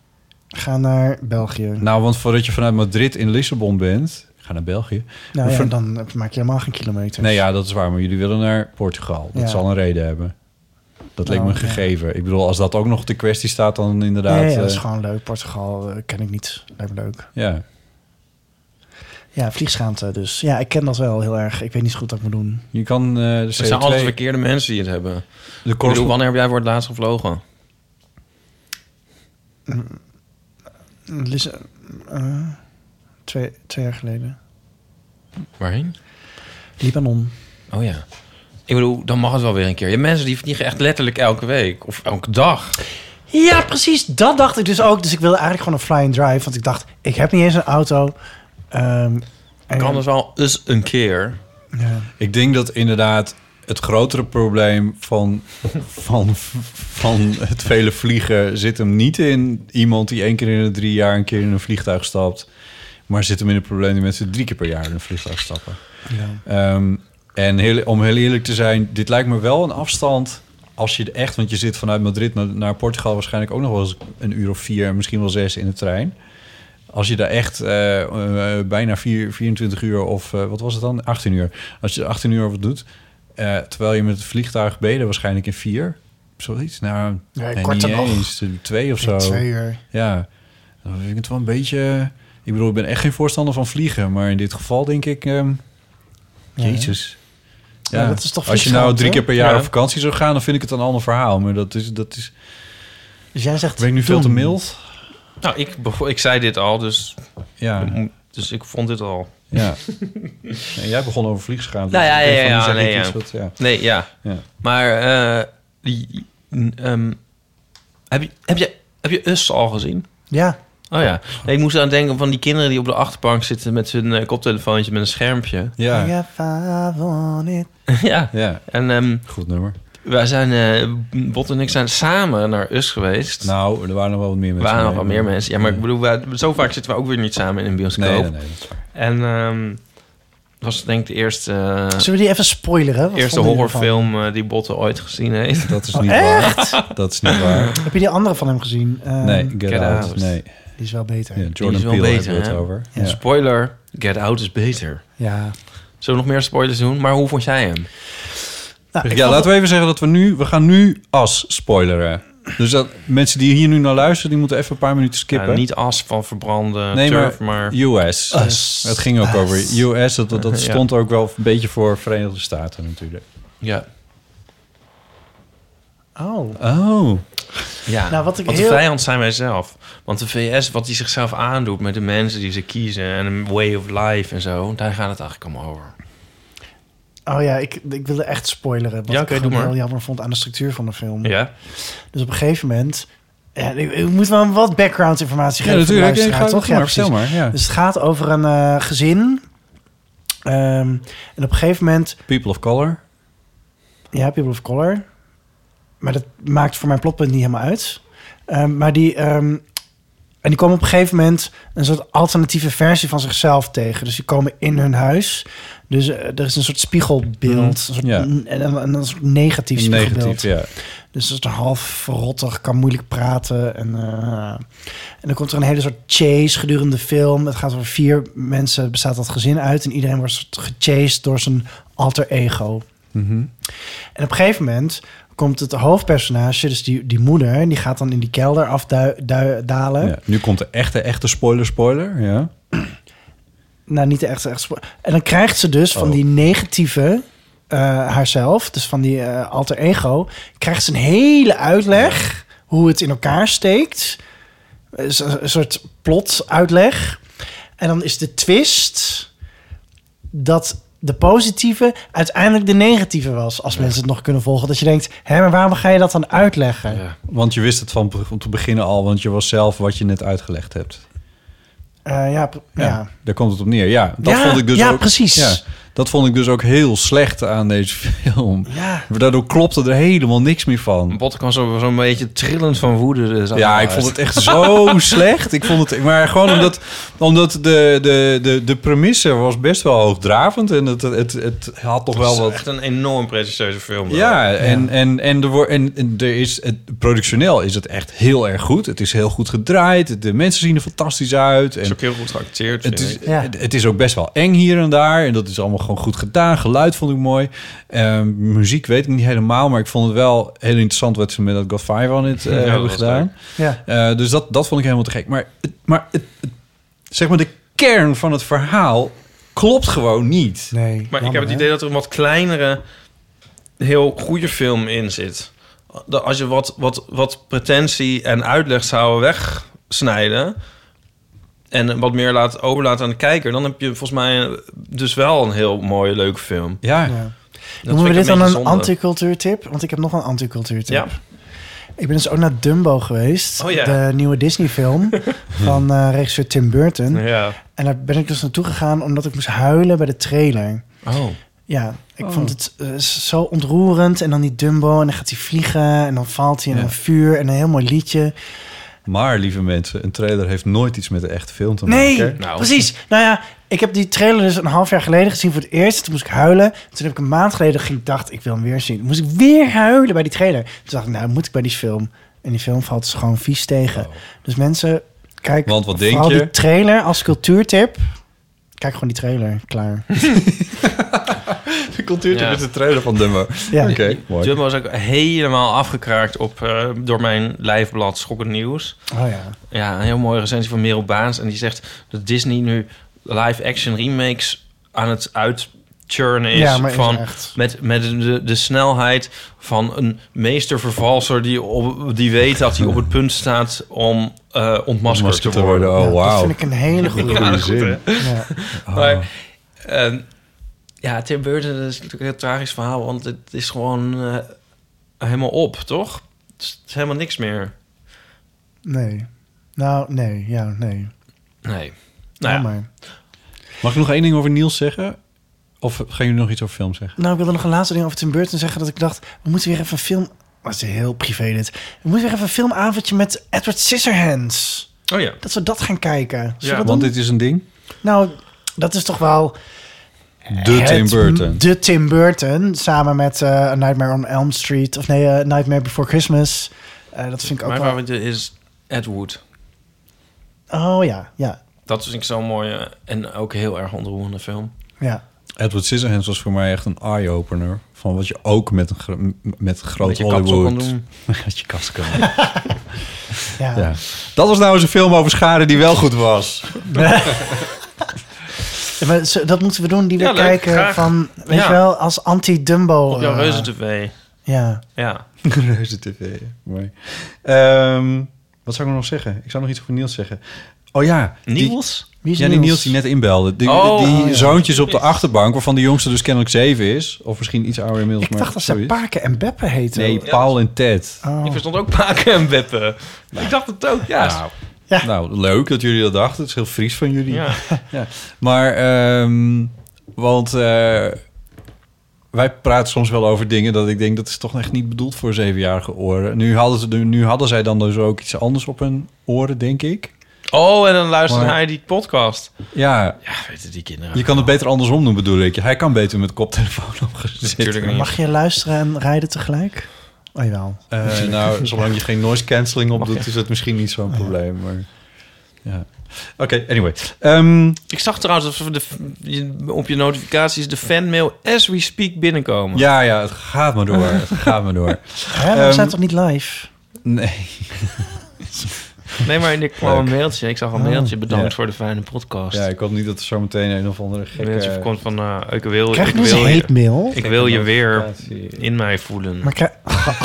[SPEAKER 7] Ga naar België.
[SPEAKER 5] Nou, want voordat je vanuit Madrid in Lissabon bent... Ga naar België.
[SPEAKER 7] Nou ja,
[SPEAKER 5] voor...
[SPEAKER 7] dan maak je helemaal geen kilometers.
[SPEAKER 5] Nee, ja, dat is waar. Maar jullie willen naar Portugal. Dat ja. zal een reden hebben. Dat leek nou, me een gegeven. Ja. Ik bedoel, als dat ook nog de kwestie staat, dan inderdaad...
[SPEAKER 7] Nee, ja, dat is
[SPEAKER 5] uh...
[SPEAKER 7] gewoon leuk. Portugal uh, ken ik niet. Lijkt me leuk.
[SPEAKER 5] Ja.
[SPEAKER 7] Ja, vliegschaamte dus. Ja, ik ken dat wel heel erg. Ik weet niet zo goed wat ik moet doen.
[SPEAKER 5] Je kan uh, de C O twee...
[SPEAKER 6] Er zijn altijd verkeerde mensen die het hebben. De korps... bedoel, wanneer heb jij voor het laatst gevlogen?
[SPEAKER 7] Mm, uh, twee, twee jaar geleden.
[SPEAKER 6] Waarheen?
[SPEAKER 7] Libanon.
[SPEAKER 6] Oh ja. Ik bedoel, dan mag het wel weer een keer. Je hebt mensen die vliegen echt letterlijk elke week of elke dag.
[SPEAKER 7] Ja, precies. Dat dacht ik dus ook. Dus ik wilde eigenlijk gewoon een flying drive. Want ik dacht, ik heb niet eens een auto. Um,
[SPEAKER 6] en kan dus wel eens een keer.
[SPEAKER 5] Ja. Ik denk dat inderdaad het grotere probleem van, van, van het vele vliegen... zit hem niet in iemand die één keer in de drie jaar... een keer in een vliegtuig stapt. Maar zit hem in het probleem die mensen drie keer per jaar in een vliegtuig stappen. Ja. Um, En heel, om heel eerlijk te zijn, dit lijkt me wel een afstand als je echt... want je zit vanuit Madrid naar, naar Portugal waarschijnlijk ook nog wel eens een uur of vier... misschien wel zes in de trein. Als je daar echt uh, uh, bijna vier, vierentwintig uur of uh, wat was het dan? achttien uur. Als je achttien uur over doet, uh, terwijl je met het vliegtuig ben je waarschijnlijk in vier. Zoiets. Nou,
[SPEAKER 7] ja,
[SPEAKER 5] nee,
[SPEAKER 7] korter
[SPEAKER 5] niet
[SPEAKER 7] nog.
[SPEAKER 5] eens. Twee of zo.
[SPEAKER 7] Twee uur.
[SPEAKER 5] Ja, dan vind ik het wel een beetje... Ik bedoel, ik ben echt geen voorstander van vliegen. Maar in dit geval denk ik... Um,
[SPEAKER 7] ja,
[SPEAKER 5] Jezus.
[SPEAKER 7] Ja, ja, dat is toch
[SPEAKER 5] als je nou drie keer per jaar
[SPEAKER 6] ja.
[SPEAKER 5] op vakantie zou gaan... dan vind ik het een ander verhaal. Maar dat is... Dat is
[SPEAKER 7] dus jij zegt...
[SPEAKER 5] Ben ik nu veel te mild?
[SPEAKER 6] Nou, ik, ik zei dit al, dus...
[SPEAKER 5] Ja.
[SPEAKER 6] Dus ik vond dit al...
[SPEAKER 5] Ja. En jij begon over vliegschaamte.
[SPEAKER 6] Nou ja, ja, ja, ja,
[SPEAKER 5] ja,
[SPEAKER 6] nee, ja.
[SPEAKER 5] Wat, ja.
[SPEAKER 6] Nee, ja.
[SPEAKER 5] ja.
[SPEAKER 6] Maar uh, die, um, heb, je, heb, je, heb je Us al gezien?
[SPEAKER 7] Ja.
[SPEAKER 6] Oh ja. Nee, ik moest aan denken van die kinderen die op de achterbank zitten met hun uh, koptelefoontje met een schermpje.
[SPEAKER 5] Ja.
[SPEAKER 6] ja.
[SPEAKER 5] ja.
[SPEAKER 6] En um,
[SPEAKER 5] goed nummer.
[SPEAKER 6] Wij zijn, uh, Bot en ik zijn samen naar Us geweest.
[SPEAKER 5] Nou, er waren nog wel wat meer mensen.
[SPEAKER 6] Er waren nog wel meer mensen. Ja, maar ik bedoel, wij, zo vaak zitten we ook weer niet samen in een bioscoop.
[SPEAKER 5] Nee, nee, nee, dat is waar.
[SPEAKER 6] En um, was denk ik de eerste... Uh,
[SPEAKER 7] Zullen we die even spoileren?
[SPEAKER 6] De eerste horrorfilm uh, die Botte ooit gezien heeft.
[SPEAKER 5] Dat is
[SPEAKER 7] oh,
[SPEAKER 5] niet
[SPEAKER 7] echt?
[SPEAKER 5] waar. Dat is niet waar.
[SPEAKER 7] Heb je die andere van hem gezien? Um,
[SPEAKER 5] nee, Get, Get Out. Out. Nee.
[SPEAKER 7] Die is wel beter.
[SPEAKER 5] Ja, Jordan Peele beter, hebben we het over.
[SPEAKER 6] Ja. Spoiler, Get Out is beter.
[SPEAKER 7] Ja.
[SPEAKER 6] Zullen we nog meer spoilers doen? Maar hoe vond jij hem?
[SPEAKER 5] Nou, ja, laten we even zeggen dat we nu... We gaan nu As spoileren. Dus dat mensen die hier nu naar luisteren... die moeten even een paar minuten skippen.
[SPEAKER 6] Ja, niet As van verbrande
[SPEAKER 5] nee,
[SPEAKER 6] turf,
[SPEAKER 5] maar...
[SPEAKER 6] maar...
[SPEAKER 5] U S. Us. Het ging ook Us. over U S. Dat, dat, dat stond ja. ook wel een beetje voor Verenigde Staten natuurlijk.
[SPEAKER 6] Ja.
[SPEAKER 7] Oh.
[SPEAKER 5] Oh.
[SPEAKER 6] Ja,
[SPEAKER 7] nou, wat ik
[SPEAKER 6] want
[SPEAKER 7] heel...
[SPEAKER 6] de vijand zijn wij zelf. Want de V S, wat die zichzelf aandoet met de mensen die ze kiezen... en een way of life en zo... daar gaat het eigenlijk allemaal over.
[SPEAKER 7] Oh ja, ik, ik wilde echt spoileren. Wat
[SPEAKER 6] ja,
[SPEAKER 7] ik
[SPEAKER 6] okay,
[SPEAKER 7] gewoon heel jammer vond aan de structuur van de film.
[SPEAKER 6] Ja.
[SPEAKER 7] Dus op een gegeven moment... Ja, ik, ik moet wel wat background informatie geven.
[SPEAKER 5] Ja, natuurlijk.
[SPEAKER 7] Ja,
[SPEAKER 5] ga,
[SPEAKER 7] toch?
[SPEAKER 5] Ja,
[SPEAKER 7] maar,
[SPEAKER 5] vertel maar. Ja.
[SPEAKER 7] Dus het gaat over een uh, gezin. Um, en op een gegeven moment...
[SPEAKER 5] People of color.
[SPEAKER 7] Ja, people of color. Maar dat maakt voor mijn plotpunt niet helemaal uit. Um, maar die... Um, En die komen op een gegeven moment een soort alternatieve versie van zichzelf tegen. Dus die komen in hun huis. Dus uh, er is een soort spiegelbeeld. Mm, een soort,
[SPEAKER 5] ja.
[SPEAKER 7] n- en een, een soort negatief spiegelbeeld.
[SPEAKER 5] Negatief, ja.
[SPEAKER 7] Dus het is half verrottig, kan moeilijk praten. En, uh, en dan komt er een hele soort chase gedurende de film. Het gaat over vier mensen, bestaat dat gezin uit. En iedereen wordt soort gechased door zijn alter ego.
[SPEAKER 5] Mm-hmm.
[SPEAKER 7] En op een gegeven moment... komt het hoofdpersonage, dus die, die moeder... die gaat dan in die kelder afdalen.
[SPEAKER 5] Ja, nu komt de echte, echte spoiler, spoiler, ja.
[SPEAKER 7] Nou, niet de echte, echte spoiler. En dan krijgt ze dus oh. van die negatieve uh, haarzelf... dus van die uh, alter ego... krijgt ze een hele uitleg... Ja. hoe het in elkaar steekt. Een, een soort plot uitleg. En dan is de twist... dat... de positieve uiteindelijk de negatieve was. Als ja. mensen het nog kunnen volgen. Dat je denkt, hé, maar waarom ga je dat dan uitleggen?
[SPEAKER 5] Ja. Want je wist het van om te beginnen al. Want je was zelf wat je net uitgelegd hebt.
[SPEAKER 7] Uh, ja, ja,
[SPEAKER 5] ja. Daar komt het op neer. Ja, dat
[SPEAKER 7] ja,
[SPEAKER 5] vond ik dus
[SPEAKER 7] ja,
[SPEAKER 5] ook...
[SPEAKER 7] precies.
[SPEAKER 5] Ja, dat vond ik dus ook heel slecht aan deze film.
[SPEAKER 7] Ja.
[SPEAKER 5] Daardoor klopte er helemaal niks meer van.
[SPEAKER 6] Bot kan zo'n zo beetje trillend van woede.
[SPEAKER 5] Ja, ik vond het echt zo slecht. Ik vond het, maar gewoon omdat, omdat de, de, de, de premisse was best wel hoogdravend. En het, het, het had toch wel wat...
[SPEAKER 6] echt een enorm pretentieuze film.
[SPEAKER 5] Ja, ja, en, en, en, er, en, en er is het, productioneel is het echt heel erg goed. Het is heel goed gedraaid. De mensen zien er fantastisch uit.
[SPEAKER 6] Het is ook heel goed geacteerd.
[SPEAKER 5] Het is, ja. het is ook best wel eng hier en daar. En dat is allemaal gewoon goed gedaan. Geluid vond ik mooi. Um, muziek weet ik niet helemaal. Maar ik vond het wel heel interessant wat ze met dat God Five on It uh, ja, hebben gedaan.
[SPEAKER 7] Ja.
[SPEAKER 5] Uh, dus dat, dat vond ik helemaal te gek. Maar, het, maar het, het, zeg maar de kern van het verhaal klopt gewoon niet.
[SPEAKER 7] Nee,
[SPEAKER 6] maar
[SPEAKER 7] jammer,
[SPEAKER 6] ik heb het idee
[SPEAKER 7] hè?
[SPEAKER 6] dat er een wat kleinere, heel goede film in zit. Dat als je wat, wat, wat pretentie en uitleg zou wegsnijden... en wat meer laat overlaten aan de kijker... dan heb je volgens mij dus wel een heel mooie, leuke film.
[SPEAKER 5] Ja.
[SPEAKER 7] ja. Noemen we dit dan een anticultuurtip? Want ik heb nog een anticultuurtip. Ja. Ik ben dus ook naar Dumbo geweest.
[SPEAKER 6] Oh, ja.
[SPEAKER 7] De nieuwe Disney-film van uh, regisseur Tim Burton.
[SPEAKER 6] Ja.
[SPEAKER 7] En daar ben ik dus naartoe gegaan... omdat ik moest huilen bij de trailer.
[SPEAKER 6] Oh.
[SPEAKER 7] Ja, ik
[SPEAKER 5] oh.
[SPEAKER 7] vond het uh, zo ontroerend. En dan die Dumbo en dan gaat hij vliegen... en dan valt hij in ja. een vuur en een heel mooi liedje...
[SPEAKER 5] Maar, lieve mensen, een trailer heeft nooit iets met de echte film te maken.
[SPEAKER 7] Nee, nou. precies. Nou ja, ik heb die trailer dus een half jaar geleden gezien voor het eerst. Toen moest ik huilen. Toen heb ik een maand geleden ging, dacht ik wil hem weer zien. Toen moest ik weer huilen bij die trailer. Toen dacht ik, nou moet ik bij die film. En die film valt dus gewoon vies tegen. Oh. Dus mensen, kijk
[SPEAKER 5] Want wat
[SPEAKER 7] vooral
[SPEAKER 5] denk je?
[SPEAKER 7] die trailer als cultuurtip. Kijk gewoon die trailer, klaar.
[SPEAKER 5] De cultuurtip ja. is de trailer van Dumbo.
[SPEAKER 7] Ja.
[SPEAKER 5] Oké, okay, mooi.
[SPEAKER 6] Dumbo is ook helemaal afgekraakt op, uh, door mijn lijfblad Schokkend Nieuws.
[SPEAKER 7] Oh ja.
[SPEAKER 6] Ja, een heel mooie recensie van Merel Baans. En die zegt dat Disney nu live-action remakes aan het uitchurnen is.
[SPEAKER 7] Ja, maar
[SPEAKER 6] van,
[SPEAKER 7] is echt...
[SPEAKER 6] Met, met de, de snelheid van een meestervervalser die, op, die weet dat hij op het punt staat om uh, ontmaskerd te
[SPEAKER 5] te
[SPEAKER 6] worden.
[SPEAKER 5] worden. Oh,
[SPEAKER 7] Ja, dat
[SPEAKER 5] wauw.
[SPEAKER 7] vind ik een hele goede
[SPEAKER 6] Ja,
[SPEAKER 5] zin.
[SPEAKER 6] goed, hè?
[SPEAKER 7] Ja.
[SPEAKER 5] Oh.
[SPEAKER 6] Maar, uh, ja, Tim Burton, dat is natuurlijk een heel tragisch verhaal, want het is gewoon uh, helemaal op, toch? Het is, het is helemaal niks meer.
[SPEAKER 7] Nee. Nou, nee. Ja, nee.
[SPEAKER 6] Nee.
[SPEAKER 7] Nou,
[SPEAKER 6] ja.
[SPEAKER 7] maar.
[SPEAKER 5] Mag ik nog één ding over Niels zeggen? Of gaan jullie nog iets over film zeggen?
[SPEAKER 7] Nou, ik wilde nog een laatste ding over Tim Burton zeggen. Dat ik dacht, we moeten weer even een film... Dat is heel privé dit. We moeten weer even een filmavondje met Edward Scissorhands.
[SPEAKER 6] Oh ja.
[SPEAKER 7] Dat we dat gaan kijken. Zullen
[SPEAKER 6] Ja,
[SPEAKER 7] we dat
[SPEAKER 5] Want
[SPEAKER 7] doen?
[SPEAKER 5] dit is een ding.
[SPEAKER 7] Nou, dat is toch wel...
[SPEAKER 5] De
[SPEAKER 7] het-
[SPEAKER 5] Tim Burton.
[SPEAKER 7] De Tim Burton. Samen met uh, A Nightmare on Elm Street. Of nee, uh, Nightmare Before Christmas. Uh, dat vind ik ook
[SPEAKER 6] Mijn
[SPEAKER 7] wel...
[SPEAKER 6] favoriete is Ed Wood.
[SPEAKER 7] Oh ja, ja.
[SPEAKER 6] Dat vind ik zo'n mooie en ook heel erg ontroerende film.
[SPEAKER 7] Ja.
[SPEAKER 5] Edward Scissorhands was voor mij echt een eye-opener. Van wat je ook met een gro- met groot
[SPEAKER 6] Met je kapsel
[SPEAKER 5] Hollywood...
[SPEAKER 6] kan doen.
[SPEAKER 5] Met je kast kan doen.
[SPEAKER 7] Ja.
[SPEAKER 5] Ja. Dat was nou eens een film over schade die wel goed was.
[SPEAKER 7] Ja, maar zo- dat moeten we doen, die we
[SPEAKER 6] Ja, leuk,
[SPEAKER 7] kijken
[SPEAKER 6] graag.
[SPEAKER 7] van, weet
[SPEAKER 6] Ja.
[SPEAKER 7] je wel, als anti-Dumbo.
[SPEAKER 6] Op jouw
[SPEAKER 7] uh,
[SPEAKER 6] reuzen-tv.
[SPEAKER 7] Ja.
[SPEAKER 6] Ja.
[SPEAKER 5] Reuze tv, mooi. Ehm, wat zou ik nog zeggen? Ik zou nog iets over Niels zeggen. Oh ja. die-
[SPEAKER 6] Niels?
[SPEAKER 7] Wie is
[SPEAKER 5] Ja, die
[SPEAKER 7] Niels?
[SPEAKER 5] Niels die net inbelde. Die,
[SPEAKER 6] Oh,
[SPEAKER 5] die
[SPEAKER 7] oh, ja.
[SPEAKER 5] zoontjes op de achterbank, waarvan de jongste dus kennelijk zeven is. Of misschien iets ouder inmiddels.
[SPEAKER 7] Ik
[SPEAKER 5] maar
[SPEAKER 7] dacht dat ze
[SPEAKER 5] zoiets.
[SPEAKER 7] Paken en Beppe heten.
[SPEAKER 5] Nee, Paul en Ted.
[SPEAKER 7] Oh.
[SPEAKER 6] Ik verstond ook Paken en Beppe. Ik dacht het ook, ja.
[SPEAKER 5] Nou,
[SPEAKER 7] Ja.
[SPEAKER 5] nou, leuk dat jullie dat dachten. Het is heel Fries van jullie.
[SPEAKER 6] Ja.
[SPEAKER 5] Ja. Maar, ehm, want eh, wij praten soms wel over dingen dat ik denk, dat is toch echt niet bedoeld voor zevenjarige oren. Nu hadden, ze, nu hadden zij dan dus ook iets anders op hun oren, denk ik.
[SPEAKER 6] Oh, en dan luisterde
[SPEAKER 5] Maar-
[SPEAKER 6] hij die podcast.
[SPEAKER 5] Ja,
[SPEAKER 6] Ja, weten die kinderen.
[SPEAKER 5] je kan het beter andersom doen, bedoel ik. Hij kan beter met de koptelefoon opgezet.
[SPEAKER 6] Natuurlijk niet.
[SPEAKER 7] Mag je luisteren en rijden tegelijk? Oh jawel.
[SPEAKER 5] Eh, nou, zolang je geen noise cancelling op doet, is het misschien niet zo'n probleem. Maar ja. Oké, anyway. Ehm,
[SPEAKER 6] Ik zag trouwens dat de, je- op je notificaties de fanmail as we speak binnenkomen.
[SPEAKER 5] ja, ja, het gaat maar door. Het gaat maar door.
[SPEAKER 7] Hè, we
[SPEAKER 5] Ehm,
[SPEAKER 7] zijn toch niet live?
[SPEAKER 5] Nee.
[SPEAKER 6] Nee, maar er kwam een mailtje. Ik zag een
[SPEAKER 7] Oh.
[SPEAKER 6] mailtje. Bedankt
[SPEAKER 5] Ja.
[SPEAKER 6] voor de fijne podcast.
[SPEAKER 5] Ja, ik hoop niet dat er zometeen een of andere
[SPEAKER 6] Een
[SPEAKER 5] gekke...
[SPEAKER 6] mailtje komt van... uh, ik wil,
[SPEAKER 7] Krijg
[SPEAKER 6] ik
[SPEAKER 7] je dus
[SPEAKER 6] wil,
[SPEAKER 7] een
[SPEAKER 6] je,
[SPEAKER 7] hate mail?
[SPEAKER 6] ik wil je weer
[SPEAKER 5] notificatie.
[SPEAKER 6] in mij voelen.
[SPEAKER 7] Maar krijg...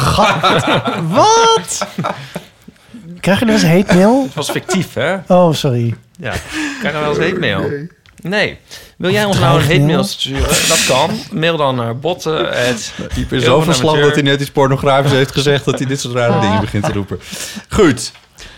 [SPEAKER 7] Wat? Krijg je dus een hate mail?
[SPEAKER 6] Het was fictief, hè?
[SPEAKER 7] Oh, sorry.
[SPEAKER 6] Ja. Krijg je wel eens hate mail? Nee. Wil jij ons nou een hate
[SPEAKER 7] Dreigmail?
[SPEAKER 6] mail sturen? Dat kan. Mail dan naar botten.
[SPEAKER 5] Type is zo van slag dat hij net iets pornografisch heeft gezegd... dat hij dit soort rare dingen begint te roepen. Goed.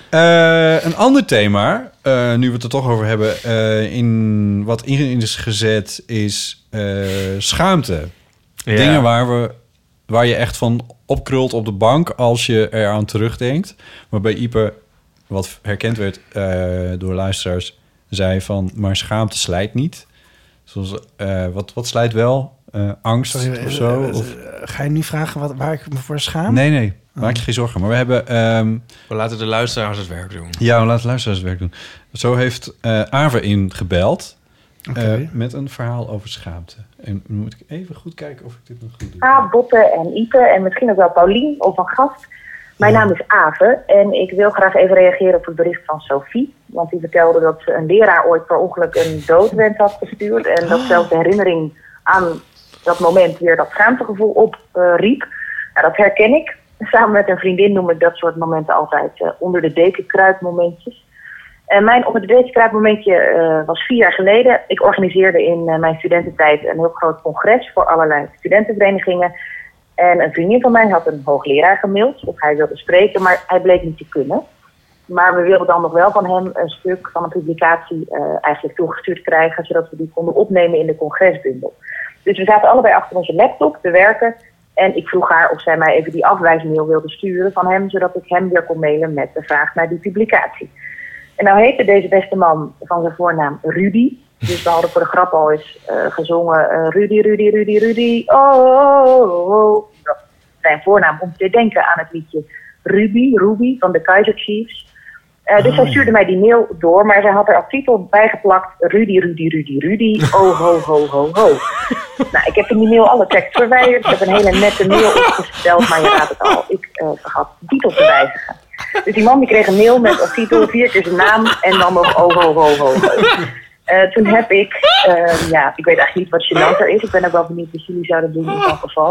[SPEAKER 5] Eh, een ander thema, eh, nu we het er toch over hebben... eh, in, wat in is gezet, is eh, schaamte.
[SPEAKER 6] Ja.
[SPEAKER 5] Dingen waar, we, waar je echt van opkrult op de bank... als je eraan terugdenkt. Waarbij Ipe, wat herkend werd eh, door luisteraars... zei van, maar schaamte slijt niet. Zoals, eh, wat, wat slijt wel? Eh, angst
[SPEAKER 7] Sorry,
[SPEAKER 5] of zo?
[SPEAKER 7] eh, eh,
[SPEAKER 5] Of,
[SPEAKER 7] Ga je nu vragen wat, waar ik me voor schaam?
[SPEAKER 5] nee, nee. Maak je geen zorgen. Maar we hebben... ehm,
[SPEAKER 6] We laten de luisteraars het werk doen.
[SPEAKER 5] ja, we laten luisteraars het werk doen. Zo heeft eh Aave ingebeld...
[SPEAKER 7] Oké.
[SPEAKER 5] eh, met een verhaal over schaamte. En nu moet ik even goed kijken of ik dit nog goed doe.
[SPEAKER 10] Ah, Botte en Ipe en misschien ook wel Paulien of een gast. Mijn naam is Ave en ik wil graag even reageren op het bericht van Sophie. Want die vertelde dat ze een leraar ooit per ongeluk een doodwens had gestuurd. En dat zelfs de herinnering aan dat moment weer dat schaamtegevoel opriep. Nou, dat herken ik. Samen met een vriendin noem ik dat soort momenten altijd uh, onder de deken kruipmomentjes. En mijn onder de deken kruipmomentje uh, was vier jaar geleden. Ik organiseerde in uh, mijn studententijd een heel groot congres voor allerlei studentenverenigingen. En een vriendin van mij had een hoogleraar gemaild of hij wilde spreken, maar hij bleek niet te kunnen. Maar we wilden dan nog wel van hem een stuk van een publicatie uh, eigenlijk toegestuurd krijgen, zodat we die konden opnemen in de congresbundel. Dus we zaten allebei achter onze laptop te werken. En ik vroeg haar of zij mij even die afwijsmail wilde sturen van hem, zodat ik hem weer kon mailen met de vraag naar die publicatie. En nou heette deze beste man van zijn voornaam Rudy. Dus we hadden voor de grap al eens uh, gezongen uh, Rudy, Rudy, Rudy, Rudy, oh, oh, oh, oh. Dat is zijn voornaam om te denken aan het liedje Ruby, Ruby van de Kaiser Chiefs. Uh, dus
[SPEAKER 7] Oh,
[SPEAKER 10] zij
[SPEAKER 7] ja.
[SPEAKER 10] stuurde mij die mail door, maar zij had er als titel bijgeplakt Rudy, Rudy, Rudy, Rudy, oh, ho, ho, ho, ho. Nou, ik heb in die mail alle tekst verwijderd. Ik heb een hele nette mail opgesteld, maar je raadt het al. Ik uh, vergat de titel te wijzigen. Dus die man die kreeg een mail met als titel vier keer zijn naam en dan nog oh, ho, ho, ho, ho. Uh, toen heb ik, uh, ja, ik weet eigenlijk niet wat gênanter is. Ik ben ook wel benieuwd wat jullie zouden doen in zo'n geval.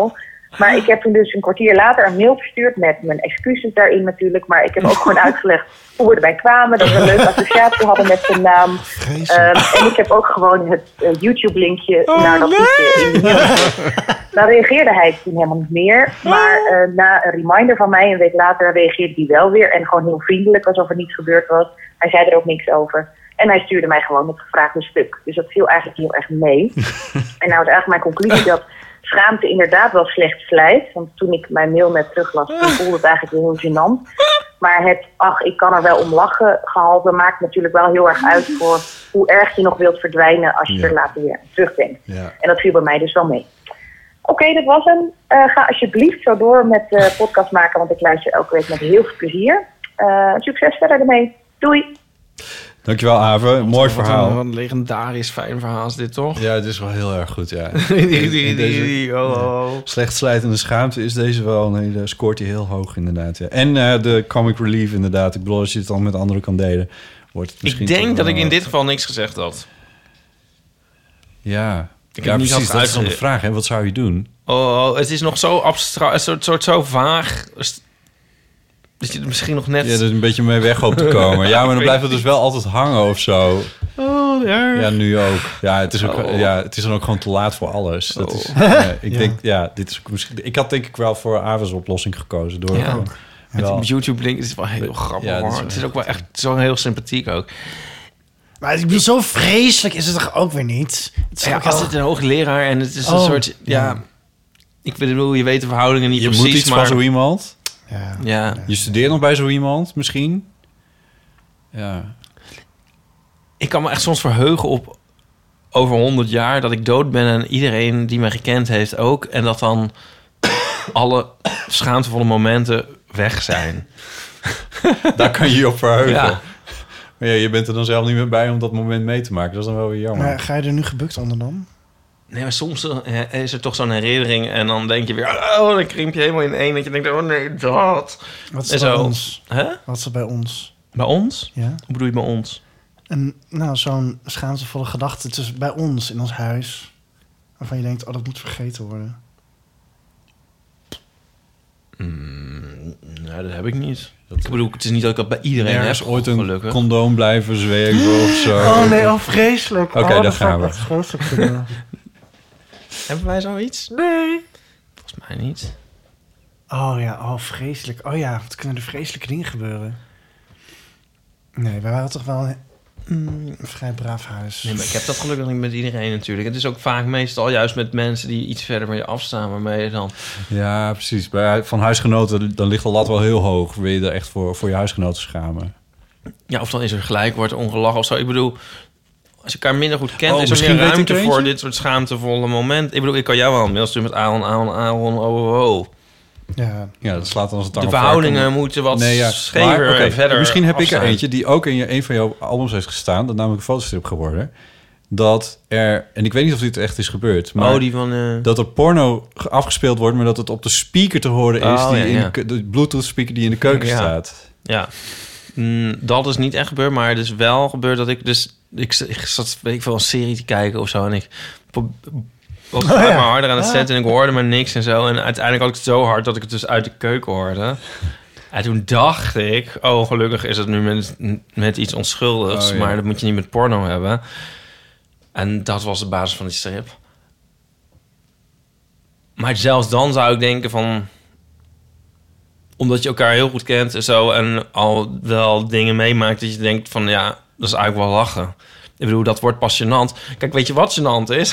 [SPEAKER 10] Maar ik heb toen dus een kwartier later een mail verstuurd met mijn excuses daarin natuurlijk. Maar ik heb ook gewoon uitgelegd hoe we erbij kwamen. Dat we een leuke associatie hadden met zijn naam. Um, en ik heb ook gewoon het uh, YouTube-linkje
[SPEAKER 6] oh,
[SPEAKER 10] naar dat liedje in de mail. Daar reageerde hij toen helemaal niet meer. Maar uh, na een reminder van mij, een week later, reageerde hij wel weer. En gewoon heel vriendelijk, alsof er niets gebeurd was. Hij zei er ook niks over. En hij stuurde mij gewoon het gevraagde stuk. Dus dat viel eigenlijk heel erg mee. En nou is eigenlijk mijn conclusie dat schaamte inderdaad wel slecht slijt. Want toen ik mijn mail net teruglas, toen voelde het eigenlijk heel gênant. Maar het, ach, ik kan er wel om lachen gehalte maakt natuurlijk wel heel erg uit voor hoe erg je nog wilt verdwijnen als je ja. er later weer terugdenkt. Ja. En dat viel bij mij dus wel mee. Oké, okay, dat was hem. Uh, ga alsjeblieft zo door met uh, podcast maken, want ik luister elke week met heel veel plezier. Uh, succes verder ermee. Doei!
[SPEAKER 5] Dankjewel, Aave. Mooi verhaal.
[SPEAKER 6] Wat een legendarisch fijn verhaal is dit, toch?
[SPEAKER 5] Ja, het is wel heel erg goed, ja.
[SPEAKER 6] die, die, deze, oh, oh.
[SPEAKER 5] Slecht slijtende schaamte is deze wel. Nee, daar scoort hij heel hoog inderdaad. Ja. En uh, de comic relief inderdaad. Ik bedoel, als je het dan met anderen kan delen, wordt het misschien...
[SPEAKER 6] Ik denk dat ik in dit geval niks gezegd had.
[SPEAKER 5] Ja,
[SPEAKER 6] ik
[SPEAKER 5] ja
[SPEAKER 6] heb niet
[SPEAKER 5] precies. Dat is dan de vraag, hè? Wat zou je doen?
[SPEAKER 6] Oh, oh, het is nog zo abstract, een soort, soort zo vaag... Dat je er misschien nog net...
[SPEAKER 5] Ja, er een beetje mee weg hoopt te komen. Ja, maar dan blijft het dus wel altijd hangen of zo.
[SPEAKER 6] Oh, ja.
[SPEAKER 5] Ja, nu ook. Ja, het is, ook,
[SPEAKER 6] oh.
[SPEAKER 5] ja, het is dan ook gewoon te laat voor alles. Dat
[SPEAKER 6] oh.
[SPEAKER 5] is, ja, ik
[SPEAKER 6] ja.
[SPEAKER 5] denk, ja, dit is misschien... Ik had denk ik wel voor Ave's oplossing gekozen. Door
[SPEAKER 6] ja.
[SPEAKER 5] gewoon,
[SPEAKER 6] Met
[SPEAKER 5] wel,
[SPEAKER 6] die YouTube-link is het wel heel grappig, ja, hoor. Het is, het is ook wel echt zo heel sympathiek ook.
[SPEAKER 7] Maar ik bedoel, zo vreselijk is het toch ook weer niet? Het is
[SPEAKER 6] ja,
[SPEAKER 7] ook
[SPEAKER 6] als
[SPEAKER 7] al...
[SPEAKER 6] het een hoogleraar en het is een
[SPEAKER 7] oh,
[SPEAKER 6] soort... Ja, ja, ik bedoel, je weet de verhoudingen niet
[SPEAKER 5] je
[SPEAKER 6] precies,
[SPEAKER 5] moet iets
[SPEAKER 6] maar...
[SPEAKER 5] van zo iemand...
[SPEAKER 7] Ja.
[SPEAKER 6] Ja.
[SPEAKER 5] Je studeert nog bij zo iemand, misschien? Ja.
[SPEAKER 6] Ik kan me echt soms verheugen op over honderd jaar dat ik dood ben en iedereen die mij gekend heeft ook. En dat dan alle schaamtevolle momenten weg zijn.
[SPEAKER 5] Daar kan je je op verheugen.
[SPEAKER 6] Ja.
[SPEAKER 5] Maar ja, je bent er dan zelf niet meer bij om dat moment mee te maken. Dat is dan wel weer jammer.
[SPEAKER 7] Maar ga je er nu gebukt onder dan?
[SPEAKER 6] Nee, maar soms is er toch zo'n herinnering en dan denk je weer... Oh, dan krimp je helemaal in één. Dat je denkt, oh nee, dat.
[SPEAKER 7] Wat is
[SPEAKER 6] en
[SPEAKER 7] bij
[SPEAKER 6] zo.
[SPEAKER 7] ons?
[SPEAKER 6] Hè?
[SPEAKER 7] Wat is er bij ons?
[SPEAKER 6] Bij ons?
[SPEAKER 7] Ja.
[SPEAKER 6] Hoe bedoel je bij ons?
[SPEAKER 7] En nou, zo'n schaamtevolle gedachte tussen bij ons in ons huis. Waarvan je denkt, oh, dat moet vergeten worden.
[SPEAKER 6] Mm, nou, dat heb ik niet. Dat, ik bedoel, het is niet dat ik dat bij iedereen heb.
[SPEAKER 5] Er is ooit een
[SPEAKER 6] gelukkig.
[SPEAKER 5] condoom blijven zweven of zo.
[SPEAKER 7] Oh nee, oh vreselijk.
[SPEAKER 5] Oké, okay,
[SPEAKER 7] oh,
[SPEAKER 5] daar gaan we.
[SPEAKER 6] Hebben wij zoiets?
[SPEAKER 7] Nee.
[SPEAKER 6] Volgens mij niet.
[SPEAKER 7] Oh ja, oh vreselijk. Oh ja, wat kunnen er vreselijke dingen gebeuren? Nee, wij waren toch wel een, mm, een vrij braaf huis.
[SPEAKER 6] Nee, maar ik heb dat gelukkig niet met iedereen natuurlijk. Het is ook vaak meestal juist met mensen die iets verder van je afstaan, waarmee je dan...
[SPEAKER 5] Ja, precies. Bij, van huisgenoten, dan ligt de lat wel heel hoog. Wil je er echt voor, voor je huisgenoten schamen?
[SPEAKER 6] Ja, of dan is er gelijk, wordt er ongelachen of zo. Ik bedoel, als je elkaar minder goed kent,
[SPEAKER 5] oh,
[SPEAKER 6] is er meer ruimte voor dit soort schaamtevolle momenten. Ik bedoel, ik kan jou wel een mail sturen met Aaron, Aaron, Aaron, oh, oh, oh.
[SPEAKER 7] Ja.
[SPEAKER 5] ja, dat slaat dan als het
[SPEAKER 6] de verhoudingen om... moeten wat nee, ja. schever maar, okay, verder
[SPEAKER 5] Misschien heb
[SPEAKER 6] afstaan.
[SPEAKER 5] ik er eentje die ook in je, een van jouw albums heeft gestaan. Dat namelijk een fotostrip geworden. Dat er, en ik weet niet of dit echt is gebeurd. Maar
[SPEAKER 6] oh, die van... Uh...
[SPEAKER 5] dat er porno afgespeeld wordt, maar dat het op de speaker te horen is.
[SPEAKER 6] Oh,
[SPEAKER 5] die
[SPEAKER 6] ja,
[SPEAKER 5] in
[SPEAKER 6] ja.
[SPEAKER 5] De, de Bluetooth speaker die in de keuken ja. staat.
[SPEAKER 6] Ja, mm, dat is niet echt gebeurd. Maar het is wel gebeurd dat ik dus... Ik, ik zat, weet ik veel, een serie te kijken of zo. En ik... was oh, ja. maar harder aan het zetten en ik hoorde maar niks en zo. En uiteindelijk had ik het zo hard dat ik het dus uit de keuken hoorde. En toen dacht ik, oh, gelukkig is het nu met, met iets onschuldigs. Oh, ja. Maar dat moet je niet met porno hebben. En dat was de basis van die strip. Maar zelfs dan zou ik denken van... Omdat je elkaar heel goed kent en zo... en al wel dingen meemaakt dat je denkt van... ja, dat is eigenlijk wel lachen. Ik bedoel, dat wordt pas gênant. Kijk, weet je wat gênant is?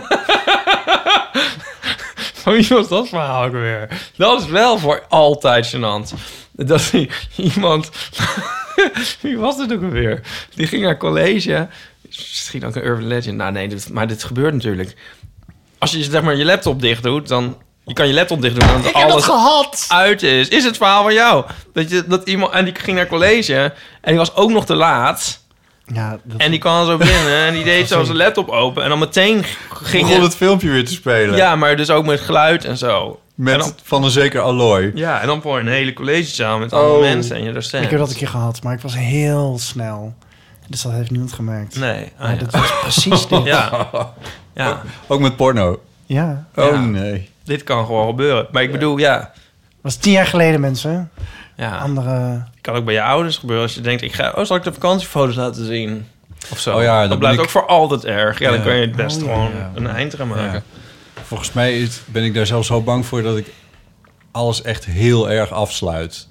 [SPEAKER 6] Van wie was dat verhaal ook weer? Dat is wel voor altijd gênant. Dat iemand... Wie was het ook alweer? Die ging naar college. Misschien ook een urban legend. Nou nee, dit, maar dit gebeurt natuurlijk. Als je zeg maar je laptop dicht doet, dan... Je kan je laptop dicht doen en dat alles
[SPEAKER 7] gehad.
[SPEAKER 6] uit is. Is het verhaal van jou? Dat, je, dat iemand... En die ging naar college en die was ook nog te laat...
[SPEAKER 7] Ja, dat...
[SPEAKER 6] En die kwam zo binnen en die deed zo zijn laptop open. En dan meteen ging
[SPEAKER 5] begon het filmpje weer te spelen.
[SPEAKER 6] Ja, maar dus ook met geluid en zo.
[SPEAKER 5] Met
[SPEAKER 6] en dan...
[SPEAKER 5] van een zeker allooi.
[SPEAKER 6] Ja, en dan voor een hele collegezaal met andere oh. mensen en je docent.
[SPEAKER 7] Ik heb dat een keer gehad, maar ik was heel snel. Dus dat heeft niemand gemerkt.
[SPEAKER 6] Nee. Ah,
[SPEAKER 7] maar
[SPEAKER 6] ja.
[SPEAKER 7] dat was precies dit.
[SPEAKER 6] Ja. Ja.
[SPEAKER 5] Ook met porno.
[SPEAKER 7] Ja.
[SPEAKER 5] Oh
[SPEAKER 6] Ja.
[SPEAKER 5] nee.
[SPEAKER 6] Dit kan gewoon gebeuren. Maar ik bedoel, ja...
[SPEAKER 7] Dat was tien jaar geleden, mensen.
[SPEAKER 6] ja.
[SPEAKER 7] Andere...
[SPEAKER 6] kan ook bij je ouders gebeuren. Als je denkt, ik ga, oh, zal ik de vakantiefoto's laten zien? Of zo.
[SPEAKER 5] Oh ja, dan
[SPEAKER 6] dat blijft
[SPEAKER 5] ben
[SPEAKER 6] ook
[SPEAKER 5] ik-
[SPEAKER 6] voor altijd erg. Ja, dan
[SPEAKER 5] Ja.
[SPEAKER 6] kun je het best
[SPEAKER 7] Oh ja.
[SPEAKER 6] gewoon
[SPEAKER 5] Ja.
[SPEAKER 6] een eind eraan maken.
[SPEAKER 5] Ja. Volgens mij is, ben ik daar zelfs zo bang voor dat ik alles echt heel erg afsluit.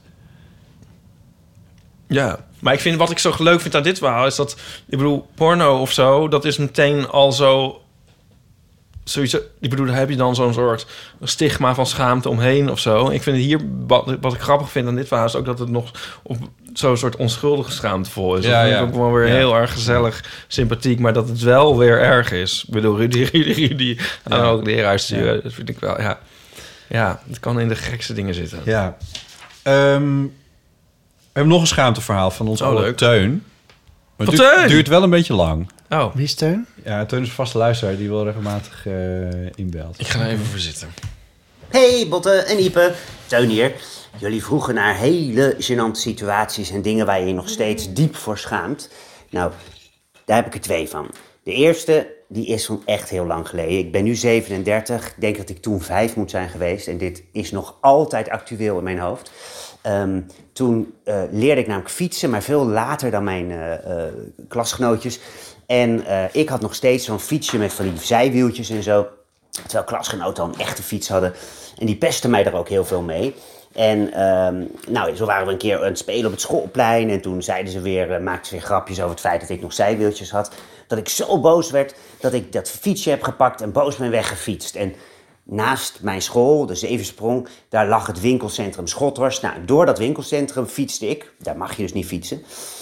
[SPEAKER 6] Ja, maar ik vind wat ik zo leuk vind aan dit verhaal is dat, ik bedoel, porno of zo, dat is meteen al zo, sowieso, ik bedoel, daar heb je dan zo'n soort stigma van schaamte omheen of zo. Ik vind het hier, wat, wat ik grappig vind aan dit verhaal is ook dat het nog op zo'n soort onschuldige schaamtevol is.
[SPEAKER 5] Ja,
[SPEAKER 6] dat vind
[SPEAKER 5] ja.
[SPEAKER 6] ik ook wel weer
[SPEAKER 5] Ja.
[SPEAKER 6] heel erg gezellig, sympathiek, maar dat het wel weer erg is. Ik bedoel, Rudy, Rudy, Rudy aan
[SPEAKER 5] Ja.
[SPEAKER 6] ook leraar sturen, dat vind ik wel, ja. Ja, het kan in de gekste dingen zitten.
[SPEAKER 5] Ja. Ehm, we hebben nog een schaamteverhaal van ons
[SPEAKER 6] Oh,
[SPEAKER 5] oude
[SPEAKER 6] leuk.
[SPEAKER 5] Teun. Maar
[SPEAKER 6] Van
[SPEAKER 5] het duurt,
[SPEAKER 6] Teun?
[SPEAKER 5] duurt wel een beetje lang.
[SPEAKER 6] Oh,
[SPEAKER 7] Wie is Teun?
[SPEAKER 5] Ja, Teun is een vaste luisteraar die wel regelmatig eh inbelt.
[SPEAKER 6] ik ga er even voor zitten.
[SPEAKER 12] Hey Botte en Ipe, Teun hier. Jullie vroegen naar hele gênante situaties en dingen waar je je nog steeds diep voor schaamt. Nou, daar heb ik er twee van. De eerste, die is van echt heel lang geleden. Ik ben nu zevenendertig, ik denk dat ik toen vijf moet zijn geweest. En dit is nog altijd actueel in mijn hoofd. Um, toen uh, leerde ik namelijk fietsen, maar veel later dan mijn uh, uh, klasgenootjes. En uh, ik had nog steeds zo'n fietsje met van die zijwieltjes en zo. Terwijl klasgenoten al een echte fiets hadden. En die pesten mij daar ook heel veel mee. En um, nou, zo waren we een keer aan het spelen op het schoolplein. En toen zeiden ze weer, uh, maakten ze weer grapjes over het feit dat ik nog zijwieltjes had. Dat ik zo boos werd dat ik dat fietsje heb gepakt en boos ben weggefietst. En naast mijn school, de Zevensprong, daar lag het winkelcentrum Schothorst. Nou, door dat winkelcentrum fietste ik. Daar mag je dus niet fietsen.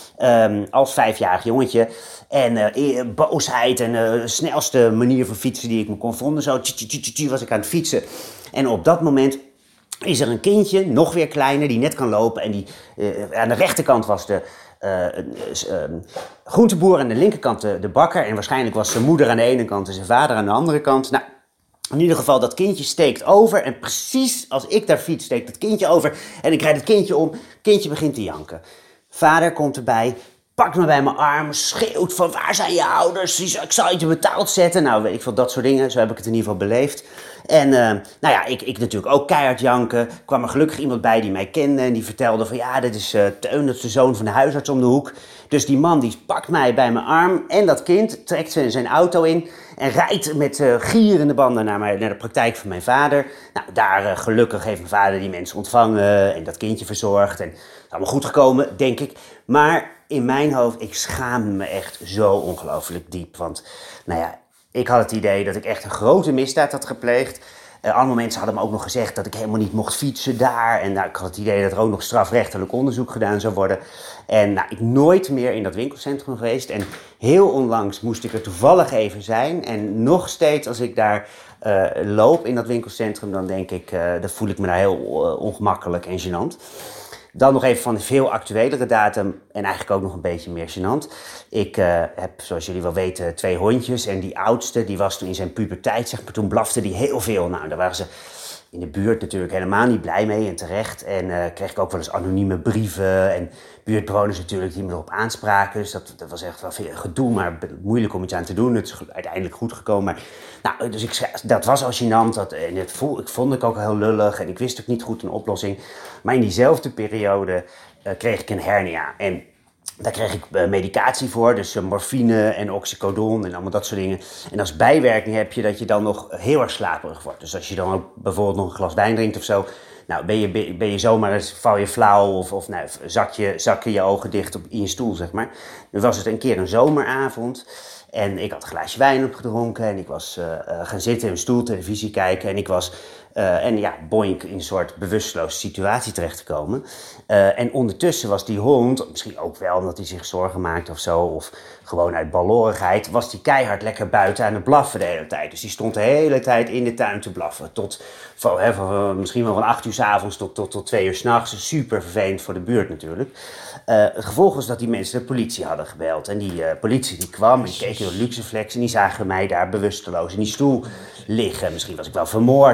[SPEAKER 12] Um, als vijfjarig jongetje. En uh, boosheid en de uh, snelste manier van fietsen die ik me kon vonden. Zo tju, tju, tju, tju, was ik aan het fietsen. En op dat moment is er een kindje, nog weer kleiner, die net kan lopen. En die, uh, aan de rechterkant was de uh, uh, uh, groenteboer, aan de linkerkant de, de bakker. En waarschijnlijk was zijn moeder aan de ene kant en zijn vader aan de andere kant. Nou, in ieder geval, dat kindje steekt over. En precies als ik daar fiets, steekt dat kindje over. En ik rijd het kindje om. Het kindje begint te janken. Vader komt erbij, pakt me bij mijn arm, schreeuwt van waar zijn je ouders? Die zei, ik zal je te betaald zetten. Nou, weet ik veel, dat soort dingen. Zo heb ik het in ieder geval beleefd. En uh, nou ja, ik, ik natuurlijk ook keihard janken. Kwam er gelukkig iemand bij die mij kende en die vertelde van ja, dit is uh, Teun, dat is de zoon van de huisarts om de hoek. Dus die man die pakt mij bij mijn arm en dat kind trekt zijn auto in en rijdt met uh, gierende banden naar, mijn, naar de praktijk van mijn vader. Nou, daar uh, gelukkig heeft mijn vader die mensen ontvangen en dat kindje verzorgd. En het is allemaal goed gekomen, denk ik. Maar in mijn hoofd, ik schaamde me echt zo ongelooflijk diep. Want, nou ja, ik had het idee dat ik echt een grote misdaad had gepleegd. Uh, allemaal mensen hadden me ook nog gezegd dat ik helemaal niet mocht fietsen daar. En nou, ik had het idee dat er ook nog strafrechtelijk onderzoek gedaan zou worden. En nou, ik nooit meer in dat winkelcentrum geweest. En heel onlangs moest ik er toevallig even zijn. En nog steeds als ik daar uh, loop in dat winkelcentrum, dan denk ik, uh, dan voel ik me daar heel uh, ongemakkelijk en gênant. Dan nog even van de veel actuelere datum en eigenlijk ook nog een beetje meer gênant. Ik uh, heb, zoals jullie wel weten, twee hondjes. En die oudste, die was toen in zijn puberteit, zeg maar, toen blafte die heel veel. Nou, daar waren ze in de buurt natuurlijk helemaal niet blij mee en terecht. En uh, kreeg ik ook wel eens anonieme brieven en buurtbewoners natuurlijk die me erop aanspraken. Dus dat, dat was echt wel veel gedoe, maar moeilijk om iets aan te doen. Het is uiteindelijk goed gekomen. Maar, nou, dus ik, dat was al gênant. Dat, en het voel, ik vond ik ook heel lullig en ik wist ook niet goed een oplossing. Maar in diezelfde periode uh, kreeg ik een hernia. En daar kreeg ik uh, medicatie voor, dus uh, morfine en oxycodon en allemaal dat soort dingen. En als bijwerking heb je dat je dan nog heel erg slaperig wordt. Dus als je dan ook bijvoorbeeld nog een glas wijn drinkt of zo, nou ben je, ben je zomaar eens, val je flauw of, of nou, zak je, zakken je ogen dicht op, in je stoel, zeg maar. Nu was het een keer een zomeravond en ik had een glaasje wijn opgedronken en ik was uh, uh, gaan zitten in een stoel, televisie kijken en ik was... Uh, en ja, boink, in een soort bewusteloze situatie terecht te komen. Uh, en ondertussen was die hond, misschien ook wel omdat hij zich zorgen maakte of zo, of gewoon uit balorigheid, was die keihard lekker buiten aan het blaffen de hele tijd. Dus die stond de hele tijd in de tuin te blaffen. Tot, van, hè, van, misschien wel van acht uur 's avonds tot, tot, tot twee uur 's nachts. Super vervelend voor de buurt natuurlijk. Uh, het gevolg was dat die mensen de politie hadden gebeld. En die uh, politie die kwam en keek door de luxeflex en die zagen mij daar bewusteloos in die stoel liggen. Misschien was ik wel vermoord en zo.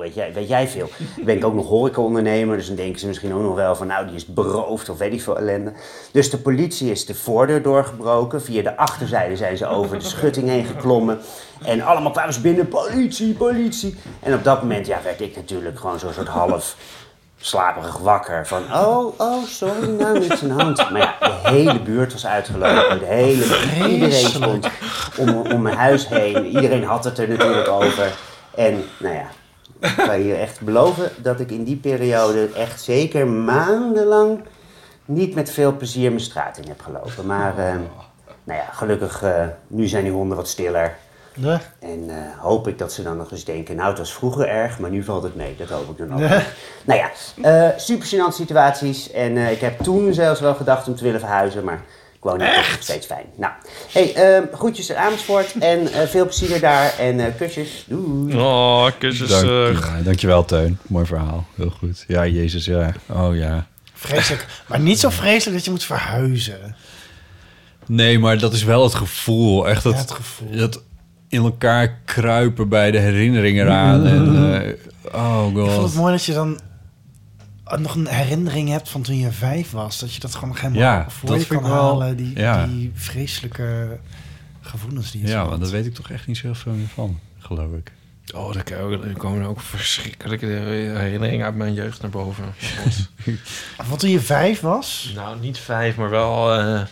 [SPEAKER 12] weet jij, weet jij veel. Dan ben ik ook nog horecaondernemer, dus dan denken ze misschien ook nog wel van, nou, die is beroofd of weet ik veel ellende. Dus de politie is de voordeur doorgebroken. Via de achterzijde zijn ze over de schutting heen geklommen. En allemaal kwamen ze binnen, politie, politie. En op dat moment, ja, werd ik natuurlijk gewoon zo'n soort half slaperig wakker. Van, oh, oh, sorry, nou, niks aan de hand. Maar ja, de hele buurt was uitgelopen. De hele, iedereen stond om, om mijn huis heen. Iedereen had het er natuurlijk over. En, nou ja, ik kan je echt beloven dat ik in die periode echt zeker maandenlang niet met veel plezier mijn straat in heb gelopen. Maar, uh, nou ja, gelukkig, uh, nu zijn die honden wat stiller.
[SPEAKER 7] Nee.
[SPEAKER 12] En uh, hoop ik dat ze dan nog eens denken, nou, het was vroeger erg, maar nu valt het mee. Dat hoop ik dan ook.
[SPEAKER 7] Nee.
[SPEAKER 12] Nou ja, uh, super gênante situaties. En uh, ik heb toen zelfs wel gedacht om te willen verhuizen, maar ik woon nu nog steeds fijn. Nou, hey, uh, groetjes aan Amersfoort en uh, veel plezier daar en uh, kusjes. Doei.
[SPEAKER 6] Oh, kusjes.
[SPEAKER 5] Dank,
[SPEAKER 6] Uh...
[SPEAKER 5] ja, dankjewel, Teun. Mooi verhaal. Heel goed. Ja, Jezus, ja. Oh ja.
[SPEAKER 7] Vreselijk. Maar niet zo vreselijk dat je moet verhuizen.
[SPEAKER 5] Nee, maar dat is wel het gevoel. Echt dat,
[SPEAKER 7] Ja, het gevoel.
[SPEAKER 5] dat in elkaar kruipen bij de herinneringen eraan. En, uh, oh god.
[SPEAKER 7] Ik vond het mooi dat je dan nog een herinnering hebt van toen je vijf was. Dat je dat gewoon nog helemaal
[SPEAKER 5] Ja,
[SPEAKER 7] voor
[SPEAKER 5] dat
[SPEAKER 7] je
[SPEAKER 5] vind
[SPEAKER 7] kan
[SPEAKER 5] ik wel-
[SPEAKER 7] halen. Die,
[SPEAKER 5] ja.
[SPEAKER 7] die vreselijke gevoelens die je
[SPEAKER 5] Ja,
[SPEAKER 7] voelt.
[SPEAKER 5] want daar weet ik toch echt niet zoveel meer van, geloof ik.
[SPEAKER 6] Oh, er komen ook verschrikkelijke herinneringen uit mijn jeugd naar boven.
[SPEAKER 7] Want toen je vijf was?
[SPEAKER 6] Nou, niet vijf, maar wel... Uh,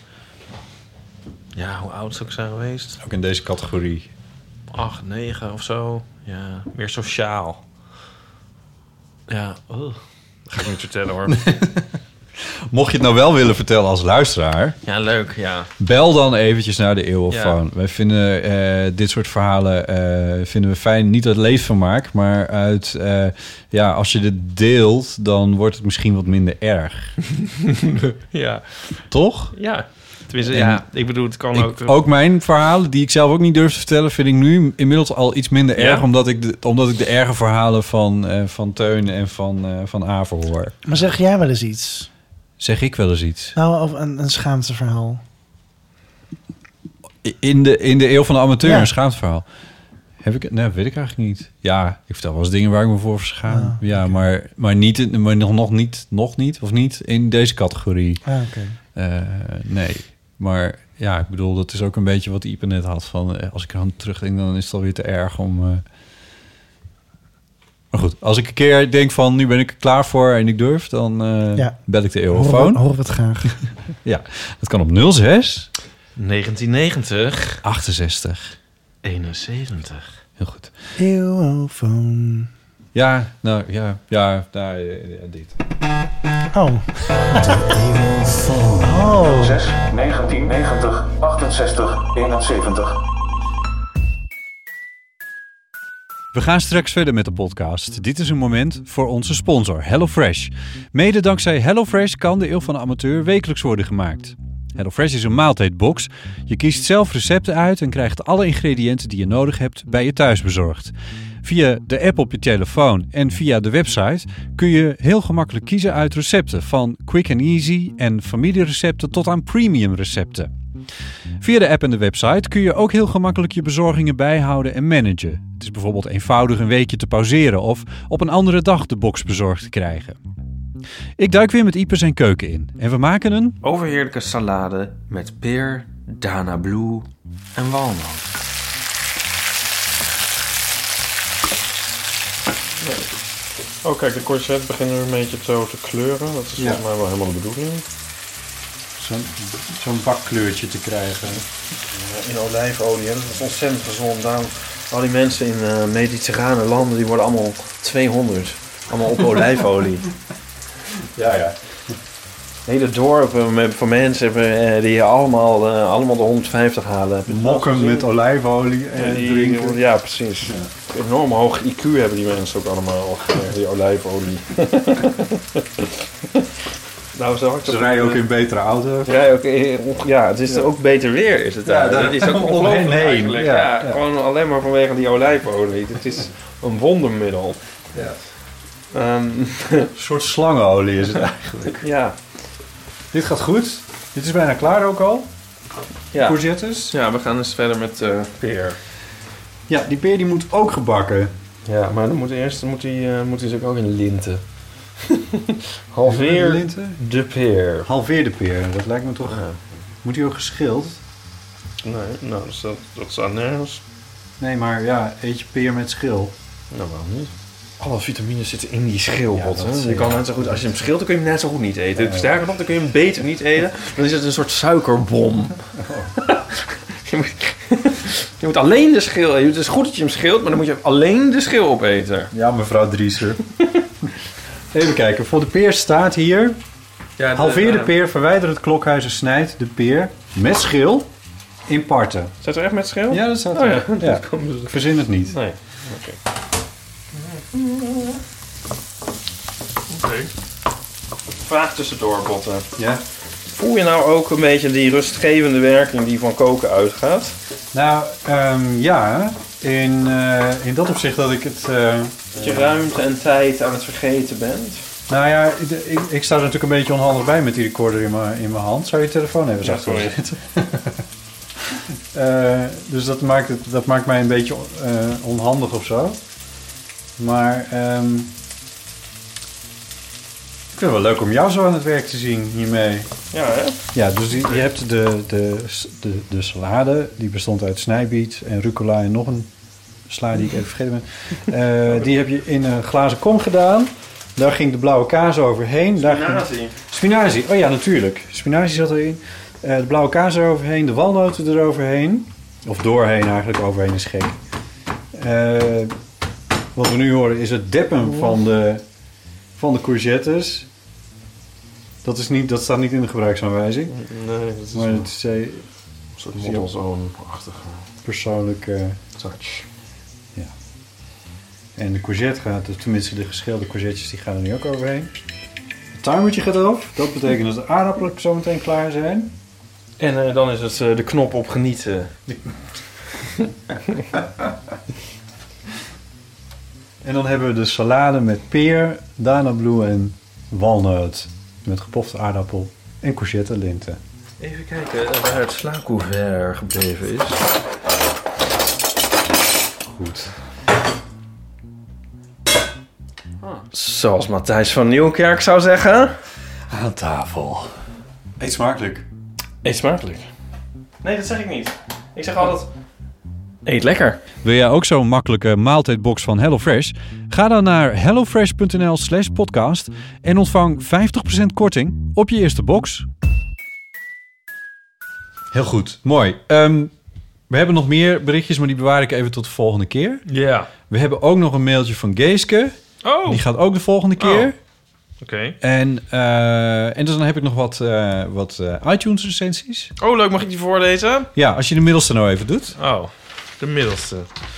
[SPEAKER 6] ja, hoe oud zou ik zijn geweest?
[SPEAKER 5] Ook in deze categorie.
[SPEAKER 6] Acht, negen of zo. Ja, meer sociaal. Ja, oh. Dat ga ik niet vertellen hoor.
[SPEAKER 5] Mocht je het nou wel willen vertellen als luisteraar...
[SPEAKER 6] Ja, leuk, ja.
[SPEAKER 5] Bel dan eventjes naar de Eeuwenfoon.
[SPEAKER 6] Ja.
[SPEAKER 5] Wij vinden uh, dit soort verhalen uh, vinden we fijn. Niet uit leedvermaak, maar uit... Uh, ja, als je dit deelt, dan wordt het misschien wat minder erg.
[SPEAKER 6] Ja.
[SPEAKER 5] Toch?
[SPEAKER 6] Ja. Tenminste,
[SPEAKER 5] En
[SPEAKER 6] ja. Ik bedoel, het kan
[SPEAKER 5] ik,
[SPEAKER 6] ook...
[SPEAKER 5] Ook mijn verhalen, die ik zelf ook niet durf te vertellen... vind ik nu inmiddels al iets minder erg...
[SPEAKER 6] Ja?
[SPEAKER 5] Omdat, ik de, omdat ik de erge verhalen van, uh, van Teun en van, uh, van Aver hoor.
[SPEAKER 7] Maar zeg jij wel eens iets?
[SPEAKER 5] Zeg ik wel eens iets?
[SPEAKER 7] Nou, of een, een schaamteverhaal.
[SPEAKER 5] In de, in de eeuw van de amateur,
[SPEAKER 7] Ja.
[SPEAKER 5] een schaamteverhaal. Heb ik het? Nee, weet ik eigenlijk niet. Ja, ik vertel wel eens dingen waar ik me voor verschaam.
[SPEAKER 7] Ah,
[SPEAKER 5] ja, okay. maar, maar, niet, in- maar nog, nog niet, nog niet, of niet in deze categorie.
[SPEAKER 7] Ah, oké.
[SPEAKER 5] Uh, nee, maar ja, ik bedoel, dat is ook een beetje wat Ipe net had. Van, uh, als ik er aan terugdenk, dan is het alweer te erg om... Uh... Maar goed, als ik een keer denk van, nu ben ik er klaar voor en ik durf, dan uh,
[SPEAKER 7] Ja.
[SPEAKER 5] bel ik de
[SPEAKER 7] Horen
[SPEAKER 5] Eeuwenfoon.
[SPEAKER 7] we, horen we het graag.
[SPEAKER 5] Ja, dat kan op nul zes
[SPEAKER 6] negentien negentig
[SPEAKER 5] achtenzestig
[SPEAKER 6] eenenzeventig.
[SPEAKER 5] Heel goed.
[SPEAKER 7] Eeuwenfoon.
[SPEAKER 5] Ja, nou ja, ja, nou, ja, ja, dit.
[SPEAKER 7] Oh.
[SPEAKER 8] Oh. zes negentien negentig achtenzestig eenenzeventig.
[SPEAKER 5] We gaan straks verder met de podcast. Dit is een moment voor onze sponsor HelloFresh. Mede dankzij HelloFresh kan de Eeuw van de Amateur wekelijks worden gemaakt. HelloFresh is een maaltijdbox. Je kiest zelf recepten uit en krijgt alle ingrediënten die je nodig hebt bij je thuis bezorgd. Via de app op je telefoon en via de website kun je heel gemakkelijk kiezen uit recepten. Van quick and easy en familierecepten tot aan premium recepten. Via de app en de website kun je ook heel gemakkelijk je bezorgingen bijhouden en managen. Het is bijvoorbeeld eenvoudig een weekje te pauzeren of op een andere dag de box bezorgd te krijgen. Ik duik weer met Ipe zijn keuken in en we maken een...
[SPEAKER 6] Overheerlijke salade met peer, Dana Blue en walnoot. Oh kijk, de courgette begint nu een beetje zo te kleuren. Dat is
[SPEAKER 5] Ja.
[SPEAKER 6] volgens mij wel helemaal de bedoeling.
[SPEAKER 5] Zo'n, zo'n bakkleurtje te krijgen.
[SPEAKER 6] In olijfolie, hè? Dat is ontzettend gezond. Daarom, al die mensen in uh, mediterrane landen, die worden allemaal tweehonderd. Allemaal op olijfolie.
[SPEAKER 5] Ja, ja.
[SPEAKER 6] Hele dorpen met, van mensen hebben, uh, die allemaal, uh, allemaal de honderdvijftig halen.
[SPEAKER 5] Mokken met olijfolie en
[SPEAKER 6] Ja, die-
[SPEAKER 5] drinken.
[SPEAKER 6] Ja, precies. Ja. Enorm hoog I Q hebben die mensen ook allemaal, uh, die olijfolie. Nou, zo
[SPEAKER 5] Ze rijden ook in betere auto's.
[SPEAKER 6] Ja, ook, ja, het is
[SPEAKER 5] Ja.
[SPEAKER 6] ook beter weer is het
[SPEAKER 5] Ja,
[SPEAKER 6] daar.
[SPEAKER 5] daar-
[SPEAKER 6] Dat is ook
[SPEAKER 5] om
[SPEAKER 6] ongelooflijk
[SPEAKER 5] hen heen.
[SPEAKER 6] eigenlijk.
[SPEAKER 5] Ja,
[SPEAKER 6] Ja,
[SPEAKER 5] ja.
[SPEAKER 6] gewoon alleen maar vanwege die olijfolie. Het is een wondermiddel.
[SPEAKER 5] Ja.
[SPEAKER 6] Um,
[SPEAKER 5] Een soort slangenolie is het eigenlijk.
[SPEAKER 6] Ja.
[SPEAKER 5] Dit gaat goed. Dit is bijna klaar ook al.
[SPEAKER 6] Ja.
[SPEAKER 5] Courgettes.
[SPEAKER 6] Ja, we gaan eens verder met uh, peer.
[SPEAKER 5] Ja, die peer die moet ook gebakken.
[SPEAKER 6] Ja, maar dan moet eerst dan moet hij, uh, moet hij natuurlijk ook in linten. Halveer
[SPEAKER 5] linten?
[SPEAKER 6] de peer.
[SPEAKER 5] Halveer de peer, dat lijkt me toch... Ja. Moet hij ook geschild?
[SPEAKER 6] Nee, nou, dat staat, dat staat nergens.
[SPEAKER 5] Nee, maar ja, eet je peer met schil?
[SPEAKER 6] Nou, waarom niet? Alle vitamines zitten in die schilbot.
[SPEAKER 5] Ja,
[SPEAKER 6] je kan net zo goed, als je hem schilt, dan kun je hem net zo goed niet eten. Ja, ja. Sterker nog, dan kun je hem beter niet eten. Dan is het een soort suikerbom. Oh. je, moet, je moet alleen de schil eten. Het is goed dat je hem schilt, maar dan moet je alleen de schil opeten.
[SPEAKER 5] Ja, mevrouw Drieser. Even kijken, voor de peer staat hier... Ja, de, halveer de peer, verwijder het klokhuis en snijd de peer met schil in parten.
[SPEAKER 6] Staat er echt met schil?
[SPEAKER 5] Ja, dat staat
[SPEAKER 6] oh,
[SPEAKER 5] er.
[SPEAKER 6] Ja.
[SPEAKER 5] Ja. Ik verzin het niet.
[SPEAKER 6] Nee, oké. Oké. Okay. Vraag tussendoor, Botte.
[SPEAKER 5] Ja?
[SPEAKER 6] Voel je nou ook een beetje die rustgevende werking die van koken uitgaat?
[SPEAKER 5] Nou, um, ja. In, uh, in dat opzicht dat ik het... Uh,
[SPEAKER 6] dat je ruimte en tijd aan het vergeten bent?
[SPEAKER 5] Nou ja, ik, ik, ik sta er natuurlijk een beetje onhandig bij met die recorder in mijn, in mijn hand. Zou je telefoon even zacht voor zitten? uh, dus dat maakt, het, dat maakt mij een beetje uh, onhandig of zo. Maar um, ik vind het wel leuk om jou zo aan het werk te zien hiermee.
[SPEAKER 6] Ja, hè?
[SPEAKER 5] Ja, dus die, je hebt de, de, de, de salade. Die bestond uit snijbiet en rucola en nog een sla die ik even vergeten ben. Uh, die heb je in een glazen kom gedaan. Daar ging de blauwe kaas overheen. Daar
[SPEAKER 6] spinazie.
[SPEAKER 5] Ging... Spinazie, oh ja, natuurlijk. Spinazie zat erin. Uh, de blauwe kaas eroverheen, de walnoten eroverheen. Of doorheen eigenlijk, overheen is gek. Uh, wat we nu horen is het deppen van de, van de courgettes. Dat, is niet, dat staat niet in de gebruiksaanwijzing.
[SPEAKER 6] Nee, dat is
[SPEAKER 5] maar het is een,
[SPEAKER 6] een soort moddelzoon-achtige
[SPEAKER 5] persoonlijke
[SPEAKER 6] touch.
[SPEAKER 5] Ja. En de courgette gaat, tenminste de geschilde courgettes, die gaan er nu ook overheen. Het timertje gaat erop. Dat betekent dat de aardappelen zo meteen klaar zijn.
[SPEAKER 6] En uh, dan is het uh, de knop op genieten.
[SPEAKER 5] En dan hebben we de salade met peer, danabloe en walnoot. Met gepofte aardappel en courgette linten.
[SPEAKER 6] Even kijken waar het sla-couvert gebleven is.
[SPEAKER 5] Goed.
[SPEAKER 6] Ah. Zoals Matthijs van Nieuwkerk zou zeggen.
[SPEAKER 5] Aan tafel. Eet smakelijk.
[SPEAKER 6] Eet smakelijk. Nee, dat zeg ik niet. Ik zeg altijd... Eet lekker.
[SPEAKER 5] Wil jij ook zo'n makkelijke maaltijdbox van HelloFresh? Ga dan naar hellofresh.nl slash podcast en ontvang vijftig procent korting op je eerste box. Heel goed, mooi. Um, we hebben nog meer berichtjes, maar die bewaar ik even tot de volgende keer.
[SPEAKER 6] Ja. Yeah.
[SPEAKER 5] We hebben ook nog een mailtje van Geeske.
[SPEAKER 6] Oh.
[SPEAKER 5] Die gaat ook de volgende keer.
[SPEAKER 6] Oh. Oké. Okay.
[SPEAKER 5] En, uh, en dus dan heb ik nog wat, uh, wat uh, iTunes recensies.
[SPEAKER 6] Oh, leuk. Mag ik die voorlezen?
[SPEAKER 5] Ja, als je de middelste nou even doet.
[SPEAKER 6] Oh. De middelste.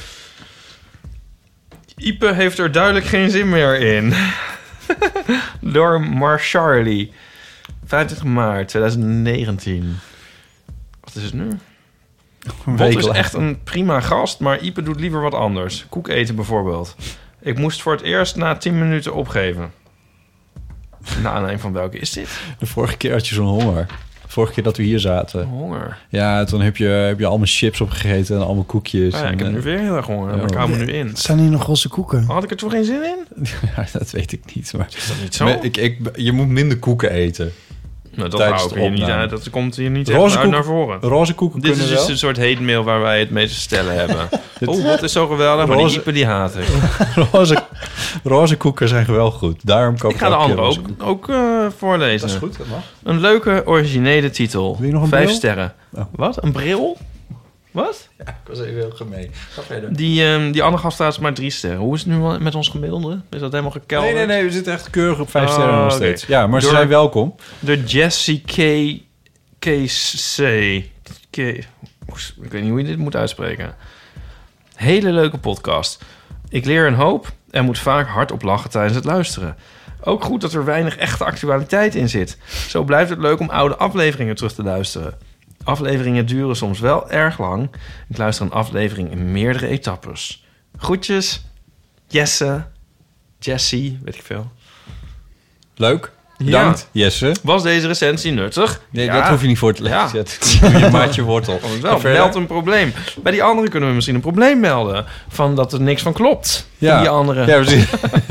[SPEAKER 6] Ipe heeft er duidelijk geen zin meer in. Door Marcharlie. vijfentwintig maart tweeduizend negentien. Wat is het nu? Bot is echt een prima gast, maar Ipe doet liever wat anders. Koek eten bijvoorbeeld. Ik moest voor het eerst na tien minuten opgeven. Na een van welke is dit?
[SPEAKER 5] De vorige keer had je zo'n honger. Vorige keer dat we hier zaten.
[SPEAKER 6] Honger.
[SPEAKER 5] Ja, toen heb je, heb je allemaal chips opgegeten en allemaal koekjes.
[SPEAKER 6] Ah, ja, ik
[SPEAKER 5] en,
[SPEAKER 6] heb nu weer heel erg honger, maar ik hou me nu in.
[SPEAKER 7] Staan hier nog roze koeken?
[SPEAKER 6] Had ik er toch geen zin in?
[SPEAKER 5] Ja, dat weet ik niet. Maar
[SPEAKER 6] is dat niet zo?
[SPEAKER 5] Maar ik, ik, je moet minder koeken eten.
[SPEAKER 6] Nou, dat hou ik hier niet uit. Dat komt hier niet
[SPEAKER 5] roze
[SPEAKER 6] echt uit
[SPEAKER 5] koek,
[SPEAKER 6] naar voren.
[SPEAKER 5] Roze koeken
[SPEAKER 6] Dit is dus
[SPEAKER 5] wel.
[SPEAKER 6] een soort hate mail waar wij het meeste stellen hebben. Oh, dat is zo geweldig, maar die Ipe die haat ik.
[SPEAKER 5] roze, roze koeken zijn wel goed. Daarom koop ik
[SPEAKER 6] Ik ga de andere ook, ook uh, voorlezen.
[SPEAKER 5] Dat is goed, dat mag.
[SPEAKER 6] Een leuke, originele titel.
[SPEAKER 5] Wil je nog een
[SPEAKER 6] Vijf
[SPEAKER 5] bril?
[SPEAKER 6] sterren.
[SPEAKER 5] Oh.
[SPEAKER 6] Wat? Een bril? Wat?
[SPEAKER 5] Ja, ik was even heel gemeen. Ga verder.
[SPEAKER 6] Die, um, die andere gast staat maar drie sterren. Hoe is het nu met ons gemiddelde? Is dat helemaal gekelderd?
[SPEAKER 5] Nee, nee, nee. We zitten echt keurig op vijf
[SPEAKER 6] oh,
[SPEAKER 5] sterren nog
[SPEAKER 6] okay.
[SPEAKER 5] steeds. Ja, maar
[SPEAKER 6] Door,
[SPEAKER 5] ze zijn welkom.
[SPEAKER 6] Door Jessie K. K C. K. Ik weet niet hoe je dit moet uitspreken. Hele leuke podcast. Ik leer een hoop en moet vaak hardop lachen tijdens het luisteren. Ook goed dat er weinig echte actualiteit in zit. Zo blijft het leuk om oude afleveringen terug te luisteren. Afleveringen duren soms wel erg lang. Ik luister een aflevering in meerdere etappes. Groetjes, Jesse, Jessie, weet ik veel.
[SPEAKER 5] Leuk. Bedankt, Jesse.
[SPEAKER 6] Was deze recensie nuttig?
[SPEAKER 5] Nee,
[SPEAKER 6] Ja.
[SPEAKER 5] dat hoef je niet voor te lezen.
[SPEAKER 6] Ja.
[SPEAKER 5] Dat doe je maatje wortel.
[SPEAKER 6] Oh, wel, meld een probleem. Bij die andere kunnen we misschien een probleem melden. Van dat er niks van klopt.
[SPEAKER 5] Ja.
[SPEAKER 6] Die andere.
[SPEAKER 5] Ja, precies.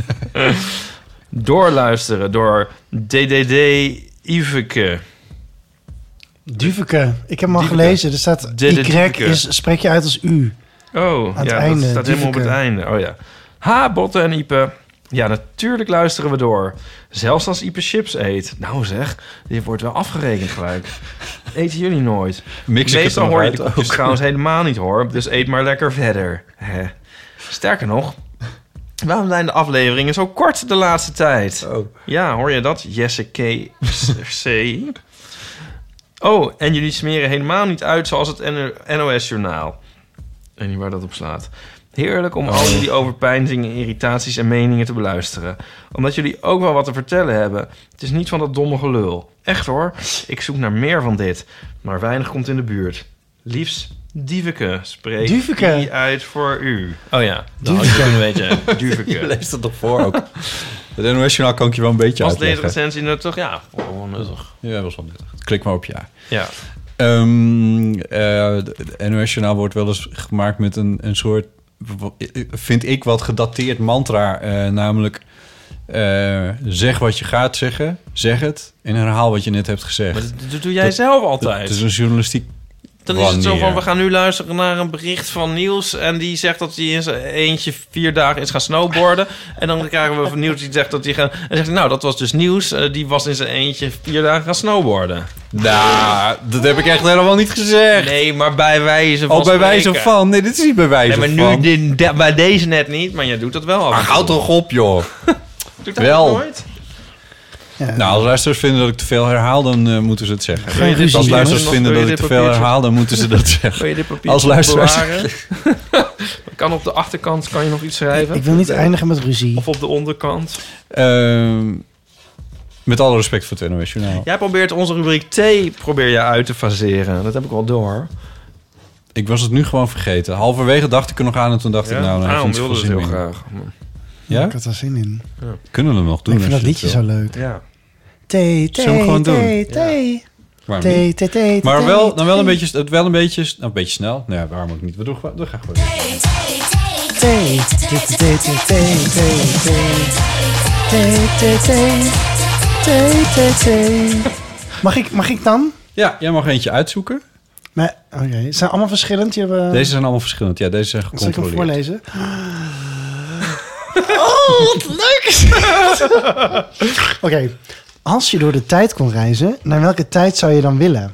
[SPEAKER 6] Doorluisteren door D D D Iveke.
[SPEAKER 7] Duveke. Ik heb hem al
[SPEAKER 6] Duveke.
[SPEAKER 7] gelezen. Er staat
[SPEAKER 6] De- de
[SPEAKER 7] Y
[SPEAKER 6] Duveke.
[SPEAKER 7] is, spreek je uit als U.
[SPEAKER 6] Oh,
[SPEAKER 7] Aan het
[SPEAKER 6] ja,
[SPEAKER 7] einde,
[SPEAKER 6] dat staat helemaal op het
[SPEAKER 7] Duveke.
[SPEAKER 6] einde. Oh ja. Ha, Botte en Ipe. Ja, natuurlijk luisteren we door. Zelfs als Ipe chips eet. Nou zeg, dit wordt wel afgerekend gelijk. Eten jullie nooit?
[SPEAKER 5] Mix ik het
[SPEAKER 6] Meestal
[SPEAKER 5] er nog
[SPEAKER 6] hoor je
[SPEAKER 5] uit
[SPEAKER 6] de koekjes
[SPEAKER 5] ook.
[SPEAKER 6] trouwens helemaal niet hoor. Dus eet maar lekker verder. Hè. Sterker nog, waarom zijn de afleveringen zo kort de laatste tijd?
[SPEAKER 5] Oh.
[SPEAKER 6] Ja, hoor je dat? Jesse K. C. Oh, en jullie smeren helemaal niet uit zoals het N O S-journaal. Ik weet niet waar dat op slaat. Heerlijk om al jullie overpeinzingen, irritaties en meningen te beluisteren. Omdat jullie ook wel wat te vertellen hebben. Het is niet van dat domme gelul. Echt hoor, ik zoek naar meer van dit. Maar weinig komt in de buurt. Liefst Dieveke, spreek
[SPEAKER 7] Duveke.
[SPEAKER 6] die uit voor u. Oh ja, dat had je kunnen weten. Duveke.
[SPEAKER 5] Je leest het nog voor ook. Het N O S-journaal kan ik je wel een beetje
[SPEAKER 6] Was deze
[SPEAKER 5] uitleggen.
[SPEAKER 6] recensie nuttig? Ja, gewoon nuttig.
[SPEAKER 5] Ja, dat was wel nuttig. Klik maar op ja.
[SPEAKER 6] Ja.
[SPEAKER 5] Um, uh, de N O S-journaal wordt wel eens gemaakt met een, een soort, vind ik, wat gedateerd mantra. Uh, namelijk, uh, zeg wat je gaat zeggen, zeg het en herhaal wat je net hebt gezegd.
[SPEAKER 6] Maar dat, dat doe jij
[SPEAKER 5] Dat-
[SPEAKER 6] zelf altijd.
[SPEAKER 5] Het is een journalistiek
[SPEAKER 6] Dan is het zo
[SPEAKER 5] wanneer.
[SPEAKER 6] van, we gaan nu luisteren naar een bericht van Niels... en die zegt dat hij in zijn eentje vier dagen is gaan snowboarden. En dan krijgen we van Niels die zegt dat hij gaan... En zegt hij, nou, dat was dus Niels. Uh, die was in zijn eentje vier dagen gaan snowboarden.
[SPEAKER 5] Nou, dat heb ik echt helemaal niet gezegd.
[SPEAKER 6] Nee, maar bij wijze van
[SPEAKER 5] Oh, bij wijze
[SPEAKER 6] spreken.
[SPEAKER 5] van? Nee, dit is niet bij wijze
[SPEAKER 6] Nee, maar
[SPEAKER 5] van.
[SPEAKER 6] nu, dit- de- bij deze net niet, maar jij doet dat wel af.
[SPEAKER 5] Maar houd toch op, joh.
[SPEAKER 6] Doet dat
[SPEAKER 5] wel.
[SPEAKER 6] nooit?
[SPEAKER 7] Ja.
[SPEAKER 5] Nou, als luisteraars vinden dat ik te veel herhaal, dan uh, moeten ze het zeggen.
[SPEAKER 7] Geen ruzie,
[SPEAKER 5] Als
[SPEAKER 7] jongens.
[SPEAKER 5] luisteraars
[SPEAKER 6] Nog-
[SPEAKER 5] vinden
[SPEAKER 6] wil
[SPEAKER 5] dat
[SPEAKER 6] je
[SPEAKER 5] ik te
[SPEAKER 6] dit
[SPEAKER 5] veel
[SPEAKER 6] papiertje?
[SPEAKER 5] herhaal, dan moeten ze dat zeggen.
[SPEAKER 6] Wil je dit papiertje
[SPEAKER 5] Als luisteraars...
[SPEAKER 6] bewaren? Kan op de achterkant kan je nog iets schrijven?
[SPEAKER 7] Ik wil niet eindigen met ruzie.
[SPEAKER 6] Of op de onderkant?
[SPEAKER 5] Ehm, met alle respect voor het N O S-journaal.
[SPEAKER 6] Jij probeert onze rubriek T probeer je uit te faseren. Dat heb ik wel door.
[SPEAKER 5] Ik was het nu gewoon vergeten. Halverwege dacht ik er nog aan en toen dacht ik, nou, nou
[SPEAKER 6] Aaron
[SPEAKER 5] heeft
[SPEAKER 6] wilde
[SPEAKER 5] het
[SPEAKER 6] het heel
[SPEAKER 5] zin meer.
[SPEAKER 6] graag.
[SPEAKER 5] Ja?
[SPEAKER 7] Ik had er zin in.
[SPEAKER 5] Kunnen we hem nog doen?
[SPEAKER 7] Ik vind
[SPEAKER 5] als
[SPEAKER 7] dat
[SPEAKER 5] je
[SPEAKER 7] liedje
[SPEAKER 5] het
[SPEAKER 7] zo
[SPEAKER 5] wil?
[SPEAKER 7] leuk.
[SPEAKER 6] Ja.
[SPEAKER 7] T, T,
[SPEAKER 5] Zullen we hem gewoon
[SPEAKER 7] T,
[SPEAKER 5] doen?
[SPEAKER 7] T,
[SPEAKER 5] Waarom
[SPEAKER 7] T,
[SPEAKER 5] niet?
[SPEAKER 7] T, T, T,
[SPEAKER 5] Maar
[SPEAKER 7] T,
[SPEAKER 5] wel, dan wel een
[SPEAKER 7] T.
[SPEAKER 5] beetje, het wel een beetje, nou, een beetje snel. Nou ja, waarom ook niet? We doen gewoon, we gaan gewoon.
[SPEAKER 7] T, T, T, T, T, T, T, T, T, T, T, T. Mag ik, mag ik dan?
[SPEAKER 5] Ja, jij mag eentje uitzoeken.
[SPEAKER 7] Maar, oké, ze zijn allemaal verschillend. Je hebben...
[SPEAKER 5] Deze zijn allemaal verschillend. Ja, deze zijn
[SPEAKER 7] Zal ik hem
[SPEAKER 5] gecontroleerd.
[SPEAKER 7] voorlezen? Oh, wat leuk is het! Oké, als je door de tijd kon reizen, naar welke tijd zou je dan willen?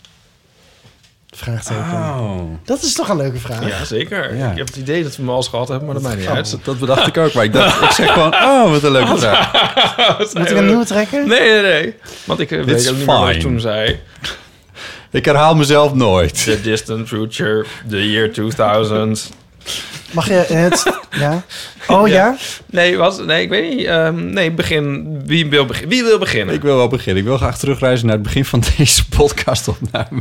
[SPEAKER 7] Vraagteken.
[SPEAKER 5] Oh.
[SPEAKER 7] Dat is toch een leuke vraag?
[SPEAKER 6] Ja, zeker.
[SPEAKER 5] Ja.
[SPEAKER 6] Ik heb het idee dat we hem al eens gehad hebben, maar dat maakt niet uit.
[SPEAKER 5] Dat, dat bedacht ik ook, maar ik, dacht, ik zeg gewoon, oh, wat een leuke vraag.
[SPEAKER 7] Moet ik een nieuwe trekken?
[SPEAKER 6] Nee, nee, nee. Want ik eh, weet
[SPEAKER 5] It's
[SPEAKER 6] ook niet meer wat ik
[SPEAKER 5] fine.
[SPEAKER 6] toen zei.
[SPEAKER 5] Ik herhaal mezelf nooit.
[SPEAKER 6] The distant future, the year tweeduizend.
[SPEAKER 7] Mag je het... Ja? Oh ja?
[SPEAKER 6] Nee, was, nee, ik weet niet. Um, nee, begin. Wie wil, begin, wie wil beginnen?
[SPEAKER 5] Ik wil wel beginnen. Ik wil graag terugreizen naar het begin van deze podcastopname.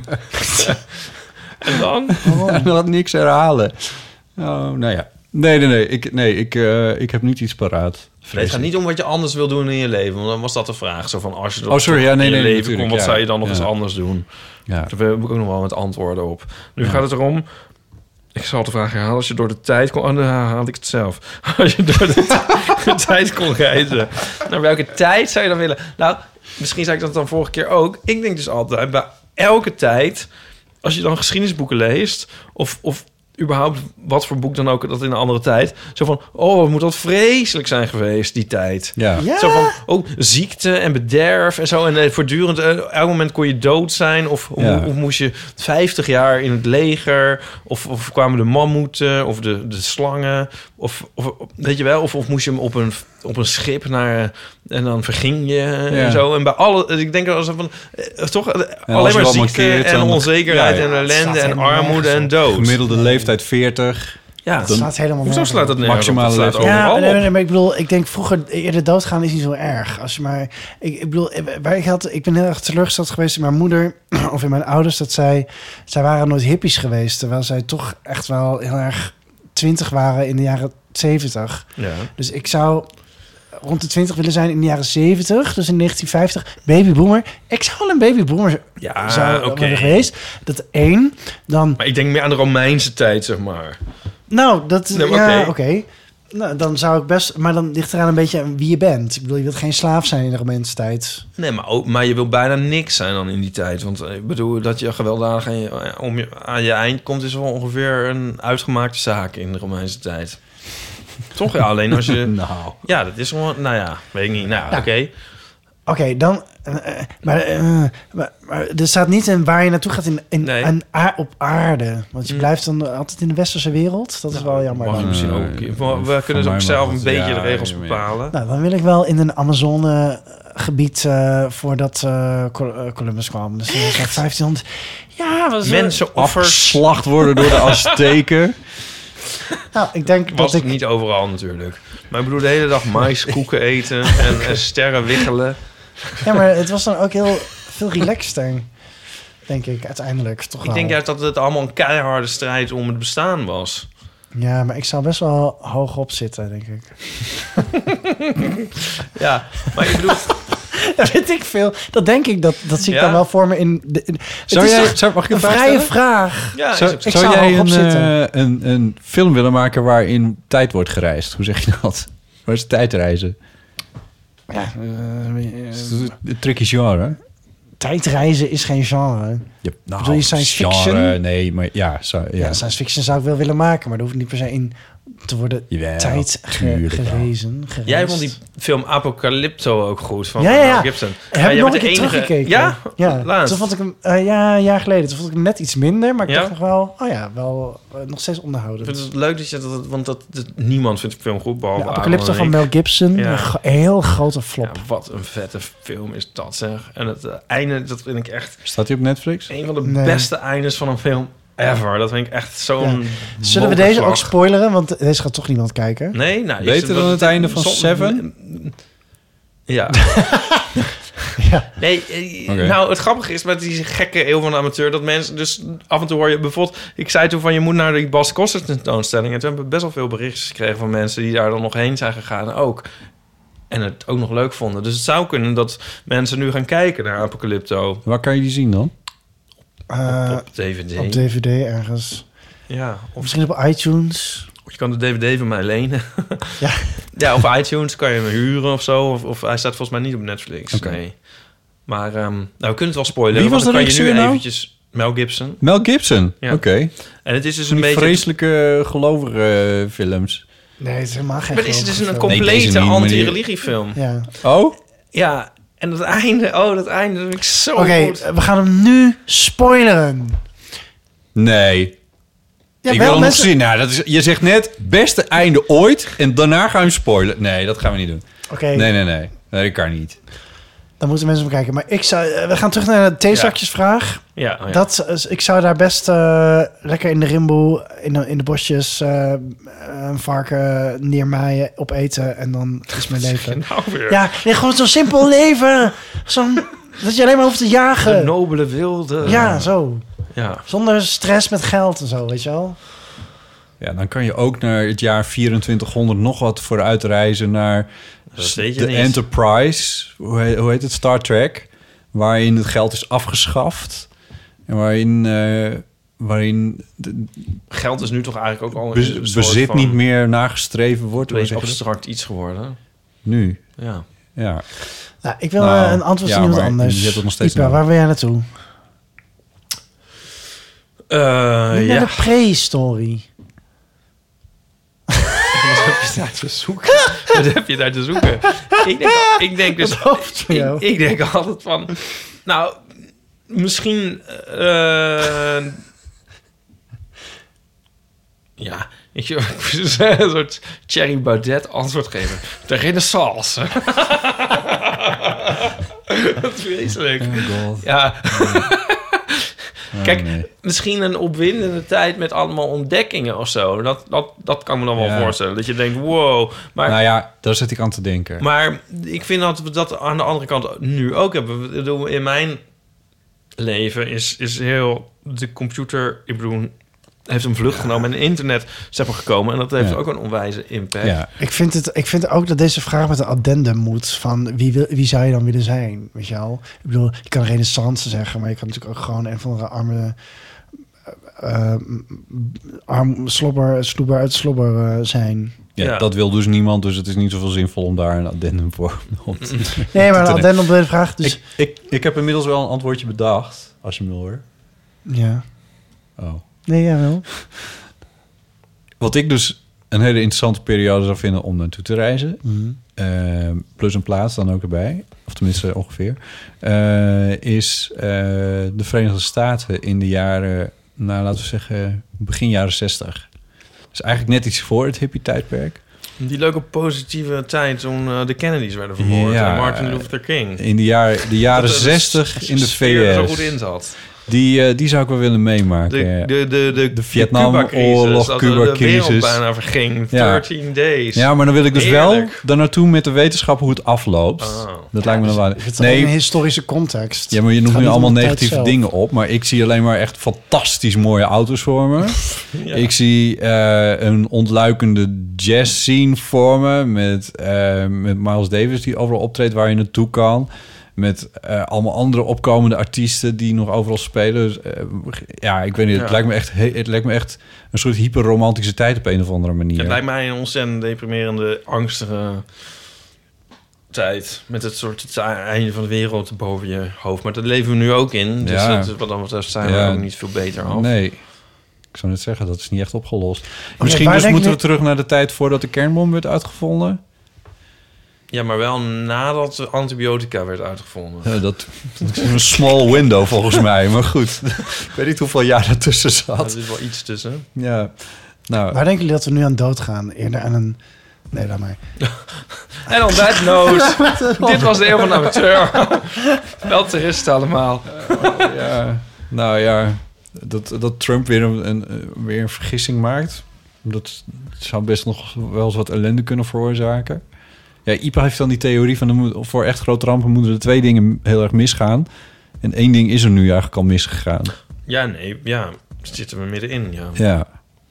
[SPEAKER 6] En dan?
[SPEAKER 5] En dan niks herhalen. Oh, nou ja. Nee, nee, nee. Ik, nee, ik, uh, ik heb niet iets paraat.
[SPEAKER 6] Nee, het gaat niet om wat je anders wil doen in je leven. Want dan was dat de vraag. Zo van, als je dat
[SPEAKER 5] Oh, sorry, ja, nee,
[SPEAKER 6] in je
[SPEAKER 5] nee,
[SPEAKER 6] leven kon, wat
[SPEAKER 5] ja.
[SPEAKER 6] zou je dan nog
[SPEAKER 5] Ja.
[SPEAKER 6] eens anders doen?
[SPEAKER 5] Ja.
[SPEAKER 6] Daar heb ik ook nog wel met antwoorden op. Nu
[SPEAKER 5] Ja.
[SPEAKER 6] gaat het erom... Ik zal de vraag herhalen. Als je door de tijd kon... Oh, dan haal ik het zelf. Als je door de, t- de tijd kon reizen. Naar welke tijd zou je dan willen? Nou, misschien zei ik dat dan vorige keer ook. Ik denk dus altijd bij elke tijd... Als je dan geschiedenisboeken leest... Of, of überhaupt wat voor boek dan ook... dat in een andere tijd... Zo van... Oh, wat moet dat vreselijk zijn geweest, die tijd.
[SPEAKER 5] Ja.
[SPEAKER 7] Ja.
[SPEAKER 6] Zo van... Oh, ziekte en bederf en zo. En eh, voortdurend... eh, elk moment kon je dood zijn. Of,
[SPEAKER 5] Ja.
[SPEAKER 6] of, of moest je vijftig jaar in het leger... Of, of kwamen de mammoeten... Of de, de slangen... Of, of weet je wel... Of, of moest je hem op een, op een schip naar... En dan verging je
[SPEAKER 5] Ja.
[SPEAKER 6] en zo. En bij alle... Ik denk dat van... eh, toch eh,
[SPEAKER 5] als
[SPEAKER 6] alleen
[SPEAKER 5] je
[SPEAKER 6] maar
[SPEAKER 5] wel
[SPEAKER 6] ziekte
[SPEAKER 5] mankeert,
[SPEAKER 6] en
[SPEAKER 5] dan-
[SPEAKER 6] onzekerheid
[SPEAKER 5] Ja, ja.
[SPEAKER 6] en
[SPEAKER 7] Het slaat
[SPEAKER 6] ellende en
[SPEAKER 7] helemaal
[SPEAKER 6] armoede
[SPEAKER 7] nergens
[SPEAKER 6] en
[SPEAKER 7] op.
[SPEAKER 6] dood.
[SPEAKER 5] Gemiddelde leeftijd veertig.
[SPEAKER 6] Ja,
[SPEAKER 7] Het slaat helemaal
[SPEAKER 6] hoezo
[SPEAKER 7] nergens
[SPEAKER 6] slaat
[SPEAKER 7] op.
[SPEAKER 6] dat nergens op?
[SPEAKER 5] Maximale
[SPEAKER 6] Dat slaat
[SPEAKER 5] leeftijd.
[SPEAKER 6] overal
[SPEAKER 7] Ja, nee,
[SPEAKER 6] op.
[SPEAKER 7] nee, maar ik bedoel, ik denk vroeger eerder doodgaan is niet zo erg. Als je maar, ik, ik bedoel, waar ik had, ik ben heel erg teleurgesteld geweest in mijn moeder of in mijn ouders dat zij, zij waren nooit hippies geweest, terwijl zij toch echt wel heel erg twintig waren in de jaren zeventig.
[SPEAKER 6] Ja.
[SPEAKER 7] Dus ik zou rond de twintig willen zijn in de jaren zeventig. Dus in negentien vijftig. Babyboomer. Ik zou wel een babyboomer
[SPEAKER 6] Ja,
[SPEAKER 7] zou
[SPEAKER 6] oké.
[SPEAKER 7] worden geweest. Dat één. Dan...
[SPEAKER 6] Maar ik denk meer aan de Romeinse tijd, zeg maar.
[SPEAKER 7] Nou, dat...
[SPEAKER 6] Nee, maar
[SPEAKER 7] ja, oké.
[SPEAKER 6] oké.
[SPEAKER 7] Okay. Nou, dan zou ik best... Maar dan ligt eraan een beetje aan wie je bent. Ik bedoel, je wilt geen slaaf zijn in de Romeinse tijd.
[SPEAKER 6] Nee, maar, ook, maar je wil bijna niks zijn dan in die tijd. Want eh, ik bedoel, dat je gewelddadig aan je, om je, aan je eind komt... is wel ongeveer een uitgemaakte zaak in de Romeinse tijd. Toch? Ja, alleen als je...
[SPEAKER 5] nou.
[SPEAKER 6] Ja, dat is gewoon... Nou ja, weet ik niet. Nou,
[SPEAKER 7] Ja.
[SPEAKER 6] oké.
[SPEAKER 7] Oké, okay, dan... Uh, maar, uh, maar, maar er staat niet in waar je naartoe gaat in, in,
[SPEAKER 6] Nee.
[SPEAKER 7] aan a- op aarde. Want je
[SPEAKER 6] Mm.
[SPEAKER 7] blijft dan altijd in de westerse wereld. Dat is wel jammer.
[SPEAKER 6] Mag je
[SPEAKER 7] dan.
[SPEAKER 6] misschien ook... We, we kunnen ook zelf een beetje de regels bepalen.
[SPEAKER 7] Nou, dan wil ik wel in een Amazone-gebied uh, voordat uh, Col- uh, Columbus kwam. Dus uh, zo'n vijftienhonderd... Ja, was
[SPEAKER 6] Mensenoffers.
[SPEAKER 5] Afgeslacht worden door de Azteken.
[SPEAKER 7] Nou, ik denk
[SPEAKER 6] Was
[SPEAKER 7] dat ik...
[SPEAKER 6] niet overal natuurlijk. Maar ik bedoel, de hele dag maiskoeken eten en, en sterren wiggelen.
[SPEAKER 7] Ja, maar het was dan ook heel veel relaxter, denk ik, uiteindelijk. Toch
[SPEAKER 6] Ik
[SPEAKER 7] wel.
[SPEAKER 6] denk juist dat het allemaal een keiharde strijd om het bestaan was.
[SPEAKER 7] Ja, maar ik zou best wel hoog op zitten, denk ik.
[SPEAKER 6] Ja, maar ik bedoel...
[SPEAKER 7] Dat weet ik veel. Dat denk ik, dat, dat zie ik
[SPEAKER 6] Ja?
[SPEAKER 7] dan wel voor me in... De, in
[SPEAKER 5] Zou
[SPEAKER 7] het is
[SPEAKER 5] jij-
[SPEAKER 7] toch
[SPEAKER 5] zou- mag ik een
[SPEAKER 7] een
[SPEAKER 5] vraag
[SPEAKER 7] vrije
[SPEAKER 5] stellen?
[SPEAKER 7] vraag.
[SPEAKER 6] Ja,
[SPEAKER 5] Zou,
[SPEAKER 6] ik
[SPEAKER 7] ik
[SPEAKER 5] zou
[SPEAKER 7] zou
[SPEAKER 5] jij
[SPEAKER 7] hoog op
[SPEAKER 5] een,
[SPEAKER 7] zitten.
[SPEAKER 5] eh, een, een film willen maken waarin tijd wordt gereisd? Hoe zeg je dat? Waar is tijdreizen?
[SPEAKER 7] Ja, uh,
[SPEAKER 5] Een tricky genre.
[SPEAKER 7] tijdreizen is geen genre.
[SPEAKER 5] Ja, nou,
[SPEAKER 7] Bedoel je science
[SPEAKER 5] genre,
[SPEAKER 7] fiction?
[SPEAKER 5] nee, maar ja, zo, ja.
[SPEAKER 7] Ja, science fiction zou ik wel willen maken, maar er hoeft niet per se in te worden
[SPEAKER 5] Jawel,
[SPEAKER 7] tijd ge-
[SPEAKER 5] tuurlijk wel.
[SPEAKER 7] gerezen. gereisd.
[SPEAKER 6] Jij vond die film Apocalypto ook goed van
[SPEAKER 7] Ja, ja, ja.
[SPEAKER 6] Mel Gibson.
[SPEAKER 7] Heb
[SPEAKER 6] Ja,
[SPEAKER 7] ik
[SPEAKER 6] jij
[SPEAKER 7] nog een
[SPEAKER 6] bent
[SPEAKER 7] keer
[SPEAKER 6] de enige-
[SPEAKER 7] teruggekeken.
[SPEAKER 6] Ja?
[SPEAKER 7] ja.
[SPEAKER 6] Laatst.
[SPEAKER 7] Toen vond ik hem, uh, ja, een jaar geleden. Toen vond ik hem net iets minder, maar ik
[SPEAKER 6] Ja?
[SPEAKER 7] dacht nog wel, oh ja, wel uh, nog steeds
[SPEAKER 6] Ik
[SPEAKER 7] onderhoudend.
[SPEAKER 6] vind het leuk dat je dat... Want dat, dat- niemand vindt de film goed, behalve
[SPEAKER 7] Ja,
[SPEAKER 6] Aaron
[SPEAKER 7] Apocalypto
[SPEAKER 6] en
[SPEAKER 7] van
[SPEAKER 6] ik.
[SPEAKER 7] Mel Gibson,
[SPEAKER 6] Ja.
[SPEAKER 7] een go- heel grote flop.
[SPEAKER 6] Ja, wat een vette film is dat, zeg. En het uh, einde, dat vind ik echt...
[SPEAKER 5] Staat hij op Netflix?
[SPEAKER 6] Een van de
[SPEAKER 7] Nee.
[SPEAKER 6] beste eindes van een film ever. Dat vind ik echt zo'n...
[SPEAKER 7] Ja. Zullen we deze ook
[SPEAKER 6] mokerslag.
[SPEAKER 7] spoileren? Want deze gaat toch niemand kijken.
[SPEAKER 6] Nee, nou... ik-
[SPEAKER 5] Beter dan het einde van
[SPEAKER 6] som-
[SPEAKER 5] Seven?
[SPEAKER 6] Ja.
[SPEAKER 7] Ja.
[SPEAKER 6] Nee, eh,
[SPEAKER 5] Oké.
[SPEAKER 6] nou, het grappige is met die gekke eeuw van de amateur... dat mensen dus af en toe hoor je bijvoorbeeld... Ik zei toen van, je moet naar die Bas Koster tentoonstelling... en toen hebben we best wel veel berichtjes gekregen van mensen... die daar dan nog heen zijn gegaan ook. En het ook nog leuk vonden. Dus het zou kunnen dat mensen nu gaan kijken naar Apocalypto.
[SPEAKER 5] Waar kan je die zien dan?
[SPEAKER 7] Uh,
[SPEAKER 6] Op D V D.
[SPEAKER 7] op D V D ergens.
[SPEAKER 6] Ja, of
[SPEAKER 7] Misschien op iTunes.
[SPEAKER 6] je kan de D V D van mij lenen.
[SPEAKER 7] Ja.
[SPEAKER 6] Ja, of iTunes kan je hem huren of zo. Of, of hij staat volgens mij niet op Netflix.
[SPEAKER 5] Oké.
[SPEAKER 6] Nee. Maar ehm, nou, we kunnen het wel spoilen.
[SPEAKER 5] Wie was
[SPEAKER 6] want
[SPEAKER 5] de
[SPEAKER 6] dan kan je nu
[SPEAKER 5] regisseur nou?
[SPEAKER 6] eventjes... Mel Gibson.
[SPEAKER 5] Mel Gibson?
[SPEAKER 6] Ja.
[SPEAKER 5] Oké.
[SPEAKER 6] En het is dus
[SPEAKER 5] Van
[SPEAKER 6] een
[SPEAKER 5] die
[SPEAKER 6] beetje...
[SPEAKER 5] vreselijke gelovige uh, films.
[SPEAKER 7] Nee, het is helemaal geen
[SPEAKER 6] Maar het is dus een
[SPEAKER 7] gelovige
[SPEAKER 5] Nee,
[SPEAKER 6] complete
[SPEAKER 5] deze niet, maar die-
[SPEAKER 6] anti-religiefilm.
[SPEAKER 7] film. Ja.
[SPEAKER 5] Oh?
[SPEAKER 6] Ja, en dat einde... Oh, dat einde vind ik zo
[SPEAKER 7] Oké,
[SPEAKER 6] goed.
[SPEAKER 7] we gaan hem nu spoileren.
[SPEAKER 5] Nee.
[SPEAKER 7] Ja,
[SPEAKER 5] ik
[SPEAKER 7] wel,
[SPEAKER 5] wil hem nog
[SPEAKER 7] mensen-
[SPEAKER 5] zien. Nou, dat is, je zegt net, beste einde ooit. En daarna gaan we hem spoilen. Nee, dat gaan we niet doen.
[SPEAKER 7] Oké,
[SPEAKER 5] Nee, nee, nee. Nee, dat kan niet.
[SPEAKER 7] dan moeten mensen bekijken. Maar ik zou, eh, we gaan terug naar de theezakjesvraag.
[SPEAKER 6] Ja, oh ja.
[SPEAKER 7] Dat, is- ik zou daar best eh, lekker in de rimboe, in de, in de bosjes, eh, een varken neermaaien, opeten en dan is mijn leven.
[SPEAKER 6] Nou weer.
[SPEAKER 7] Ja, nee, gewoon zo'n simpel leven. Zo'n, dat je alleen maar hoeft te
[SPEAKER 6] De
[SPEAKER 7] jagen.
[SPEAKER 6] nobele wilde.
[SPEAKER 7] Ja, zo.
[SPEAKER 6] Ja.
[SPEAKER 7] Zonder stress met geld en zo, weet je wel.
[SPEAKER 5] Ja, dan kan je ook naar het jaar vierentwintighonderd nog wat vooruit reizen naar
[SPEAKER 6] Dat weet je
[SPEAKER 5] de
[SPEAKER 6] niet.
[SPEAKER 5] Enterprise. Hoe heet, hoe heet het? Star Trek. Waarin het geld is afgeschaft. En waarin... eh, waarin de
[SPEAKER 6] Geld is nu toch eigenlijk ook al...
[SPEAKER 5] bez-
[SPEAKER 6] een soort
[SPEAKER 5] bezit
[SPEAKER 6] van
[SPEAKER 5] niet meer nagestreven wordt.
[SPEAKER 6] een
[SPEAKER 5] Hoe
[SPEAKER 6] beetje
[SPEAKER 5] zeg je dat?
[SPEAKER 6] abstract iets geworden.
[SPEAKER 5] Nu.
[SPEAKER 6] Ja.
[SPEAKER 5] Ja.
[SPEAKER 7] Nou, ik wil
[SPEAKER 5] Nou,
[SPEAKER 7] eh, een antwoord
[SPEAKER 5] ja,
[SPEAKER 7] van iemand
[SPEAKER 5] maar
[SPEAKER 7] anders.
[SPEAKER 5] je hebt het nog steeds
[SPEAKER 7] Ipa,
[SPEAKER 5] nodig.
[SPEAKER 7] waar wil jij naartoe?
[SPEAKER 6] Uh,
[SPEAKER 7] Niet
[SPEAKER 6] ja.
[SPEAKER 7] naar de prehistorie.
[SPEAKER 6] Wat heb je daar te zoeken? Wat heb je daar te zoeken? Ik denk, ik denk dus...
[SPEAKER 7] hoofd van
[SPEAKER 6] ik,
[SPEAKER 7] jou.
[SPEAKER 6] ik denk altijd van... Nou, misschien... eh, ja, ik wil een soort Thierry Baudet antwoord geven. De renaissance. Wat vreselijk.
[SPEAKER 5] Oh god.
[SPEAKER 6] Ja. Kijk,
[SPEAKER 5] nee.
[SPEAKER 6] misschien een opwindende tijd met allemaal ontdekkingen of zo. Dat, dat, dat kan me dan wel
[SPEAKER 5] Ja.
[SPEAKER 6] voorstellen. Dat je denkt, wow. Maar,
[SPEAKER 5] Nou ja, daar zit ik aan te denken.
[SPEAKER 6] maar ik vind dat we dat aan de andere kant nu ook hebben. Ik bedoel, in mijn leven is, is heel de computer... Ik bedoel, heeft een vlucht genomen en internet is hebben gekomen. En dat heeft
[SPEAKER 5] Ja.
[SPEAKER 6] ook een onwijze impact.
[SPEAKER 5] Ja.
[SPEAKER 7] Ik vind, het, ik vind ook dat deze vraag met een addendum moet. Van wie, wil, wie zou je dan willen zijn? Weet je wel? Ik bedoel, je kan renaissance zeggen, maar je kan natuurlijk ook gewoon een van de arme... Uh, arm slobber, sloeber uit slobber uh, zijn.
[SPEAKER 5] Ja,
[SPEAKER 6] Ja.
[SPEAKER 5] dat wil dus niemand, dus het is niet zoveel zinvol om daar een addendum voor op te
[SPEAKER 7] Nee, maar een addendum bij de vraag. Dus...
[SPEAKER 5] Ik, ik, ik heb inmiddels wel een antwoordje bedacht, als je hem wil horen.
[SPEAKER 7] Ja.
[SPEAKER 5] Oh.
[SPEAKER 7] Nee, ja wel.
[SPEAKER 5] Wat ik dus een hele interessante periode zou vinden om naartoe te reizen.
[SPEAKER 7] Mm-hmm.
[SPEAKER 5] Uh, plus een plaats dan ook erbij. Of tenminste ongeveer. Uh, is uh, de Verenigde Staten in de jaren... Nou, laten we zeggen begin jaren zestig. Dus eigenlijk net iets voor het hippie-tijdperk.
[SPEAKER 6] Die leuke positieve tijd toen uh, de Kennedys werden vermoord.
[SPEAKER 5] Ja,
[SPEAKER 6] en Martin Luther King.
[SPEAKER 5] In de, jaar, de jaren zestig in de V S.
[SPEAKER 6] Er zo goed in zat.
[SPEAKER 5] Die, uh, die zou ik wel willen meemaken.
[SPEAKER 6] De, de, de, de,
[SPEAKER 5] de Vietnamoorlog,
[SPEAKER 6] de
[SPEAKER 5] Cuba-crisis.
[SPEAKER 6] De wereld bijna verging. dertien days.
[SPEAKER 5] Ja, maar dan wil ik dus
[SPEAKER 6] Heerlijk.
[SPEAKER 5] wel daar naartoe met de wetenschap hoe het afloopt.
[SPEAKER 6] Oh.
[SPEAKER 5] Dat
[SPEAKER 7] Ja,
[SPEAKER 5] lijkt me dan wel.
[SPEAKER 7] Het is nee, een historische context.
[SPEAKER 5] Ja, maar je
[SPEAKER 7] Het
[SPEAKER 5] noemt
[SPEAKER 7] gaat
[SPEAKER 5] nu
[SPEAKER 7] niet
[SPEAKER 5] allemaal
[SPEAKER 7] om de tijd
[SPEAKER 5] negatieve
[SPEAKER 7] zelf.
[SPEAKER 5] dingen op. Maar ik zie alleen maar echt fantastisch mooie auto's voor me.
[SPEAKER 6] Ja.
[SPEAKER 5] Ik zie uh, een ontluikende jazz scene voor me. Met, uh, met Miles Davis die overal optreedt waar je naartoe kan. Met uh, allemaal andere opkomende artiesten die nog overal spelen. Dus, uh, ja, ik weet niet. Het,
[SPEAKER 6] Ja.
[SPEAKER 5] lijkt me echt, he- het lijkt me echt een soort hyperromantische tijd op een of andere manier.
[SPEAKER 6] Het lijkt mij een ontzettend deprimerende, angstige tijd. Met het soort het einde van de wereld boven je hoofd. Maar dat leven we nu ook in. Dus
[SPEAKER 5] Ja.
[SPEAKER 6] dat, wat dan betreft zijn
[SPEAKER 5] Ja.
[SPEAKER 6] we ook niet veel beter af.
[SPEAKER 5] Nee. Ik zou net zeggen, dat is niet echt opgelost.
[SPEAKER 7] Oké,
[SPEAKER 5] Misschien
[SPEAKER 7] waar
[SPEAKER 5] dus
[SPEAKER 7] denk
[SPEAKER 5] moeten we
[SPEAKER 7] je-
[SPEAKER 5] terug naar de tijd voordat de kernbom werd uitgevonden.
[SPEAKER 6] Ja, maar wel nadat de antibiotica werd uitgevonden.
[SPEAKER 5] Ja, dat, dat is een small window volgens mij. Maar goed, ik weet niet hoeveel jaar daartussen zat.
[SPEAKER 6] Er zit wel iets tussen.
[SPEAKER 5] Ja, nou...
[SPEAKER 7] Waar denken jullie dat we nu aan dood gaan? Eerder aan een... Nee, laat maar.
[SPEAKER 6] En on that note, dit was de eeuw van de amateur. Wel te rust allemaal.
[SPEAKER 5] Ja, nou ja, dat, dat Trump weer een, een, weer een vergissing maakt. Dat zou best nog wel eens wat ellende kunnen veroorzaken. Ja, Ipa heeft dan die theorie van... De, mo- voor echt grote rampen moeten er twee dingen heel erg misgaan. En één ding is er nu eigenlijk al misgegaan.
[SPEAKER 6] Ja, nee, ja. Zitten we middenin, ja.
[SPEAKER 5] Ja.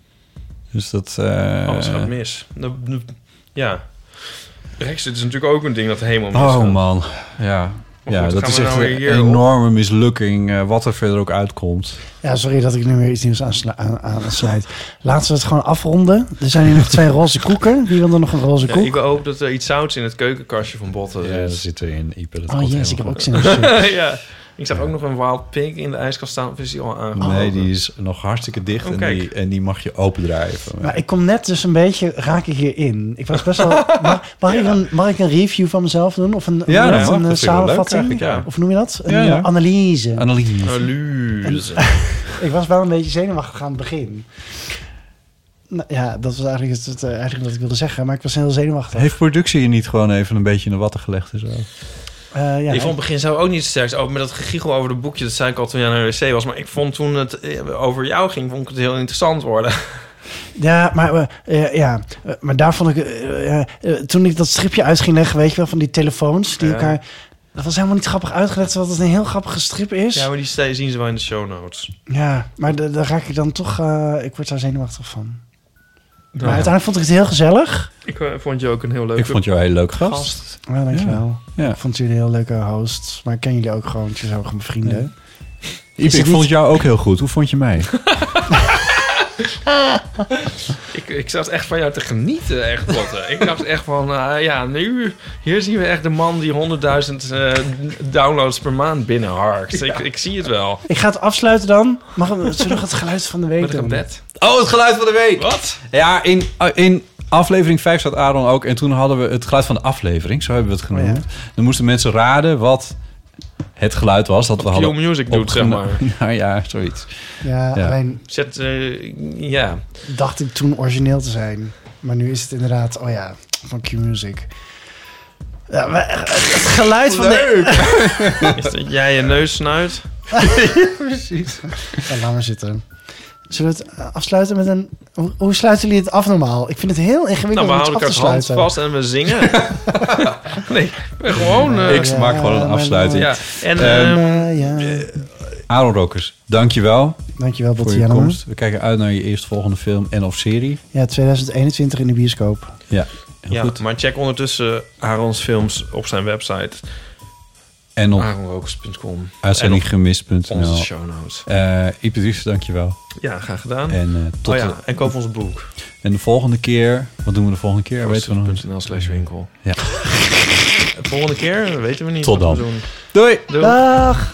[SPEAKER 5] Dus dat... uh,
[SPEAKER 6] Alles gaat mis. De- de- Ja. Brexit is natuurlijk ook een ding dat helemaal misgaat.
[SPEAKER 5] Oh man, ja.
[SPEAKER 6] Maar
[SPEAKER 5] Ja,
[SPEAKER 6] goed,
[SPEAKER 5] dat
[SPEAKER 6] gaan
[SPEAKER 5] is
[SPEAKER 6] we
[SPEAKER 5] echt
[SPEAKER 6] nou
[SPEAKER 5] een
[SPEAKER 6] weer hier op?
[SPEAKER 5] enorme mislukking, uh, wat er verder ook uitkomt.
[SPEAKER 7] Ja, sorry dat ik nu weer iets nieuws aanslu- aan, aansluit. Laten we het gewoon afronden. Er zijn hier nog twee roze koeken. Wie wil er nog een roze
[SPEAKER 6] Ja,
[SPEAKER 7] koek?
[SPEAKER 6] ik wil ook dat er iets zouts in het keukenkastje van Botten
[SPEAKER 5] Ja, dat
[SPEAKER 6] is.
[SPEAKER 5] zit erin, Ipe. Dat
[SPEAKER 7] Oh
[SPEAKER 5] komt
[SPEAKER 7] jezus, ik heb
[SPEAKER 5] helemaal
[SPEAKER 7] ook zin in shit.
[SPEAKER 6] Ja. Ik zag ook nog een wild pig in de ijskast staan. Of is die al aangekomen?
[SPEAKER 5] Nee, die is nog hartstikke dicht
[SPEAKER 6] Oh,
[SPEAKER 5] en,
[SPEAKER 6] kijk.
[SPEAKER 5] die, en die mag je opendraaien. Van mij.
[SPEAKER 7] Maar ik kom net dus een beetje, raak ik hierin. Ik was best wel... Mag, mag, ik, een, mag ik een review van mezelf doen? Of een,
[SPEAKER 5] Ja,
[SPEAKER 7] hoe noem je
[SPEAKER 5] dat
[SPEAKER 7] dat?
[SPEAKER 5] mag.
[SPEAKER 7] een
[SPEAKER 5] Dat vind ik wel leuk
[SPEAKER 7] samenvatting?
[SPEAKER 5] eigenlijk, ja.
[SPEAKER 7] Of noem je dat? Een
[SPEAKER 5] Ja, ja.
[SPEAKER 7] uh, analyse.
[SPEAKER 5] Analyse.
[SPEAKER 6] Analyse.
[SPEAKER 7] Ik was wel een beetje zenuwachtig aan het begin. Nou, ja, dat was eigenlijk het, het, uh, eigenlijk wat ik wilde zeggen. Maar ik was heel zenuwachtig.
[SPEAKER 5] Heeft productie je niet gewoon even een beetje in de watten gelegd en zo?
[SPEAKER 7] Uh, ja,
[SPEAKER 6] ik vond het begin zelf ook niet het sterkst. Ook met dat gegiegel over de boekje. Dat zei ik al toen jij naar de wc was. Maar ik vond toen het eh, over jou ging, vond ik het heel interessant worden.
[SPEAKER 7] Ja, maar, uh, uh, ja, uh, maar daar vond ik... Uh, uh, uh, toen ik dat stripje uit ging leggen, weet je wel, van die telefoons die
[SPEAKER 6] Ja.
[SPEAKER 7] elkaar... Dat was helemaal niet grappig uitgelegd, terwijl het een heel grappige strip is.
[SPEAKER 6] Ja, maar die ste- zien ze wel in de show notes.
[SPEAKER 7] Ja, maar da- daar raak ik dan toch... Uh, ik word daar zenuwachtig van.
[SPEAKER 6] Ja.
[SPEAKER 7] Maar uiteindelijk vond ik het heel gezellig.
[SPEAKER 6] Ik uh, vond je ook een heel leuke
[SPEAKER 5] Ik vond jou een heel leuk gast.
[SPEAKER 6] gast.
[SPEAKER 7] Ja, dankjewel.
[SPEAKER 5] Ja.
[SPEAKER 7] Ik vond jullie een heel leuke hosts. Maar ik ken jullie ook gewoon, je zou gewoon vrienden.
[SPEAKER 5] Ja.
[SPEAKER 7] Is
[SPEAKER 5] Ipe,
[SPEAKER 7] het
[SPEAKER 5] ik vond
[SPEAKER 7] niet-
[SPEAKER 5] jou ook heel goed. Hoe vond je mij?
[SPEAKER 6] Ik, ik zat echt van jou te genieten, echt, Botte. Ik dacht echt van, uh, ja, nu... Hier zien we echt de man die honderdduizend uh, downloads per maand binnenharkt.
[SPEAKER 7] Ja.
[SPEAKER 6] Ik, ik zie het wel.
[SPEAKER 7] Ik ga het afsluiten dan. Mag we zullen we nog het geluid van de week
[SPEAKER 6] Met een
[SPEAKER 7] doen?
[SPEAKER 6] gebed.
[SPEAKER 5] Oh, het geluid van de week!
[SPEAKER 6] Wat?
[SPEAKER 5] Ja, in, in aflevering vijf staat Aaron ook. En toen hadden we het geluid van de aflevering. Zo hebben we het genoemd.
[SPEAKER 7] Oh,
[SPEAKER 5] Dan moesten mensen raden wat het geluid was. Dat we
[SPEAKER 6] Wat
[SPEAKER 5] hadden
[SPEAKER 6] Q Music doet, zeg
[SPEAKER 5] opgeno-
[SPEAKER 6] maar.
[SPEAKER 5] Nou ja, zoiets.
[SPEAKER 7] Ja,
[SPEAKER 5] Ja.
[SPEAKER 7] alleen
[SPEAKER 6] Zet, uh, ja.
[SPEAKER 7] dacht ik toen origineel te zijn. Maar nu is het inderdaad, oh ja, van Q-Music. Ja, maar het geluid van de...
[SPEAKER 6] Is dat jij je neus snuit?
[SPEAKER 7] Precies. Ja, laat maar zitten. Zullen we het uh, afsluiten met een... Hoe, hoe sluiten jullie het af normaal? Ik vind het heel ingewikkeld
[SPEAKER 6] Nou, we
[SPEAKER 7] om het
[SPEAKER 6] houden
[SPEAKER 7] af te
[SPEAKER 6] elkaar hand
[SPEAKER 7] sluiten.
[SPEAKER 6] vast en we zingen. Nee, gewoon... uh,
[SPEAKER 5] Ik maak gewoon een afsluiting.
[SPEAKER 6] ja. En
[SPEAKER 7] Uh,
[SPEAKER 6] uh,
[SPEAKER 7] ja.
[SPEAKER 5] Aaron Rokers, dankjewel.
[SPEAKER 7] Dankjewel,
[SPEAKER 5] voor
[SPEAKER 7] Botte
[SPEAKER 5] je
[SPEAKER 7] Jellema.
[SPEAKER 5] komst. We kijken uit naar je eerstvolgende film en of serie.
[SPEAKER 7] Ja, twintig eenentwintig in de bioscoop.
[SPEAKER 5] Ja, heel
[SPEAKER 6] ja,
[SPEAKER 5] goed.
[SPEAKER 6] maar check ondertussen Aarons films op zijn website.
[SPEAKER 5] En op
[SPEAKER 6] aaronrokers punt com.
[SPEAKER 5] uitzendinggemist punt n l.
[SPEAKER 6] Onze show notes.
[SPEAKER 5] Uh, Ipe Dries, dankjewel.
[SPEAKER 6] Ja, graag gedaan.
[SPEAKER 5] En, uh, tot
[SPEAKER 6] oh ja,
[SPEAKER 5] de...
[SPEAKER 6] en koop ons boek.
[SPEAKER 5] En de volgende keer, wat doen we de volgende keer? Weten we nog niet.
[SPEAKER 6] .nl slash winkel.
[SPEAKER 5] Ja.
[SPEAKER 6] De volgende keer weten we niet.
[SPEAKER 5] Tot
[SPEAKER 6] wat
[SPEAKER 5] dan.
[SPEAKER 6] we doen.
[SPEAKER 5] Doei.
[SPEAKER 6] Doei.
[SPEAKER 7] Dag.